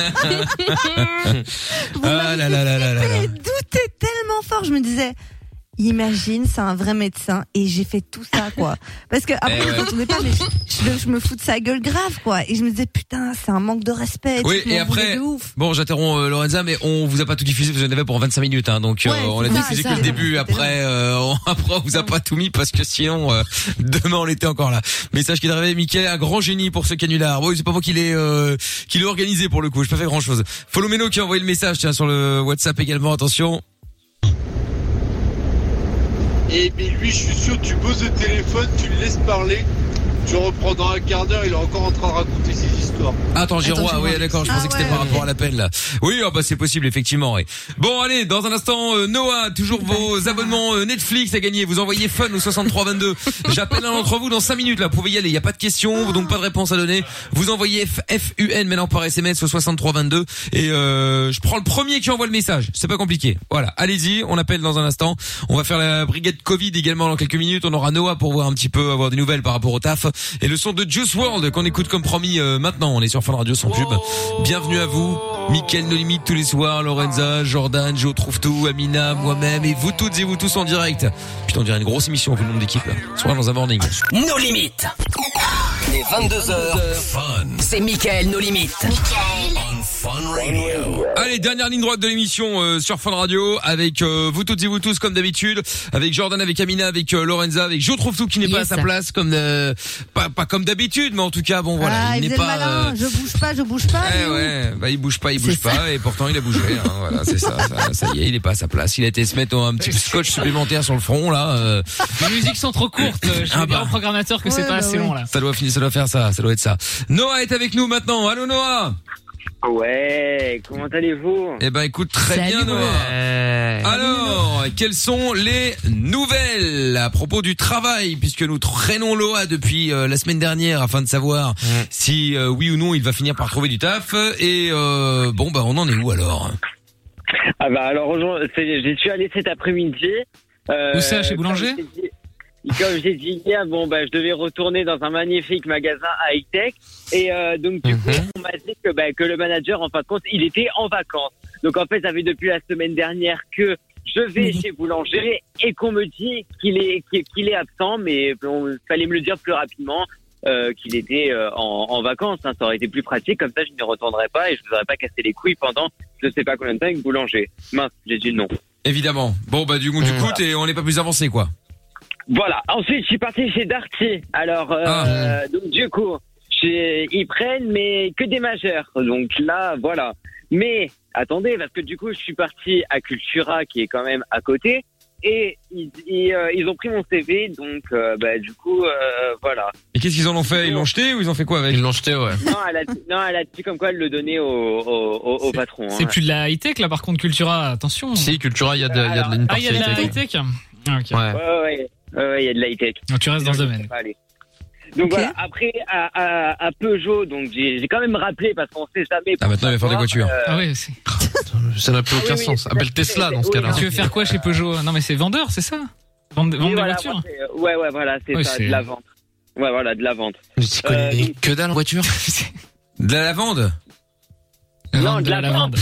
Vous Ah m'avez là là là là là là. fait douter tellement fort, je me disais, Imagine, c'est un vrai médecin et j'ai fait tout ça, quoi. Parce que après, Eh je ouais. ne m'entendais pas, mais je, je, je me fous de sa gueule grave, quoi. Et je me disais, putain, c'est un manque de respect. Oui, tu et m'en voulais après, de ouf. bon, j'interromps euh, Lorenza, mais on vous a pas tout diffusé, vous en avez pour vingt-cinq minutes, hein, donc euh, Ouais, on a c'est ça, diffusé c'est que le ça. début. Après, euh, on, après, on vous a pas tout mis parce que sinon, euh, demain on était encore là. Message qui est arrivé, Mickaël, un grand génie pour ce canular. Oui, c'est pas moi qui l'ai, euh, qui l'ai organisé pour le coup. Je pas fait grand chose. Follow Meno qui a envoyé le message, tiens, sur le WhatsApp également. Attention. Et mais lui, je suis sûr, tu poses le téléphone, tu le laisses parler, tu reprends dans un quart d'heure, il est encore en train de raconter ses histoires. Attends, Giroir, oui, d'accord, je Ah pensais que c'était ouais. par rapport à l'appel, là. Oui, oh, bah, c'est possible, effectivement, oui. Bon, allez, dans un instant, euh, Noah, toujours vos abonnements euh, Netflix à gagner. Vous envoyez fun au soixante-trois vingt-deux. J'appelle un d'entre vous dans cinq minutes, là. Vous pouvez y aller. Il n'y a pas de questions, donc pas de réponse à donner. Vous envoyez F, F U N maintenant par S M S au soixante-trois vingt-deux. Et, euh, je prends le premier qui envoie le message. C'est pas compliqué. Voilà. Allez-y. On appelle dans un instant. On va faire la brigade Covid également dans quelques minutes. On aura Noah pour voir un petit peu, avoir des nouvelles par rapport au taf. Et le son de Juice world qu'on écoute comme promis, euh, maintenant. On est sur Fun Radio sans pub. Bienvenue à vous, Mickaël No Limite tous les soirs, Lorenza, Jordan, Joe trouve tout, Amina, moi-même et vous toutes et vous tous en direct. Putain, on dirait une grosse émission, vu le nombre d'équipes là. Soir dans un morning. No Limites. Les vingt-deux heures. C'est Mickaël No Limites. Allez, dernière ligne droite de l'émission euh, sur Fun Radio avec euh, vous toutes et vous tous comme d'habitude, avec Jordan, avec Amina, avec euh, Lorenza, avec Joe trouve tout qui n'est pas à Yes. sa place comme euh, pas pas comme d'habitude, mais en tout cas bon voilà, Ah, il il n'est faisait le pas malin, euh, je bouge pas, je bouge pas. Eh Léo. ouais, bah il bouge pas, il bouge pas, et pourtant il a bougé. Hein, voilà, c'est ça, ça. Ça y est, il est pas à sa place. Il a été se mettre un petit scotch supplémentaire sur le front là. Euh... Les musiques sont trop courtes. Je Ah vais dire bah. au programmateur que c'est Ouais, pas bah assez ouais. long là. Ça doit finir, ça doit faire ça, ça doit être ça. Noah est avec nous maintenant. Allô Noah. Ouais, comment allez-vous? Eh ben écoute très Salut, bien Noah. ouais. Alors, quelles sont les nouvelles à propos du travail, puisque nous traînons Noah depuis euh, la semaine dernière afin de savoir si euh, oui ou non il va finir par trouver du taf. Et euh, bon bah on en est où alors? Ah bah alors aujourd'hui, c'est- j'y suis allé cet après-midi. Euh, Où ça, chez Boulanger? comme j'ai dit- Comme j'ai dit hier, bon bah je devais retourner dans un magnifique magasin high-tech et euh, donc du coup on m'a dit que bah, que le manager en fin de compte il était en vacances. Donc en fait ça fait depuis la semaine dernière que je vais chez Boulanger et qu'on me dit qu'il est qu'il qu'il est absent, mais bon, il fallait me le dire plus rapidement. Euh, qu'il était euh, en, en vacances, hein. Ça aurait été plus pratique, comme ça je ne retournerais pas et je vous aurais pas cassé les couilles pendant je sais pas combien de temps avec Boulanger. Mince, j'ai dit non. Évidemment. Bon bah du coup du coup Voilà. t'es- on n'est pas plus avancé quoi. Voilà. Ensuite, je suis parti chez Darty. Alors, euh, Ah. donc du coup, chez- ils prennent mais que des majeurs. Donc là, voilà. Mais attendez, parce que du coup, je suis parti à Cultura, qui est quand même à côté, et ils, ils, euh, ils ont pris mon C V. Donc, euh, bah, du coup, euh, voilà. Et qu'est-ce qu'ils en ont fait? Ils l'ont jeté ou ils ont fait quoi avec? Ils l'ont jeté, ouais. Non, elle a, non, elle a dit comme quoi elle le donnait au, au, au, au patron. C'est hein. plus de la high-tech là par contre, Cultura, attention. Si, Cultura, il y a de, il y a de une Ah, il partie y a de la high-tech. high-tech. Ah, ok. Ouais. Ouais, ouais, ouais, ouais, il y a de l'high-tech. Donc tu restes dans ce domaine. Pas aller. Donc voilà, après à, à, à Peugeot, donc j'ai j'ai quand même rappelé parce qu'on sait jamais. Ah maintenant il va faire des voitures. Euh, Ah oui, c'est. Ça n'a plus aucun Ah oui, oui, sens. c'est Appelle ça, Tesla c'est- dans ce oui, cas-là. non. Tu veux faire quoi chez Peugeot? Non mais c'est vendeur, c'est ça? Vendre, vendre oui, des voilà, voitures? moi, c'est- ouais, ouais, voilà, c'est Ouais, ça, c'est- de la vente. Ouais, voilà, de la vente. Je t'y connais Euh, donc- que dalle en voiture. De la lavande? Non, de la vente.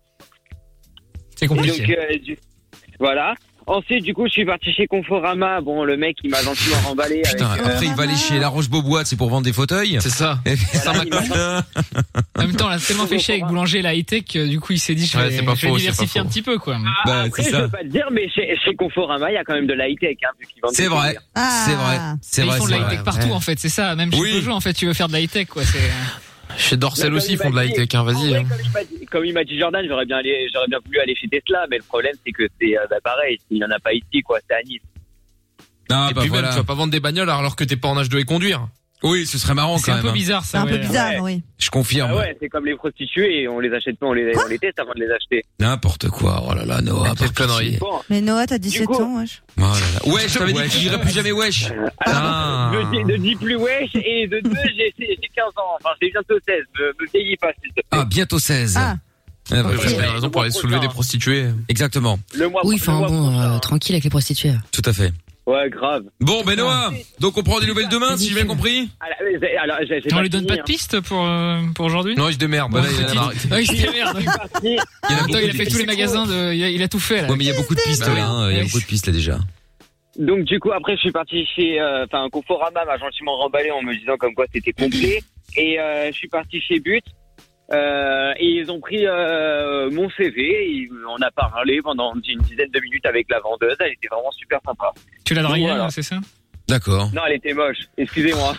C'est compliqué. Donc, euh, du- voilà. Ensuite, du coup, je suis parti chez Conforama. Bon, le mec, il m'a gentiment remballé. Putain, avec, euh, après il va aller chez La Roche-Beaubois, c'est pour vendre des fauteuils. C'est ça. Et puis, Voilà, il m'a- En même temps, on a tellement fait chier avec Boulanger la high-tech que du coup il s'est dit je vais, Ouais, c'est pas je vais faux, c'est diversifier pas un faux. petit peu quoi. Bah, Après, c'est je ça. veux pas te dire, mais chez, chez Conforama, il y a quand même de la high-tech, hein, vu qu'ils vendent C'est des vrai, souvenirs. Ah. c'est vrai, c'est Mais vrai. ils font de c'est la vrai. high-tech partout Ouais. en fait, c'est ça. Même chez Oui. Peugeot en fait, tu veux faire de la high-tech quoi. C'est. Chez Dorsel Mais aussi, ils comme font de il la m'a dit- high-tech, hein, vas-y. Ouais, hein. comme il m'a dit- Comme il m'a dit Jordan, j'aurais bien, allé- j'aurais bien voulu aller chez Tesla, mais le problème, c'est que c'est euh, bah, pareil, il n'y en a pas ici, quoi, c'est à Nice. Ah Et bah puis même, voilà. tu vas pas vendre des bagnoles alors que t'es pas en âge de les conduire. Oui, ce serait marrant C'est quand un même. peu hein. bizarre C'est ça. un peu ouais. bizarre, Ouais. oui. Je confirme. Ah ouais, c'est comme les prostituées, on les achète pas, on les, on les teste avant de les acheter. N'importe quoi. Oh là là, Noah. Quelle par connerie. pitié. Bon, Mais Noah, t'as dix-sept coup- ans, wesh. Oh là là. Wesh, je t'avais dit Wesh. que tu dirais plus jamais wesh. Ah. ne, dis, ne dis plus wesh, et de deux, j'ai j'ai quinze ans, enfin, j'ai bientôt seize, me, me vieillis pas, s'il te plaît. Ah, bientôt seize. Ah. Ah, bah, Ouais, oui. Vous avez raison pour aller soulever des prostituées. Exactement. Le mois Oui, le enfin mois bon, prochain. euh, tranquille avec les prostituées. Tout à fait. Ouais, grave. Bon, ben Noah, donc on prend des nouvelles demain, si j'ai bien compris. Alors, alors, j'ai, j'ai On pas lui donne fini, pas de hein. piste pour euh, pour aujourd'hui. Non, il se démerde. Bah, là, il a arrêté. Ah, il se démerde. Je suis parti. En même temps, il a fait tous les magasins de, il a, il a tout fait là. Ouais, mais il y a beaucoup de pistes Bah, là, hein, il y a ouais. beaucoup de pistes là déjà. Donc du coup après je suis parti chez euh, enfin Conforama m'a gentiment remballé en me disant comme quoi c'était complet et euh, je suis parti chez But euh, et ils ont pris euh, mon C V et on a parlé pendant une dizaine de minutes avec la vendeuse, elle était vraiment super sympa. Tu l'as dragué, Voilà. c'est ça? D'accord. Non elle était moche, excusez-moi.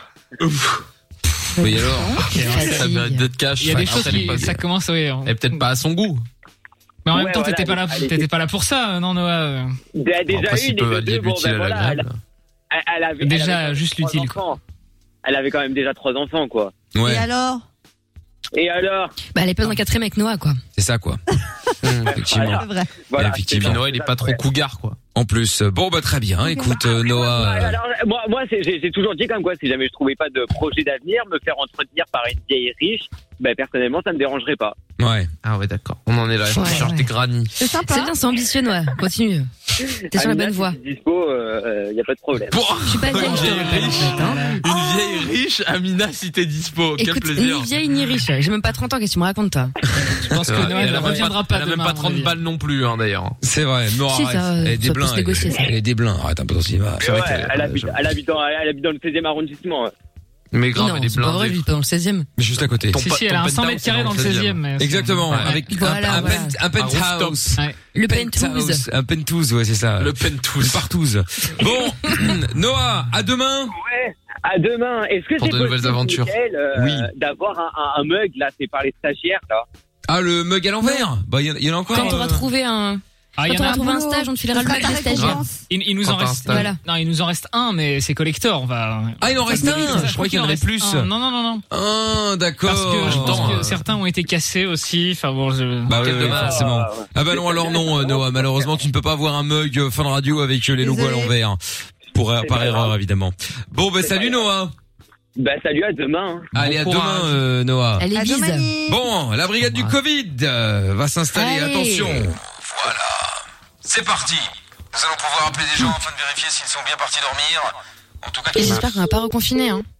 Oui alors. Ok, ouais, Ça mérite d'être cash. il y a des Enfin, choses ça l'est qui, pas. ça commence, oui. Elle est peut-être pas à son goût. Mais en même Ouais, temps, voilà, t'étais pas là, elle était- t'étais pas là pour ça, non, Noah? Déjà En une principe, et de allier deux, bon l'utile ben à voilà, elle, l'agréable. elle, elle avait Déjà, elle avait quand même juste trois l'utile, enfants. Elle avait quand même déjà trois enfants quoi. Ouais. Et alors? Et alors Bah, elle est pas dans un quatrième avec Noah, quoi. C'est ça quoi. Hum, effectivement. C'est vrai. Voilà, Effectivement. c'est ça, Noah, il est c'est pas ça, trop ouais. cougar, quoi. En plus, bon bah très bien. Écoute euh, Ouais, Noah. euh, alors, moi, moi c'est- j'ai j'ai toujours dit comme quoi si jamais je trouvais pas de projet d'avenir, me faire entretenir par une vieille riche, ben personnellement ça me dérangerait pas. Ouais. Ah ouais, d'accord. On en est là. Je Ouais, cherche ouais. des grannies. C'est sympa. C'est bien, c'est ambitieux, Noah. Continue. T'es sur la Amina, bonne si voie. t'es dispo, il euh, y a pas de problème. Bon, Je suis pas vieille, une je te vieille rappelle, en riche, fait, hein. une vieille riche, Amina, si t'es dispo. Quel Écoute, plaisir. ni vieille ni riche. J'ai même pas trente ans, qu'est-ce que tu me racontes, toi? Je pense que C'est vrai. Noah Elle ne a même reviendra pas Elle a même demain, pas à mon trente avis. balles non plus, hein, d'ailleurs. C'est vrai. Non, Si, arrête. ça, Elle est des ça peut blins. se négocier, elle- ça. Elle est des blins. Arrête un peu dans ce cinéma. Ouais, elle, habite, elle, habite dans, elle habite dans le seizième arrondissement. ouais. Mais grave, Non, elle est c'est pas vrai, blindée. je vis pas dans le seizième. Mais juste à côté. Ton Si, pa- si, elle ton a un cent penthouse, mètres carrés c'est dans le seizième. mais c'est- Exactement. Ouais. Avec un- Voilà, un, voilà. pent- un penthouse. Ouais. Le penthouse. Un penthouse, ouais, c'est ça. Le penthouse. Le partouze. Bon, Noah, à demain. Ouais, à demain. Est-ce que Pour c'est de possible, nouvelles aventures. Michael, euh, Oui. d'avoir un, un, un mug là, c'est par les stagiaires là. Ah, le mug à l'envers. Bah, il y, en- il y en a encore. Quand t'auras euh, trouvé un, Ah, il y quand en a t'auras trouvé un boulot. stage, on te filera Ce le sera mec ta des stagiaires. récompense. Il, il nous Quand en t'as un reste, stage. voilà. Non, il nous en reste un, mais c'est collector, on va. Ah, il en reste Non, un. Je croyais qu'il y en avait reste plus. un. Non, non, non, non. Ah, d'accord. Parce que je pense Attends, que euh, certains ont été cassés aussi. Enfin bon, je... Bah Quel oui, oui, dommage. forcément. Ah bah non, alors non, euh, Noah. Malheureusement, tu ne peux pas avoir un mug euh, Fun Radio avec euh, les logos à Désolé. l'envers. Pour euh, C'est par pas erreur, grave. évidemment. Bon, bah C'est salut pas grave. Noah. Bah salut, à demain. hein. Allez, à courage. demain, euh, Noah. Allez, À bise. Domani. Bon, la brigade du Covid euh, va s'installer. Allez. Attention. Voilà. C'est parti. Nous allons pouvoir appeler des gens afin de vérifier s'ils sont bien partis dormir. En tout cas, Et j'espère qu'on va pas reconfiner, hein.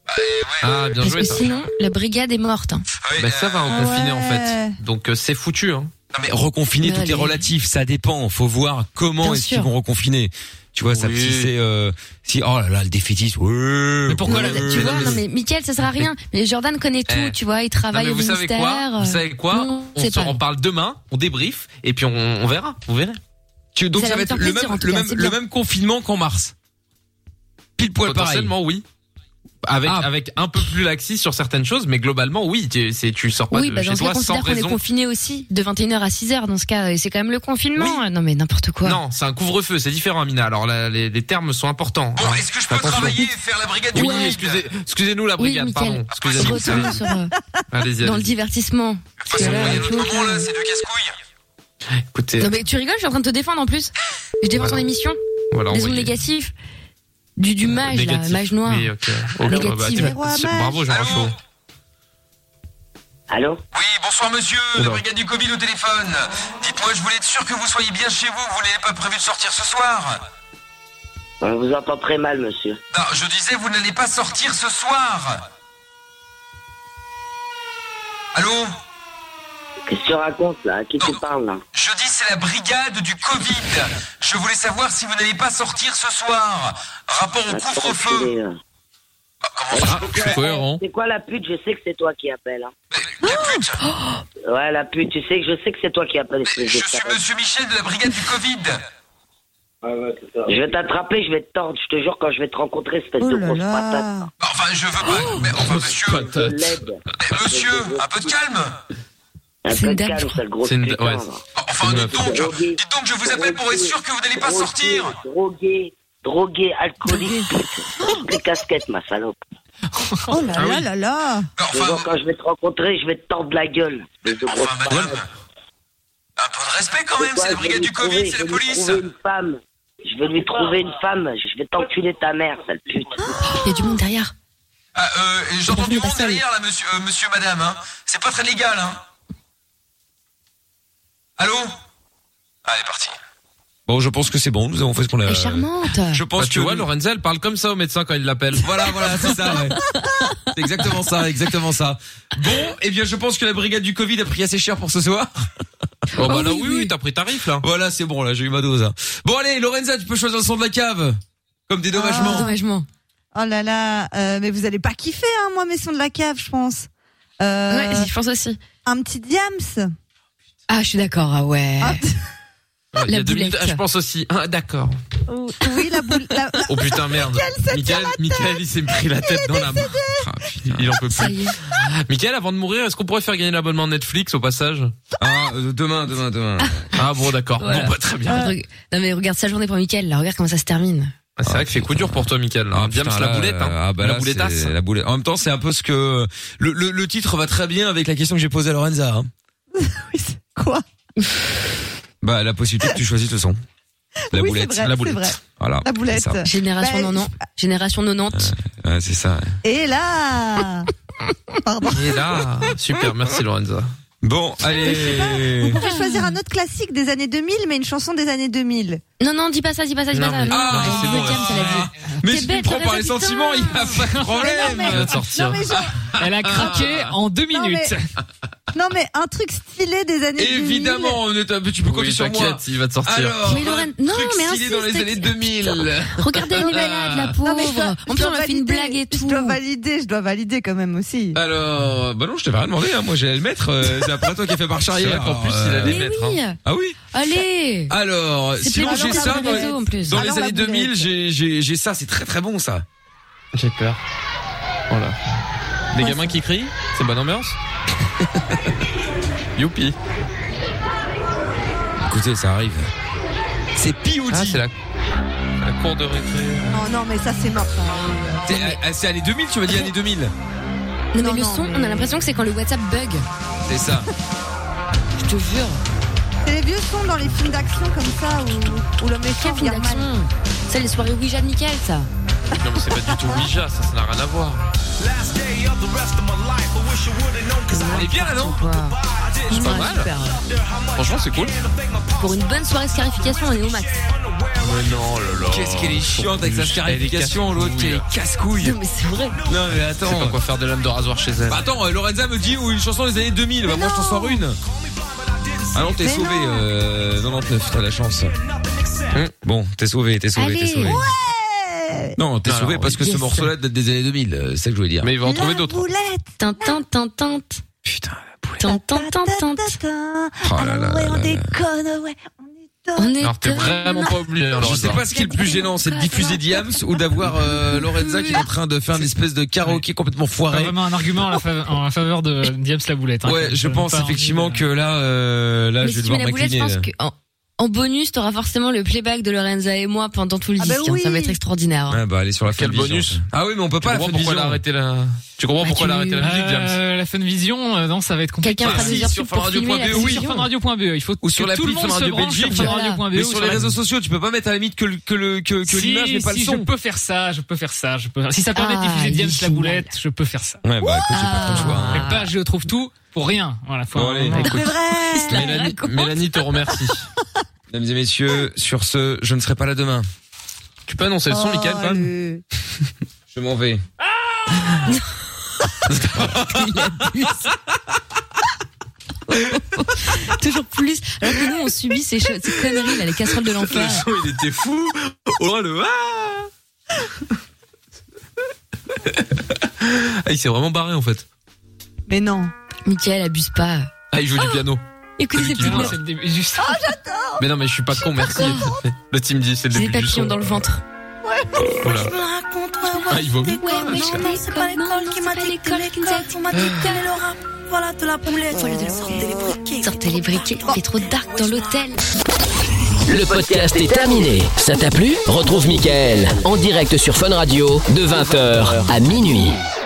Ah, bien Parce joué, que ça. sinon, la brigade est morte. hein. Bah, ça va en Ah confiner, en ouais. fait. Donc, euh, c'est foutu, hein. Non mais reconfiner, tout Allez. est relatif, ça dépend. Faut voir comment Bien est-ce qu'ils sûr. vont reconfiner. Tu vois, ça, Oui. si c'est, euh, si, oh là là, le défaitisme. Ouais, Mais pourquoi ouais, la- Tu ouais, vois, non, mais- non mais Mickaël, ça sert à rien. Mais Jordan connaît tout, Eh. tu vois, il Non, travaille mais au vous savez ministère. quoi? Vous savez quoi? Non, On c'est se pas. en parle demain, on débrief, et puis on, on verra. Vous verrez. Tu, donc Ça ça va va me être faire le plaisir, même, en tout le cas, même, c'est le bien. même confinement qu'en mars. Pile poil pareil. Potentiellement, oui. Avec, Ah. avec un peu plus laxiste sur certaines choses, mais globalement, oui, tu, c'est, tu sors pas Oui, de bah chez dans ce cas, toi sans considère qu'on est raison. confiné aussi, de vingt et une heures à six heures dans ce cas, et c'est quand même le confinement. Non mais n'importe quoi. Non, c'est un couvre-feu, c'est différent, Amina. Alors, là, les, les termes sont importants. Bon, hein. est-ce que je peux Attention. travailler et faire la brigade du Oui, Covid? excusez, excusez-nous la Oui, brigade, Mickaël, pardon. Excusez-nous. retournons sur, euh, Allez-y, dans le allez-y. divertissement. De toute Parce que façon, là, il y a tu d'autres vois, moments là, c'est deux casse-couilles. Écoutez, Non mais tu rigoles, je suis en train de te défendre en plus. Je défends ton émission. voilà, Des ondes envoyez. négatives. Du, du mage, là, Négatif. mage noir. Oui, ok. Ok, Négatif. bah, tu- Les rois c'est- mages. bravo, Jean Allô Rachaud. Allô? Oui, bonsoir monsieur, Oula. la brigade du Covid au téléphone. Dites-moi, je voulais être sûr que vous soyez bien chez vous, vous n'avez pas prévu de sortir ce soir? On vous entend très mal, monsieur. Non, je disais, vous n'allez pas sortir ce soir. Allô? Qu'est-ce que tu racontes là? À qui tu parles là? Je dis, c'est la brigade du Covid. Je voulais savoir si vous n'allez pas sortir ce soir. Rapport au couvre-feu. Ah, comment ça? C'est cohérent. C'est quoi la pute? Je sais que c'est toi qui appelle. Hein. La pute. Ouais, la pute, tu sais que je sais que c'est toi qui appelle. Mais je suis monsieur Michel de la brigade du Covid. Je vais t'attraper, je vais te tordre. Je te jure, quand je vais te rencontrer, espèce Oh de là grosse là. patate. Enfin, je veux pas. Mais enfin, monsieur. Patate. Laide. Mais monsieur, un peu de calme. Un C'est peu une de dame, calme, je sale grosse C'est une- putain. ouais. là. Enfin, C'est une dites donc, Drogué. dites donc, je vous appelle pour être sûr que vous n'allez pas Drogué, sortir. Drogué, drogué, alcoolique, pute. Les casquettes, ma salope. Oh là Ah là oui. là là. Je Enfin, vois, quand je vais te rencontrer, je vais te tordre la gueule. espèce de grosse enfin, madame. patate. Un peu de respect quand même, C'est quoi, c'est la je vais brigade lui du trouver- Covid, je c'est vais la lui police. trouver une femme. Je vais lui trouver une femme. Je vais t'enculer ta mère, sale pute. Il y a du monde derrière. Ah, euh, et j'entends du Bienvenue, monde Pascal. derrière là, monsieur, euh, monsieur, madame, hein. C'est pas très légal, hein. Allô? Ah, elle est partie. Bon, je pense que c'est bon. Nous avons fait ce qu'on a. Elle est charmante. Je pense Bah, que tu vois, Lorenza, elle parle comme ça au médecin quand il l'appelle. Voilà, voilà, c'est ça. Ouais. C'est exactement ça, exactement ça. Bon, eh bien, je pense que la brigade du Covid a pris assez cher pour ce soir. Oh, bah Oh, là, oui, oui, oui. oui, t'as pris tarif, là. Voilà, c'est bon, là, j'ai eu ma dose. Hein. Bon, allez, Lorenza, tu peux choisir le son de la cave. Comme dédommagement. Ah, dommagement. Oh là là, euh, mais vous allez pas kiffer, hein, moi, mes sons de la cave, je pense. Euh, Ouais, je pense aussi. Un petit Diams. Ah, je suis d'accord, ah ouais. Ah, Ouais, il y a La deux minutes. boulette. Ah, je pense aussi. Ah, d'accord. oh, oui, la boule. La, la- Oh putain, merde. Mickaël, ça tient Michael, la tête. Michael, il s'est pris la tête dans la main. Ah, putain, il en peut Ça plus. y est. Michael, avant de mourir, est-ce qu'on pourrait faire gagner l'abonnement Netflix au passage? Ah, euh, demain, demain, demain. Ah bon, d'accord. Voilà. Bon, bah, très bien. Reg- Non mais regarde sa journée pour Mickaël, là, regarde comment ça se termine. Ah, c'est vrai que c'est coup dur pour toi, Michael. Ah, Diams, putain, la là, boulette, hein. Ah, bah la là, boulettasse. c'est la boulette. En même temps, c'est un peu ce que le, le, le titre va très bien avec la question que j'ai posée à Lorenza. Hein. Oui, c'est quoi? Bah, la possibilité que tu choisisses le son. La Oui, boulette. c'est vrai, la c'est boulette. vrai. Voilà. La boulette. c'est ça. Génération Bah, nonante. Génération nonante. Ouais, c'est ça. Ouais. Et là. Pardon. Et là, super, merci Lorenza. Bon, allez. Vous pouvez choisir un autre classique des années deux mille, mais une chanson des années deux mille. Non, non, dis pas ça, dis pas ça, dis Non, pas ça. mais- Non, Ah, non, c'est elle bon, dit Diams, elle a dit. Mais T'es je bête, prends par Lorenza, les putain. sentiments, il n'y a pas de problème. Mais non, mais- Il va te sortir. Non, mais genre- Elle a craqué en deux Non, mais- minutes. Non, mais un truc stylé des années deux mille. Évidemment, on est un peu, tu peux compter Oui, sur moi. t'inquiète, il va te sortir. Alors, Mais Loren- un non, truc mais stylé insiste, dans les années deux mille. Regardez, elle est malade, la Non, mais je dois- pauvre. En je plus, dois on a fait une valider, blague et Je tout. dois valider, je dois valider quand même aussi. Alors, bah non, je t'avais rien demandé, hein. Moi, j'allais le mettre. euh, C'est après toi qui a fait marche C'est arrière. vrai qu'en plus, il allait Mais mettre. oui. hein. Ah oui. Allez. Alors, C'est sinon plus j'ai la ça langue dans de les, réseau, en plus. dans Alors, les la années deux mille, boulette. j'ai j'ai j'ai ça, c'est très très bon ça. J'ai peur. Voilà. Des gamins qui crient, c'est bonne ambiance. Youpi. Écoutez, ça arrive. C'est P O D. Ah, c'est la, la cour de récré. Oh non, mais ça c'est mort. ça. C'est ah, c'est années deux mille, tu m'as dit années deux mille. Non, mais Non, le non, son, mais- on a l'impression que c'est quand le WhatsApp bug. C'est ça. Je te jure. C'est les vieux sons dans les films d'action comme ça où, où le méchant Quel film regarde mal. d'action. C'est les soirées Ouija de Mickaël, ça. Non, mais c'est pas du tout Ouija, ça, ça n'a rien à voir. Elle est bien là, non? C'est pas Ouais, mal. super. Franchement, c'est cool. Pour une bonne soirée scarification, on est au max. Mais non, là, là. Qu'est-ce qu'elle est chiante avec sa scarification, l'autre qui est casse-couille. Non, mais c'est vrai. Non mais C'est pas attends. quoi faire de lames de rasoir chez elle. Bah attends, euh, Lorenza me dit ou une chanson des années deux mille, bah moi je t'en sors une. Ah non, t'es Mais sauvé, non. euh, quatre-vingt-dix-neuf, t'as la chance. Hum, Bon, t'es sauvé, t'es sauvé, t'es Allez. sauvé. Ouais. Non, t'es Non, sauvé non, parce que ce yes. morceau-là date des années deux mille, euh, c'est ça que je voulais dire. Mais il va en trouver La d'autres. boulette. Tintin, tintin. Putain, Tintin, tintin. Ta-ta-ta-ta-ta. Oh là Alors là ouais, là on là. déconne, ouais, on est On est Alors, t'es vraiment pas obligé. alors, Je sais attends. pas ce qui est le plus gênant, c'est de diffuser Diams ou d'avoir euh, Lorenza qui est en train de faire une espèce de karaoké complètement Pas foiré. vraiment un argument en la faveur, en faveur de Diams la boulette. hein, Ouais, que je peux pense pas effectivement enlever, que là, euh, là, Mais je vais si tu mets devoir la boulette, je m'incliner. pense qu'en en bonus, t'auras forcément le playback de Lorenza et moi pendant tout le Ah disque. bah hein. oui. Ça va être extraordinaire. hein. Ouais, bah, allez sur la Quel Funvision. bonus. Ah oui, mais on peut Tu pas la comprends pourquoi elle a Funvision. arrêté la. Tu comprends Bah, pourquoi elle a tu- arrêté la musique, James? Euh, la Funvision, euh, non, ça va être compliqué. Quelqu'un fera si, des heures sur sup pour funradio point filmer la b e, oui. Sur Funvision. funradio point b e, il faut Ou sur que l'appli tout le monde Fun se Radio branche sur Belgique. funradio point b e. Mais ou sur les la- réseaux sociaux, tu peux pas mettre à la limite que le, que le, que, que Si, l'image n'est pas si, le son. je peux faire ça, je peux faire ça, je peux. Si ça permet de Ah, diffuser il est Diams la génial. boulette, je peux faire ça. Ouais, bah, écoute, j'ai pas trop le choix. hein. Et pas, je trouve tout pour rien. Voilà, faut Bon, un allez, moment. écoute. C'est vrai. Mélanie, Mélanie te remercie. Mesdames et messieurs, sur ce, je ne serai pas là demain. Tu peux annoncer le son, Oh, Mickaël, quand même? le- Je m'en vais. Toujours plus. Alors que nous, on subit ces, choses, ces conneries, là, les casseroles de Le l'enfer. son, il était fou. Oh, le ah! Ah, il s'est vraiment barré, en fait. Mais non. Mickaël, abuse pas. Ah, il joue du piano. Écoutez, c'est qui plus joue. Non, c'est le début, juste. Mais non, mais je suis pas con, merci. Le team dit, c'est le J'ai des début du papillons son. dans le ventre. Voilà. Ah, il vomit. C'est pas l'école qui m'a dit que l'école, on m'a dit quel est le rap. Voilà de la boulette. Voilà de la sortez les briquets. Sortez les briquets, il est trop dark dans l'hôtel. Le podcast est terminé. Ça t'a plu? Retrouve Mickaël en direct sur Fun Radio de vingt heures à minuit.